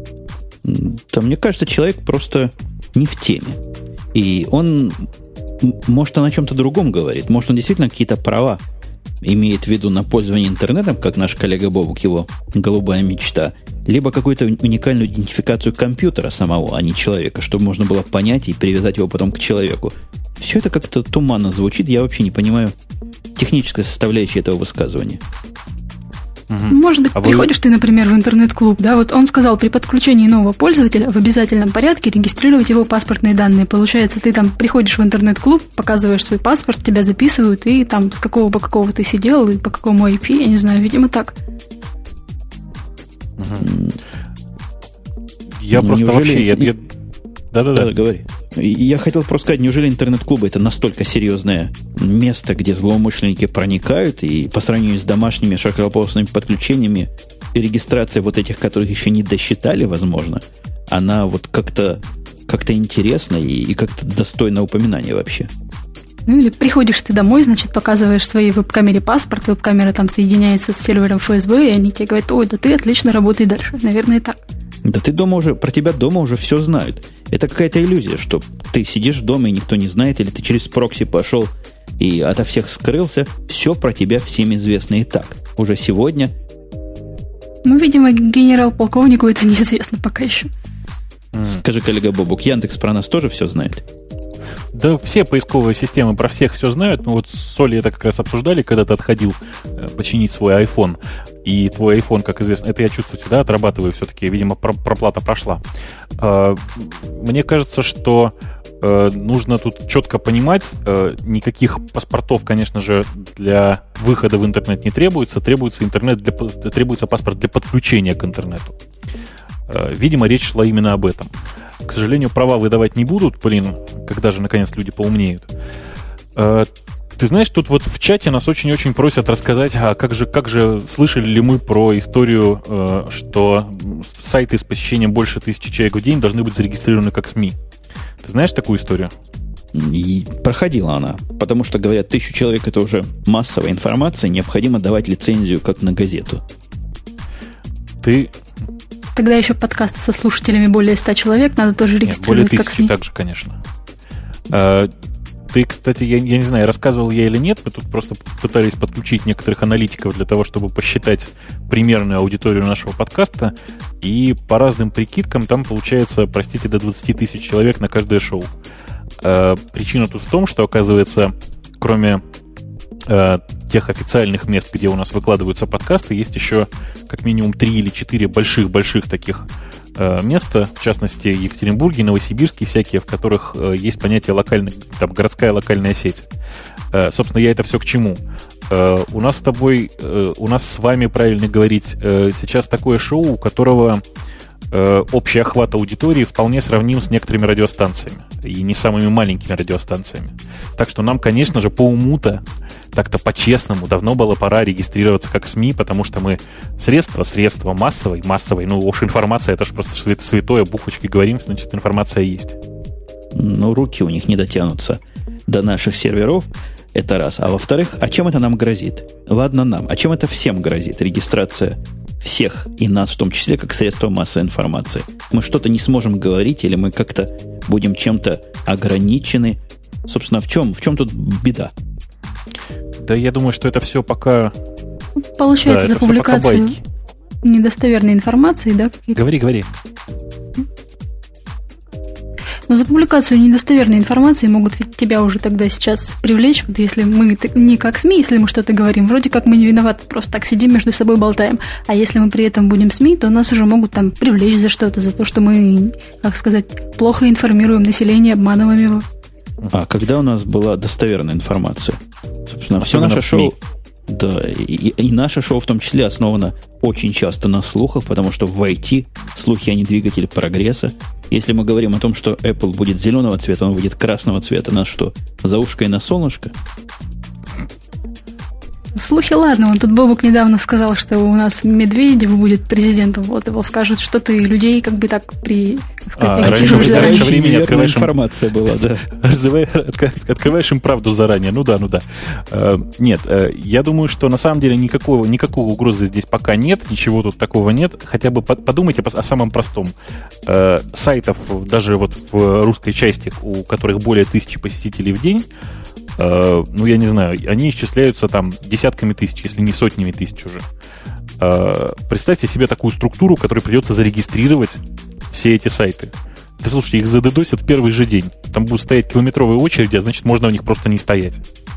Да, мне кажется, человек просто не в теме. И он, может, он о чем-то другом говорит. Может, он действительно какие-то права имеет в виду на пользование интернетом, как наш коллега Бобук, его голубая мечта, либо какую-то уникальную идентификацию компьютера самого, а не человека, чтобы можно было понять и привязать его потом к человеку. Все это как-то туманно звучит. Я вообще не понимаю технической составляющей этого высказывания. Угу. Может быть, а приходишь вы... ты, например, в интернет-клуб, да, вот он сказал, при подключении нового пользователя в обязательном порядке регистрировать его паспортные данные. Получается, ты там приходишь в интернет-клуб, показываешь свой паспорт, тебя записывают, и там с какого по какого ты сидел, и по какому ай пи, я не знаю, видимо, так. Угу. Я ну, просто вообще... Я, я... Да-да-да. Да, говори. Я хотел просто сказать, неужели интернет-клубы это настолько серьезное место, где злоумышленники проникают, и по сравнению с домашними широкополосными подключениями, регистрация вот этих, которых еще не досчитали, возможно, она вот как-то, как-то интересна и, и как-то достойна упоминания вообще. Ну или приходишь ты домой, значит, показываешь в своей веб-камере паспорт, веб-камера там соединяется с сервером эф эс бэ, и они тебе говорят, ой, да ты отлично работай дальше. Наверное, так. Да ты дома уже, про тебя дома уже все знают. Это какая-то иллюзия, что ты сидишь дома и никто не знает, или ты через прокси пошел и ото всех скрылся. Все про тебя всем известно и так. Уже сегодня Ну, видимо, генерал-полковнику это неизвестно пока еще. Скажи, коллега Бобук, Яндекс про нас тоже все знает? Да все поисковые системы про всех все знают. Мы вот с Солей это как раз обсуждали, когда ты отходил э, починить свой iPhone. И твой iPhone, как известно, это я чувствую всегда, отрабатываю все-таки, видимо, про- проплата прошла. Э, мне кажется, что э, нужно тут четко понимать, э, никаких паспортов, конечно же, для выхода в интернет не требуется. Требуется, интернет для, требуется паспорт для подключения к интернету. Э, видимо, речь шла именно об этом. К сожалению, права выдавать не будут, блин, когда же, наконец, люди поумнеют. Э, ты знаешь, тут вот в чате нас очень-очень просят рассказать, а как же, как же слышали ли мы про историю, э, что сайты с посещением больше тысячи человек в день должны быть зарегистрированы как СМИ. Ты знаешь такую историю? И проходила она, потому что, говорят, тысячу человек – это уже массовая информация, необходимо давать лицензию, как на газету. Ты... Тогда еще подкасты со слушателями более ста человек надо тоже регистрировать. Нет, более как СМИ. также, конечно. А, ты, кстати, я, я не знаю, рассказывал я или нет, мы тут просто пытались подключить некоторых аналитиков для того, чтобы посчитать примерную аудиторию нашего подкаста, и по разным прикидкам там получается, простите, до двадцать тысяч человек на каждое шоу. А, причина тут в том, что, оказывается, кроме э, тех официальных мест, где у нас выкладываются подкасты, есть еще как минимум три или четыре больших-больших таких э, места, в частности, Екатеринбурге, Новосибирске, всякие, в которых э, есть понятие локальной, там, городская локальная сеть. Э, собственно, я это все к чему? Э, у нас с тобой, э, у нас с вами, правильно говорить, э, сейчас такое шоу, у которого э, общий охват аудитории вполне сравним с некоторыми радиостанциями, и не самыми маленькими радиостанциями. Так что нам, конечно же, по уму-то, так-то по-честному, давно было пора регистрироваться как СМИ, потому что мы средства, средства массовой, массовой, ну уж информация, это же просто святое, буквочки говорим, значит, информация есть. Ну, руки у них не дотянутся до наших серверов, это раз. А во-вторых, а чем это нам грозит? Ладно нам, а чем это всем грозит? Регистрация всех, и нас в том числе, как средство массовой информации. Мы что-то не сможем говорить, или мы как-то будем чем-то ограничены? Собственно, в чем, в чем тут беда? Да, я думаю, что это все пока... Получается, да, за публикацию недостоверной информации, да? Какие-то? Говори, говори. Но за публикацию недостоверной информации могут ведь тебя уже тогда сейчас привлечь, вот если мы не как СМИ, если мы что-то говорим, вроде как мы не виноваты, просто так сидим между собой болтаем. А если мы при этом будем СМИ, то нас уже могут там привлечь за что-то, за то, что мы, как сказать, плохо информируем население, обманываем его. А когда у нас была достоверная информация? Собственно, все наше шоу... Да, и, и наше шоу в том числе основано очень часто на слухах, потому что в ай ти слухи, они двигатель прогресса. Если мы говорим о том, что Apple будет зеленого цвета, он будет красного цвета, нас что, за ушко и на солнышко? Слухи, ладно, вот тут Бобук недавно сказал, что у нас Медведев будет президентом, вот его скажут, что ты людей как бы так при... А, раньше, раньше времени открываешь им... информация была, да. Открываешь им правду заранее, ну да, ну да. Нет, я думаю, что на самом деле никакого, никакой угрозы здесь пока нет, ничего тут такого нет, хотя бы подумайте о самом простом. Сайтов, даже вот в русской части, у которых более тысячи посетителей в день, Uh, ну, я не знаю, они исчисляются там десятками тысяч, если не сотнями тысяч уже. Uh, представьте себе такую структуру, которой придется зарегистрировать все эти сайты. Да, слушайте, их задедосят в первый же день. Там будут стоять километровые очереди, а значит, можно у них просто не стоять.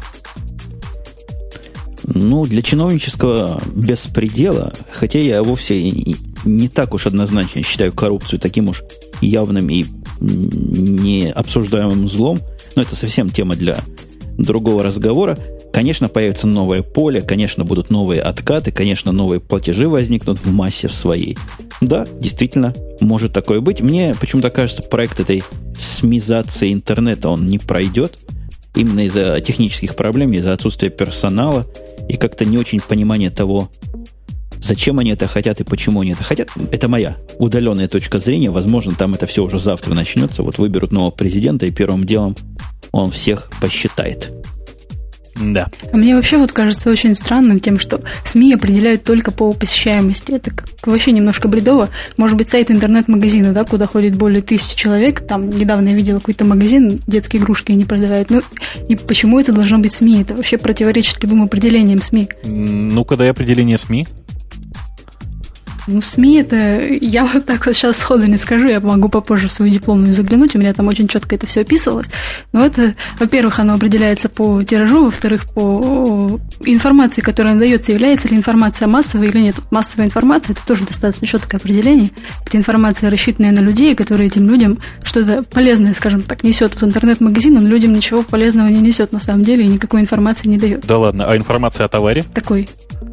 Ну, для чиновнического беспредела, хотя я вовсе и не так уж однозначно считаю коррупцию таким уж явным и необсуждаемым злом, но это совсем тема для другого разговора. Конечно, появится новое поле, конечно, будут новые откаты, конечно, новые платежи возникнут в массе своей. Да, действительно, может такое быть. Мне почему-то кажется, проект этой смизации интернета, он не пройдет. Именно из-за технических проблем, из-за отсутствия персонала и как-то не очень понимания того, зачем они это хотят и почему они это хотят. Это моя удаленная точка зрения. Возможно, там это все уже завтра начнется. Вот выберут нового президента, и первым делом он всех посчитает. Да. А мне вообще вот кажется очень странным тем, что СМИ определяют только по посещаемости. Это как вообще немножко бредово. Может быть, сайт интернет-магазина, да, куда ходит более тысячи человек. Там недавно я видела какой-то магазин, детские игрушки они продавают. Ну, и почему это должно быть СМИ? Это вообще противоречит любым определениям СМИ. Ну, когда и определение СМИ? Ну, СМИ это... Я вот так вот сейчас сходу не скажу, я могу попозже в свою дипломную заглянуть, у меня там очень четко это все описывалось. Но это, во-первых, оно определяется по тиражу, во-вторых, по информации, которая дается, является ли информация массовой или нет. Массовая информация – это тоже достаточно четкое определение. Это информация, рассчитанная на людей, которая этим людям что-то полезное, скажем так, несет. Вот интернет-магазин, он людям ничего полезного не несет на самом деле и никакой информации не дает. Да ладно, а информация о товаре? Такой.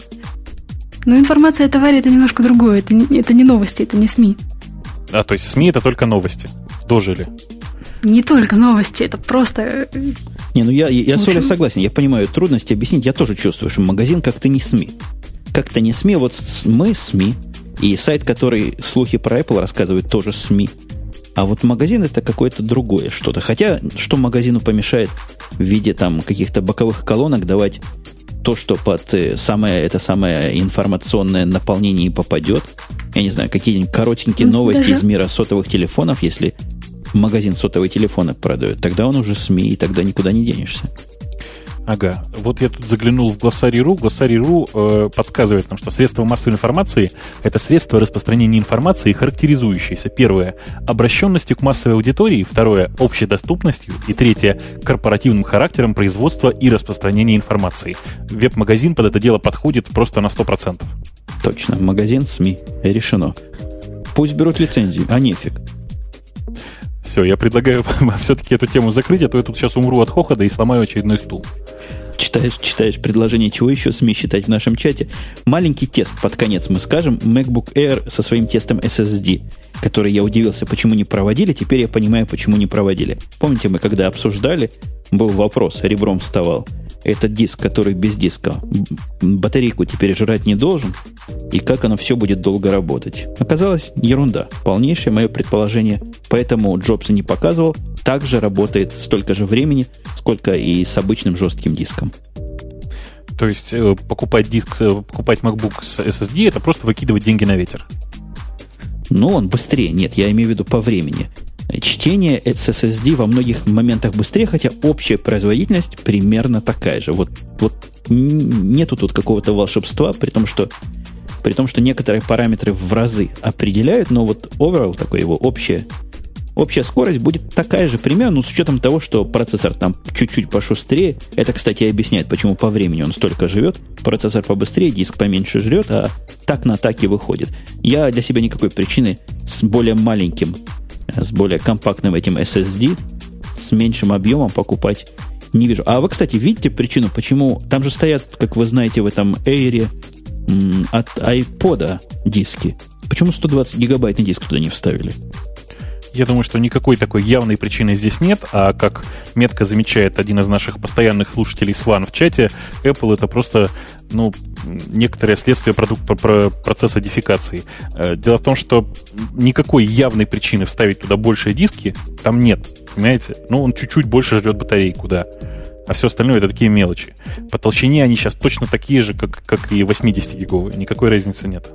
Но информация о товаре – это немножко другое. Это не, это не новости, это не СМИ. А, то есть СМИ – это только новости. Дожили. Не только новости, это просто... Не, ну я, я с Олей согласен. Я понимаю трудности объяснить. Я тоже чувствую, что магазин как-то не СМИ. Как-то не СМИ. Вот мы СМИ. И сайт, который слухи про Apple рассказывает, тоже СМИ. А вот магазин – это какое-то другое что-то. Хотя, что магазину помешает в виде там каких-то боковых колонок давать то, что под самое, это самое информационное наполнение попадет. Я не знаю, какие-нибудь коротенькие новости Даже... из мира сотовых телефонов, если магазин сотовые телефоны продает, тогда он уже СМИ, и тогда никуда не денешься. Ага. Вот я тут заглянул в Glossary.ru. Glossary.ru э, подсказывает нам, что средства массовой информации – это средства распространения информации, характеризующиеся, первое, обращенностью к массовой аудитории, второе, общедоступностью, и третье, корпоративным характером производства и распространения информации. Веб-магазин под это дело подходит просто на сто процентов. Точно. Магазин СМИ. Решено. Пусть берут лицензию, а нефиг. Все, я предлагаю все-таки эту тему закрыть, а то я тут сейчас умру от хохота и сломаю очередной стул. Читаешь, читаешь предложение, чего еще СМИ считать в нашем чате. Маленький тест под конец мы скажем. MacBook Air со своим тестом эс эс ди, который я удивился, почему не проводили. Теперь я понимаю, почему не проводили. Помните, мы когда обсуждали, был вопрос, ребром вставал. Этот диск, который без диска, батарейку теперь жрать не должен, и как оно все будет долго работать. Оказалось, ерунда. Полнейшее мое предположение. Поэтому Джобс не показывал. Также работает столько же времени, сколько и с обычным жестким диском. То есть э, покупать диск, э, покупать MacBook с эс эс ди – это просто выкидывать деньги на ветер? Ну, он быстрее. Нет, я имею в виду по времени. Чтение с эс эс ди во многих моментах быстрее, хотя общая производительность примерно такая же. Вот, вот нету тут какого-то волшебства, при том, что, при том, что некоторые параметры в разы определяют, но вот overall, такой его общая, общая скорость будет такая же примерно, ну, с учетом того, что процессор там чуть-чуть пошустрее. Это, кстати, объясняет, почему по времени он столько живет. Процессор побыстрее, диск поменьше жрет, а так на так и выходит. Я для себя никакой причины с более маленьким, с более компактным этим эс эс ди, с меньшим объемом покупать не вижу. А вы, кстати, видите причину, почему... Там же стоят, как вы знаете, в этом Air м, от iPod диски. Почему сто двадцать гигабайтный диск туда не вставили? Я думаю, что никакой такой явной причины здесь нет, а как метко замечает один из наших постоянных слушателей Сван в чате, Apple это просто, ну, некоторое следствие продукта, процесса дефекации. Дело в том, что никакой явной причины вставить туда большие диски там нет, понимаете? Ну, он чуть-чуть больше жрет батарейку, да. А все остальное это такие мелочи. По толщине они сейчас точно такие же, как, как и восьмидесятигиговые. Никакой разницы нет.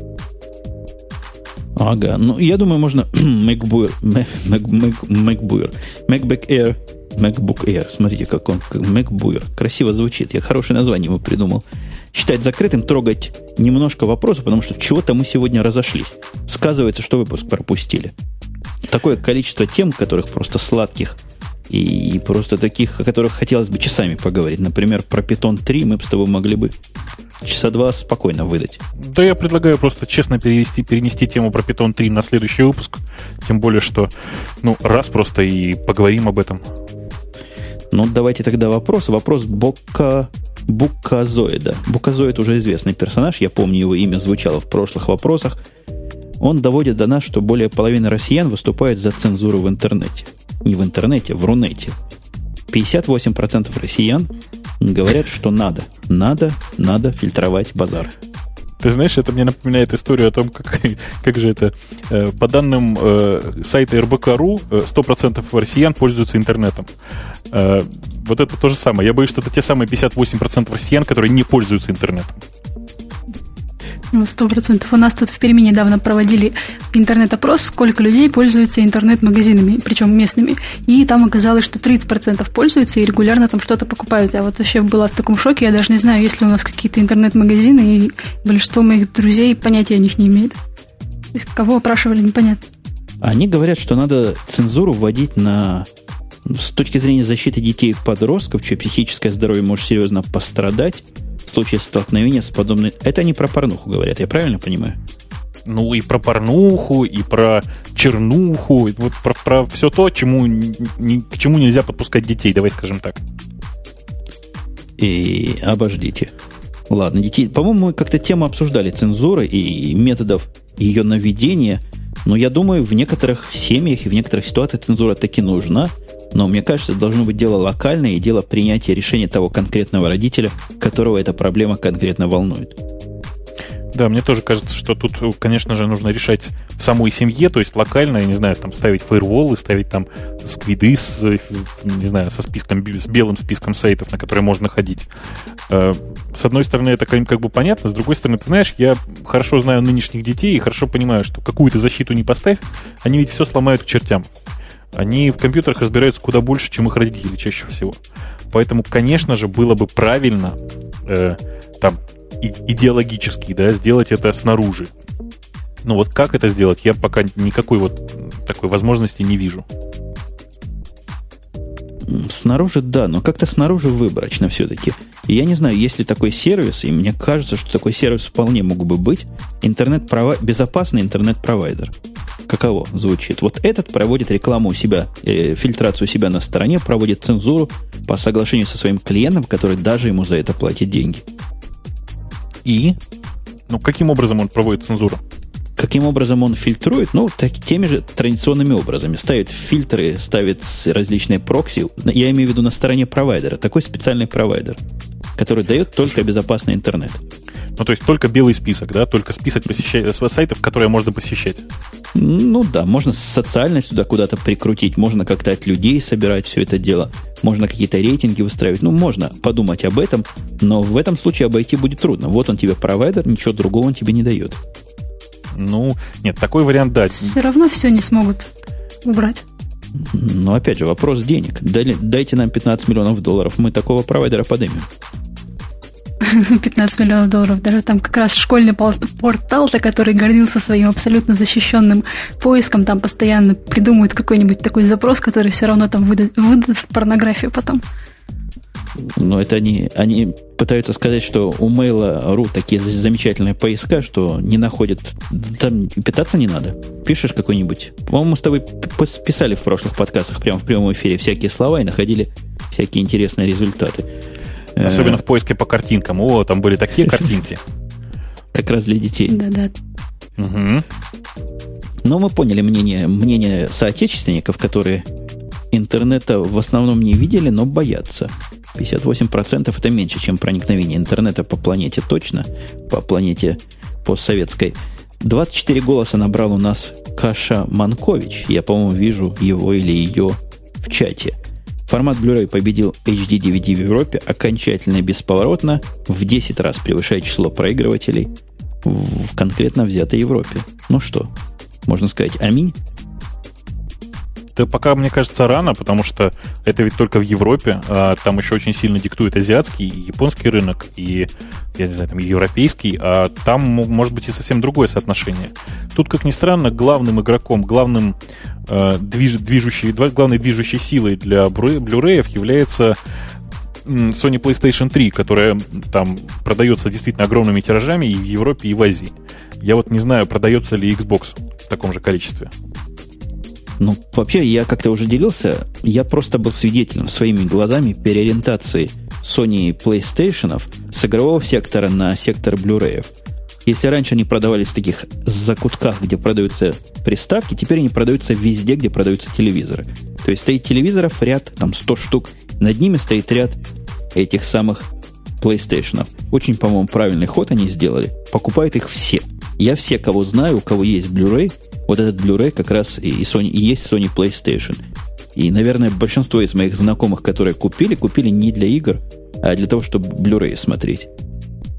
Ага, ну я думаю, можно MacBook, MacBook, MacBook, MacBook Air, MacBook Air, смотрите, как он, MacBook, красиво звучит, я хорошее название ему придумал. Считать закрытым, трогать немножко вопросов, потому что чего-то мы сегодня разошлись. Сказывается, что выпуск пропустили. Такое количество тем, которых просто сладких, и просто таких, о которых хотелось бы часами поговорить. Например, про Python три мы бы с тобой могли бы часа два спокойно выдать. Да я предлагаю просто честно перевести, перенести тему про Python три на следующий выпуск. Тем более, что ну, раз просто и поговорим об этом. Ну, давайте тогда вопрос. Вопрос Бока... Буказоида. Буказоид уже известный персонаж. Я помню, его имя звучало в прошлых вопросах. Он доводит до нас, что более половины россиян выступают за цензуру в интернете. Не в интернете, в Рунете. пятьдесят восемь процентов россиян говорят, что надо, надо, надо фильтровать базар. Ты знаешь, это мне напоминает историю о том, как, как же это... Э, по данным э, сайта эр бэ ка точка ру, сто процентов россиян пользуются интернетом. Э, вот это то же самое. Я боюсь, что это те самые пятьдесят восемь процентов россиян, которые не пользуются интернетом. Сто процентов. У нас тут в Перми недавно проводили интернет-опрос, сколько людей пользуются интернет-магазинами, причем местными. И там оказалось, что тридцать процентов пользуются и регулярно там что-то покупают. Я вот вообще была в таком шоке. Я даже не знаю, есть ли у нас какие-то интернет-магазины, и большинство моих друзей понятия о них не имеет. То есть, кого опрашивали, непонятно. Они говорят, что надо цензуру вводить на... С точки зрения защиты детей и подростков, чье психическое здоровье может серьезно пострадать в случае столкновения с подобной... Это они про порнуху говорят, я правильно понимаю? Ну, и про порнуху, и про чернуху, и вот про, про все то, чему, ни, к чему нельзя подпускать детей, давай скажем так. И обождите. Ладно, детей... По-моему, мы как-то тему обсуждали цензуры и методов ее наведения, но я думаю, в некоторых семьях и в некоторых ситуациях цензура таки нужна. Но мне кажется, это должно быть дело локальное и дело принятия решения того конкретного родителя, которого эта проблема конкретно волнует. Да, мне тоже кажется, что тут, конечно же, нужно решать в самой семье, то есть локально, я не знаю, там ставить фаерволы, ставить там сквиды с, не знаю, со списком, с белым списком сайтов, на которые можно ходить. С одной стороны, это как бы понятно, с другой стороны, ты знаешь, я хорошо знаю нынешних детей и хорошо понимаю, что какую-то защиту не поставь, они ведь все сломают к чертям. Они в компьютерах разбираются куда больше, чем их родители чаще всего. Поэтому, конечно же, было бы правильно э, там, и, идеологически, да, сделать это снаружи. Но вот как это сделать, я пока никакой вот такой возможности не вижу. Снаружи, да, но как-то снаружи выборочно все-таки. И я не знаю, есть ли такой сервис, и мне кажется, что такой сервис вполне мог бы быть. Интернет-прова... Безопасный интернет-провайдер. Каково звучит? Вот этот проводит рекламу у себя, э, фильтрацию у себя на стороне, проводит цензуру по соглашению со своим клиентом, который даже ему за это платит деньги. И? Ну, каким образом он проводит цензуру? Каким образом он фильтрует? Ну, так, теми же традиционными образами. Ставит фильтры, ставит различные прокси. Я имею в виду на стороне провайдера. Такой специальный провайдер, который дает только безопасный интернет. Ну, то есть только белый список, да? Только список посещать, сайтов, которые можно посещать. Ну да, можно социальность туда куда-то прикрутить, можно как-то от людей собирать все это дело, можно какие-то рейтинги выстраивать. Ну, можно подумать об этом, но в этом случае обойти будет трудно. Вот он тебе провайдер, ничего другого он тебе не дает. Ну, нет, такой вариант дать. Все равно все не смогут убрать. Но опять же, вопрос денег. Дали, дайте нам пятнадцать миллионов долларов, мы такого провайдера поднимем. пятнадцать миллионов долларов. Даже там как раз школьный портал-то, который гордился своим абсолютно защищенным поиском, там постоянно придумывают какой-нибудь такой запрос, который все равно там выдаст, выдаст порнографию потом. Но это они, они пытаются сказать, что у Mail.ru такие замечательные поиска, что не находят... Там питаться не надо. Пишешь какой-нибудь... По-моему, мы с тобой писали в прошлых подкастах прямо в прямом эфире всякие слова и находили всякие интересные результаты. Особенно в поиске по картинкам. О, там были такие картинки. Как раз для детей. Да-да. Угу. Но мы поняли мнение, мнение соотечественников, которые интернета в основном не видели, но боятся. пятьдесят восемь процентов это меньше, чем проникновение интернета по планете точно, по планете постсоветской. двадцать четыре голоса набрал у нас Каша Манкович. Я, по-моему, вижу его или ее в чате. Формат Blu-ray победил эйч ди ди ви ди в Европе окончательно и бесповоротно, в десять раз превышая число проигрывателей в конкретно взятой Европе. Ну что, можно сказать аминь? Да пока, мне кажется, рано, потому что это ведь только в Европе, а там еще очень сильно диктует азиатский и японский рынок, и, я не знаю, там европейский, а там может быть и совсем другое соотношение. Тут, как ни странно, главным игроком, главным э, движ, движущей, главной движущей силой для Blu-ray является Sony PlayStation три, которая там продается действительно огромными тиражами и в Европе, и в Азии. Я вот не знаю, продается ли Xbox в таком же количестве. Ну, вообще, я как-то уже делился, я просто был свидетелем своими глазами переориентации Sony PlayStation с игрового сектора на сектор Blu-ray. Если раньше они продавались в таких закутках, где продаются приставки, теперь они продаются везде, где продаются телевизоры. То есть стоит телевизоров ряд, там сто штук, над ними стоит ряд этих самых PlayStation. Очень, по-моему, правильный ход они сделали. Покупают их все. Я все, кого знаю, у кого есть Blu-ray, вот этот Blu-ray как раз и, и, Sony, и есть Sony PlayStation. И, наверное, большинство из моих знакомых, которые купили, купили не для игр, а для того, чтобы Blu-ray смотреть.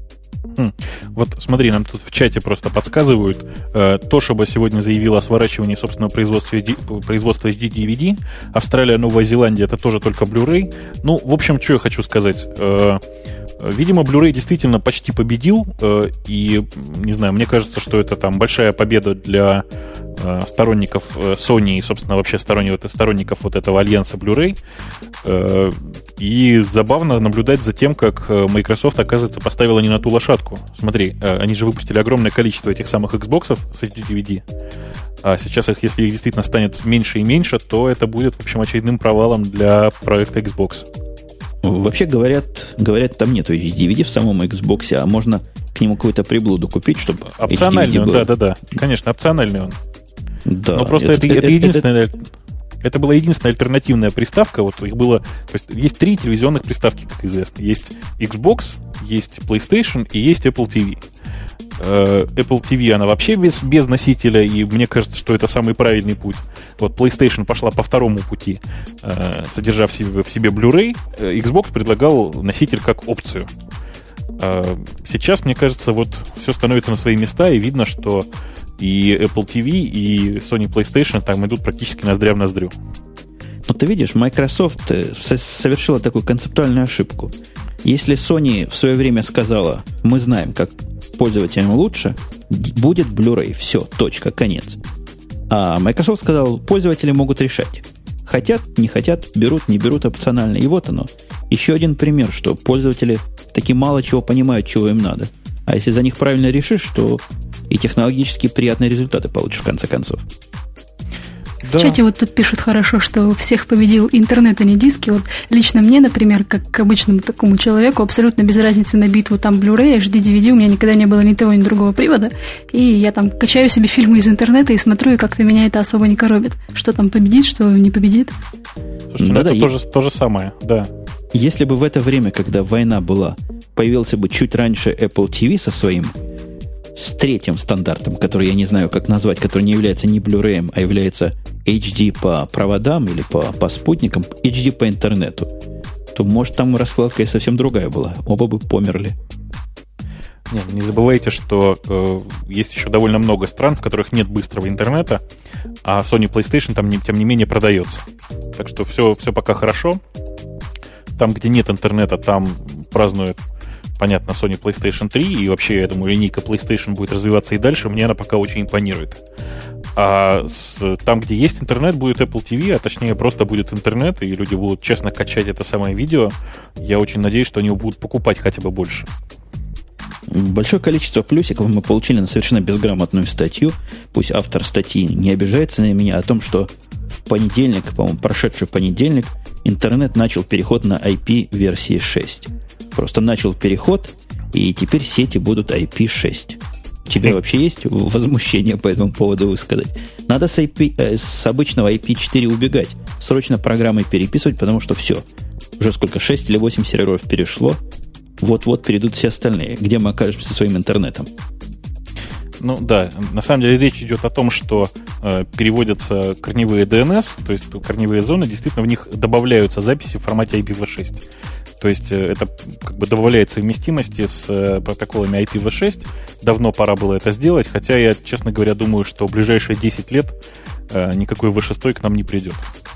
Вот смотри, нам тут в чате просто подсказывают. Э, Toshiba сегодня заявила о сворачивании собственного производства, производства эйч ди-ди ви ди. Австралия, Новая Зеландия — это тоже только Blu-ray. Ну, в общем, что я хочу сказать. Э, видимо, Blu-ray действительно почти победил. Э, и, не знаю, мне кажется, что это там большая победа для э, сторонников Sony и, собственно, вообще сторонников, сторонников вот этого альянса Blu-ray. Э, и забавно наблюдать за тем, как Microsoft, оказывается, поставила не на ту лошадку. Смотри, они же выпустили огромное количество этих самых Xbox'ов с эйч ди-ди ви ди, а сейчас их, если их действительно станет меньше и меньше, то это будет, в общем, очередным провалом для проекта Xbox. Вообще говорят, говорят, там нет эйч ди-ви ди в самом Xbox, а можно к нему какую-то приблуду купить, чтобы опциональный он, да-да-да, конечно, опциональный он. Да. Но просто это, это, это, это единственное... Это... Это была единственная альтернативная приставка. Вот их было, то есть есть три телевизионных приставки, как известно. Есть Xbox, есть PlayStation и есть Apple ти ви. Apple ти ви, она вообще без, без носителя, и мне кажется, что это самый правильный путь. Вот PlayStation пошла по второму пути, содержав в себе, в себе Blu-ray. Xbox предлагал носитель как опцию. Сейчас, мне кажется, вот все становится на свои места, и видно, что и Apple ти ви, и Sony PlayStation там идут практически ноздря в ноздрю. Ну, ты видишь, Microsoft совершила такую концептуальную ошибку. Если Sony в свое время сказала, мы знаем, как пользователям лучше, будет Blu-ray, все, точка, конец. А Microsoft сказал, пользователи могут решать. Хотят, не хотят, берут, не берут опционально. И вот оно. Еще один пример, что пользователи таки мало чего понимают, чего им надо. А если за них правильно решишь, то и технологически приятные результаты получишь в конце концов. Да. В чате вот тут пишут хорошо, что всех победил интернет, а не диски. Вот лично мне, например, как к обычному такому человеку, абсолютно без разницы на битву там Blu-ray, эйч ди-ди ви ди, у меня никогда не было ни того, ни другого привода. И я там качаю себе фильмы из интернета и смотрю, и как-то меня это особо не коробит. Что там победит, что не победит. Слушайте, ну, ну это да, тоже я... то же самое, да. Если бы в это время, когда война была, появился бы чуть раньше Apple ти ви со своим с третьим стандартом, который я не знаю, как назвать, который не является не Blu-ray, а является эйч ди по проводам или по, по спутникам, эйч ди по интернету, то, может, там раскладка и совсем другая была. Оба бы померли. Нет, не забывайте, что э, есть еще довольно много стран, в которых нет быстрого интернета, а Sony PlayStation там, не, тем не менее, продается. Так что все, все пока хорошо. Там, где нет интернета, там празднуют, понятно, Sony PlayStation три, и вообще, я думаю, линейка PlayStation будет развиваться и дальше. Мне она пока очень импонирует. А с, там, где есть интернет, будет Apple ти ви, а точнее просто будет интернет, и люди будут честно качать это самое видео. Я очень надеюсь, что они его будут покупать хотя бы больше. Большое количество плюсиков мы получили на совершенно безграмотную статью. Пусть автор статьи не обижается на меня, о том, что в понедельник, по-моему, прошедший понедельник, интернет начал переход на ай пи версии шесть. Просто начал переход, и теперь сети будут ай пи шесть. У тебя вообще есть возмущение по этому поводу высказать? Надо с, ай пи, э, с обычного ай пи четыре убегать, срочно программы переписывать, потому что все. Уже сколько, шесть или восемь серверов перешло. Вот-вот перейдут все остальные. Где мы окажемся со своим интернетом? Ну да, на самом деле речь идет о том, что э, переводятся корневые ди эн эс, то есть корневые зоны, действительно в них добавляются записи в формате ай пи ви шесть. То есть э, это как бы добавляет совместимости с э, протоколами ай пи ви шесть. Давно пора было это сделать, хотя я, честно говоря, думаю, что в ближайшие десять лет э, никакой ви шесть к нам не придет.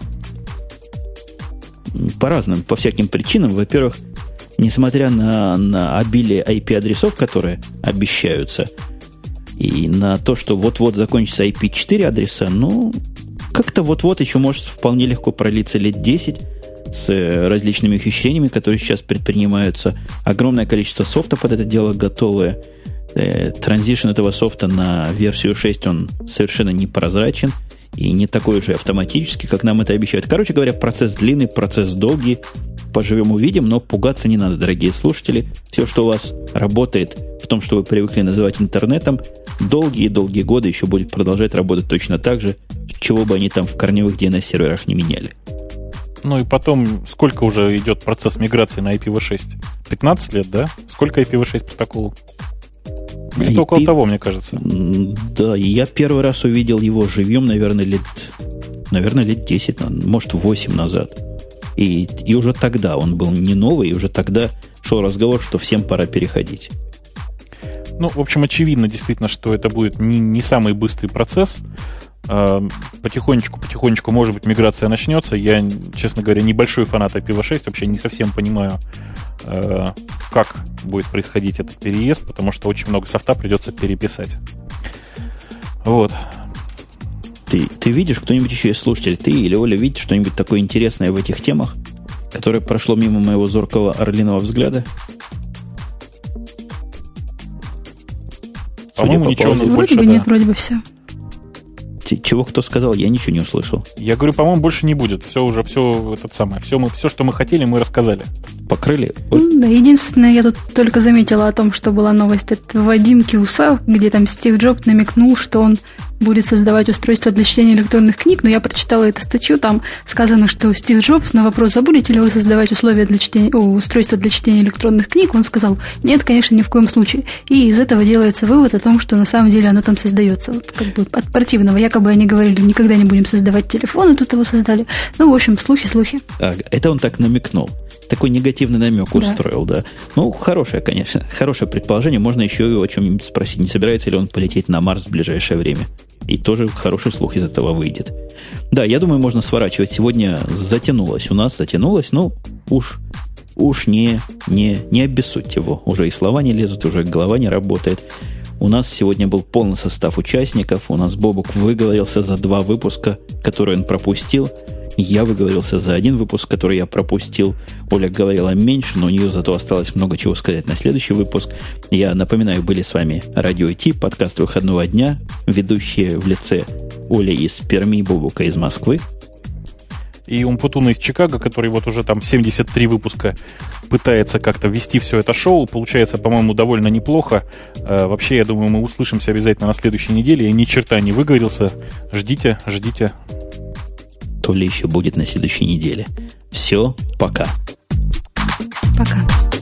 По разным, по всяким причинам. Во-первых, несмотря на, на обилие ай пи-адресов, которые обещаются, и на то, что вот-вот закончится ай пи четыре адреса, ну, как-то вот-вот еще может вполне легко пролиться лет десять с различными ухищрениями, которые сейчас предпринимаются. Огромное количество софта под это дело готовое. Транзишн этого софта на версию шесть, он совершенно непрозрачен и не такой же автоматический, как нам это обещают. Короче говоря, процесс длинный, процесс долгий. Поживем, увидим, но пугаться не надо, дорогие слушатели. Все, что у вас работает в том, что вы привыкли называть интернетом, долгие-долгие годы еще будет продолжать работать точно так же, чего бы они там в корневых ди эн эс-серверах не меняли. Ну и потом, сколько уже идет процесс миграции на ай пи ви шесть? пятнадцать лет, да? Сколько ай пи ви шесть протоколу? Где-то около того, мне кажется. Да, я первый раз увидел его живьем, наверное, лет, наверное, лет десять, может, восемь назад. И, и уже тогда он был не новый, и уже тогда шел разговор, что всем пора переходить. Ну, в общем, очевидно действительно, что это будет не, не самый быстрый процесс. Потихонечку, потихонечку, может быть, миграция начнется. Я, честно говоря, небольшой фанат ай пи ви шесть, вообще не совсем понимаю, как будет происходить этот переезд, потому что очень много софта придется переписать. Вот. Ты, ты видишь, кто-нибудь еще из слушателей, ты или Оля, видите что-нибудь такое интересное в этих темах, которое прошло мимо моего зоркого орлиного взгляда? По-моему, ничего у нас вроде больше... бы да. нет, вроде бы все. Чего кто сказал, я ничего не услышал. Я говорю, по-моему, больше не будет. Все уже, все этот самое. Все, мы, все, что мы хотели, мы рассказали. Покрыли? Ну, да, единственное, я тут только заметила о том, что была новость от Вадим Киуса, где там Стив Джобс намекнул, что он будет создавать устройство для чтения электронных книг, но я прочитала эту статью, там сказано, что Стив Джобс на вопрос, забудете ли вы создавать условия для чтения, о, устройство для чтения электронных книг, он сказал, нет, конечно, ни в коем случае. И из этого делается вывод о том, что на самом деле оно там создается. Вот как бы от противного. Якобы они говорили, никогда не будем создавать телефоны, тут его создали. Ну, в общем, слухи, слухи. А, это он так намекнул. Такой негативный намек да. устроил, да. Ну, хорошее, конечно. Хорошее предположение. Можно еще о чем-нибудь спросить. Не собирается ли он полететь на Марс в ближайшее время? И тоже хороший слух из этого выйдет. Да, я думаю, можно сворачивать. Сегодня затянулось у нас, затянулось. Ну, уж, уж не, не, не обессудьте его. Уже и слова не лезут, уже голова не работает. У нас сегодня был полный состав участников. У нас Бобук выговорился за два выпуска, которые он пропустил. Я выговорился за один выпуск, который я пропустил. Оля говорила меньше, но у нее зато осталось много чего сказать на следующий выпуск. Я напоминаю, были с вами Радио Ти, подкаст выходного дня, ведущие в лице Оля из Перми, Бобука из Москвы. И Умпутуна из Чикаго, который вот уже там семьдесят три выпуска пытается как-то вести все это шоу. Получается, по-моему, довольно неплохо. Э, вообще, я думаю, мы услышимся обязательно на следующей неделе. Я ни черта не выговорился. Ждите, ждите. То ли еще будет на следующей неделе. Все, пока. Пока.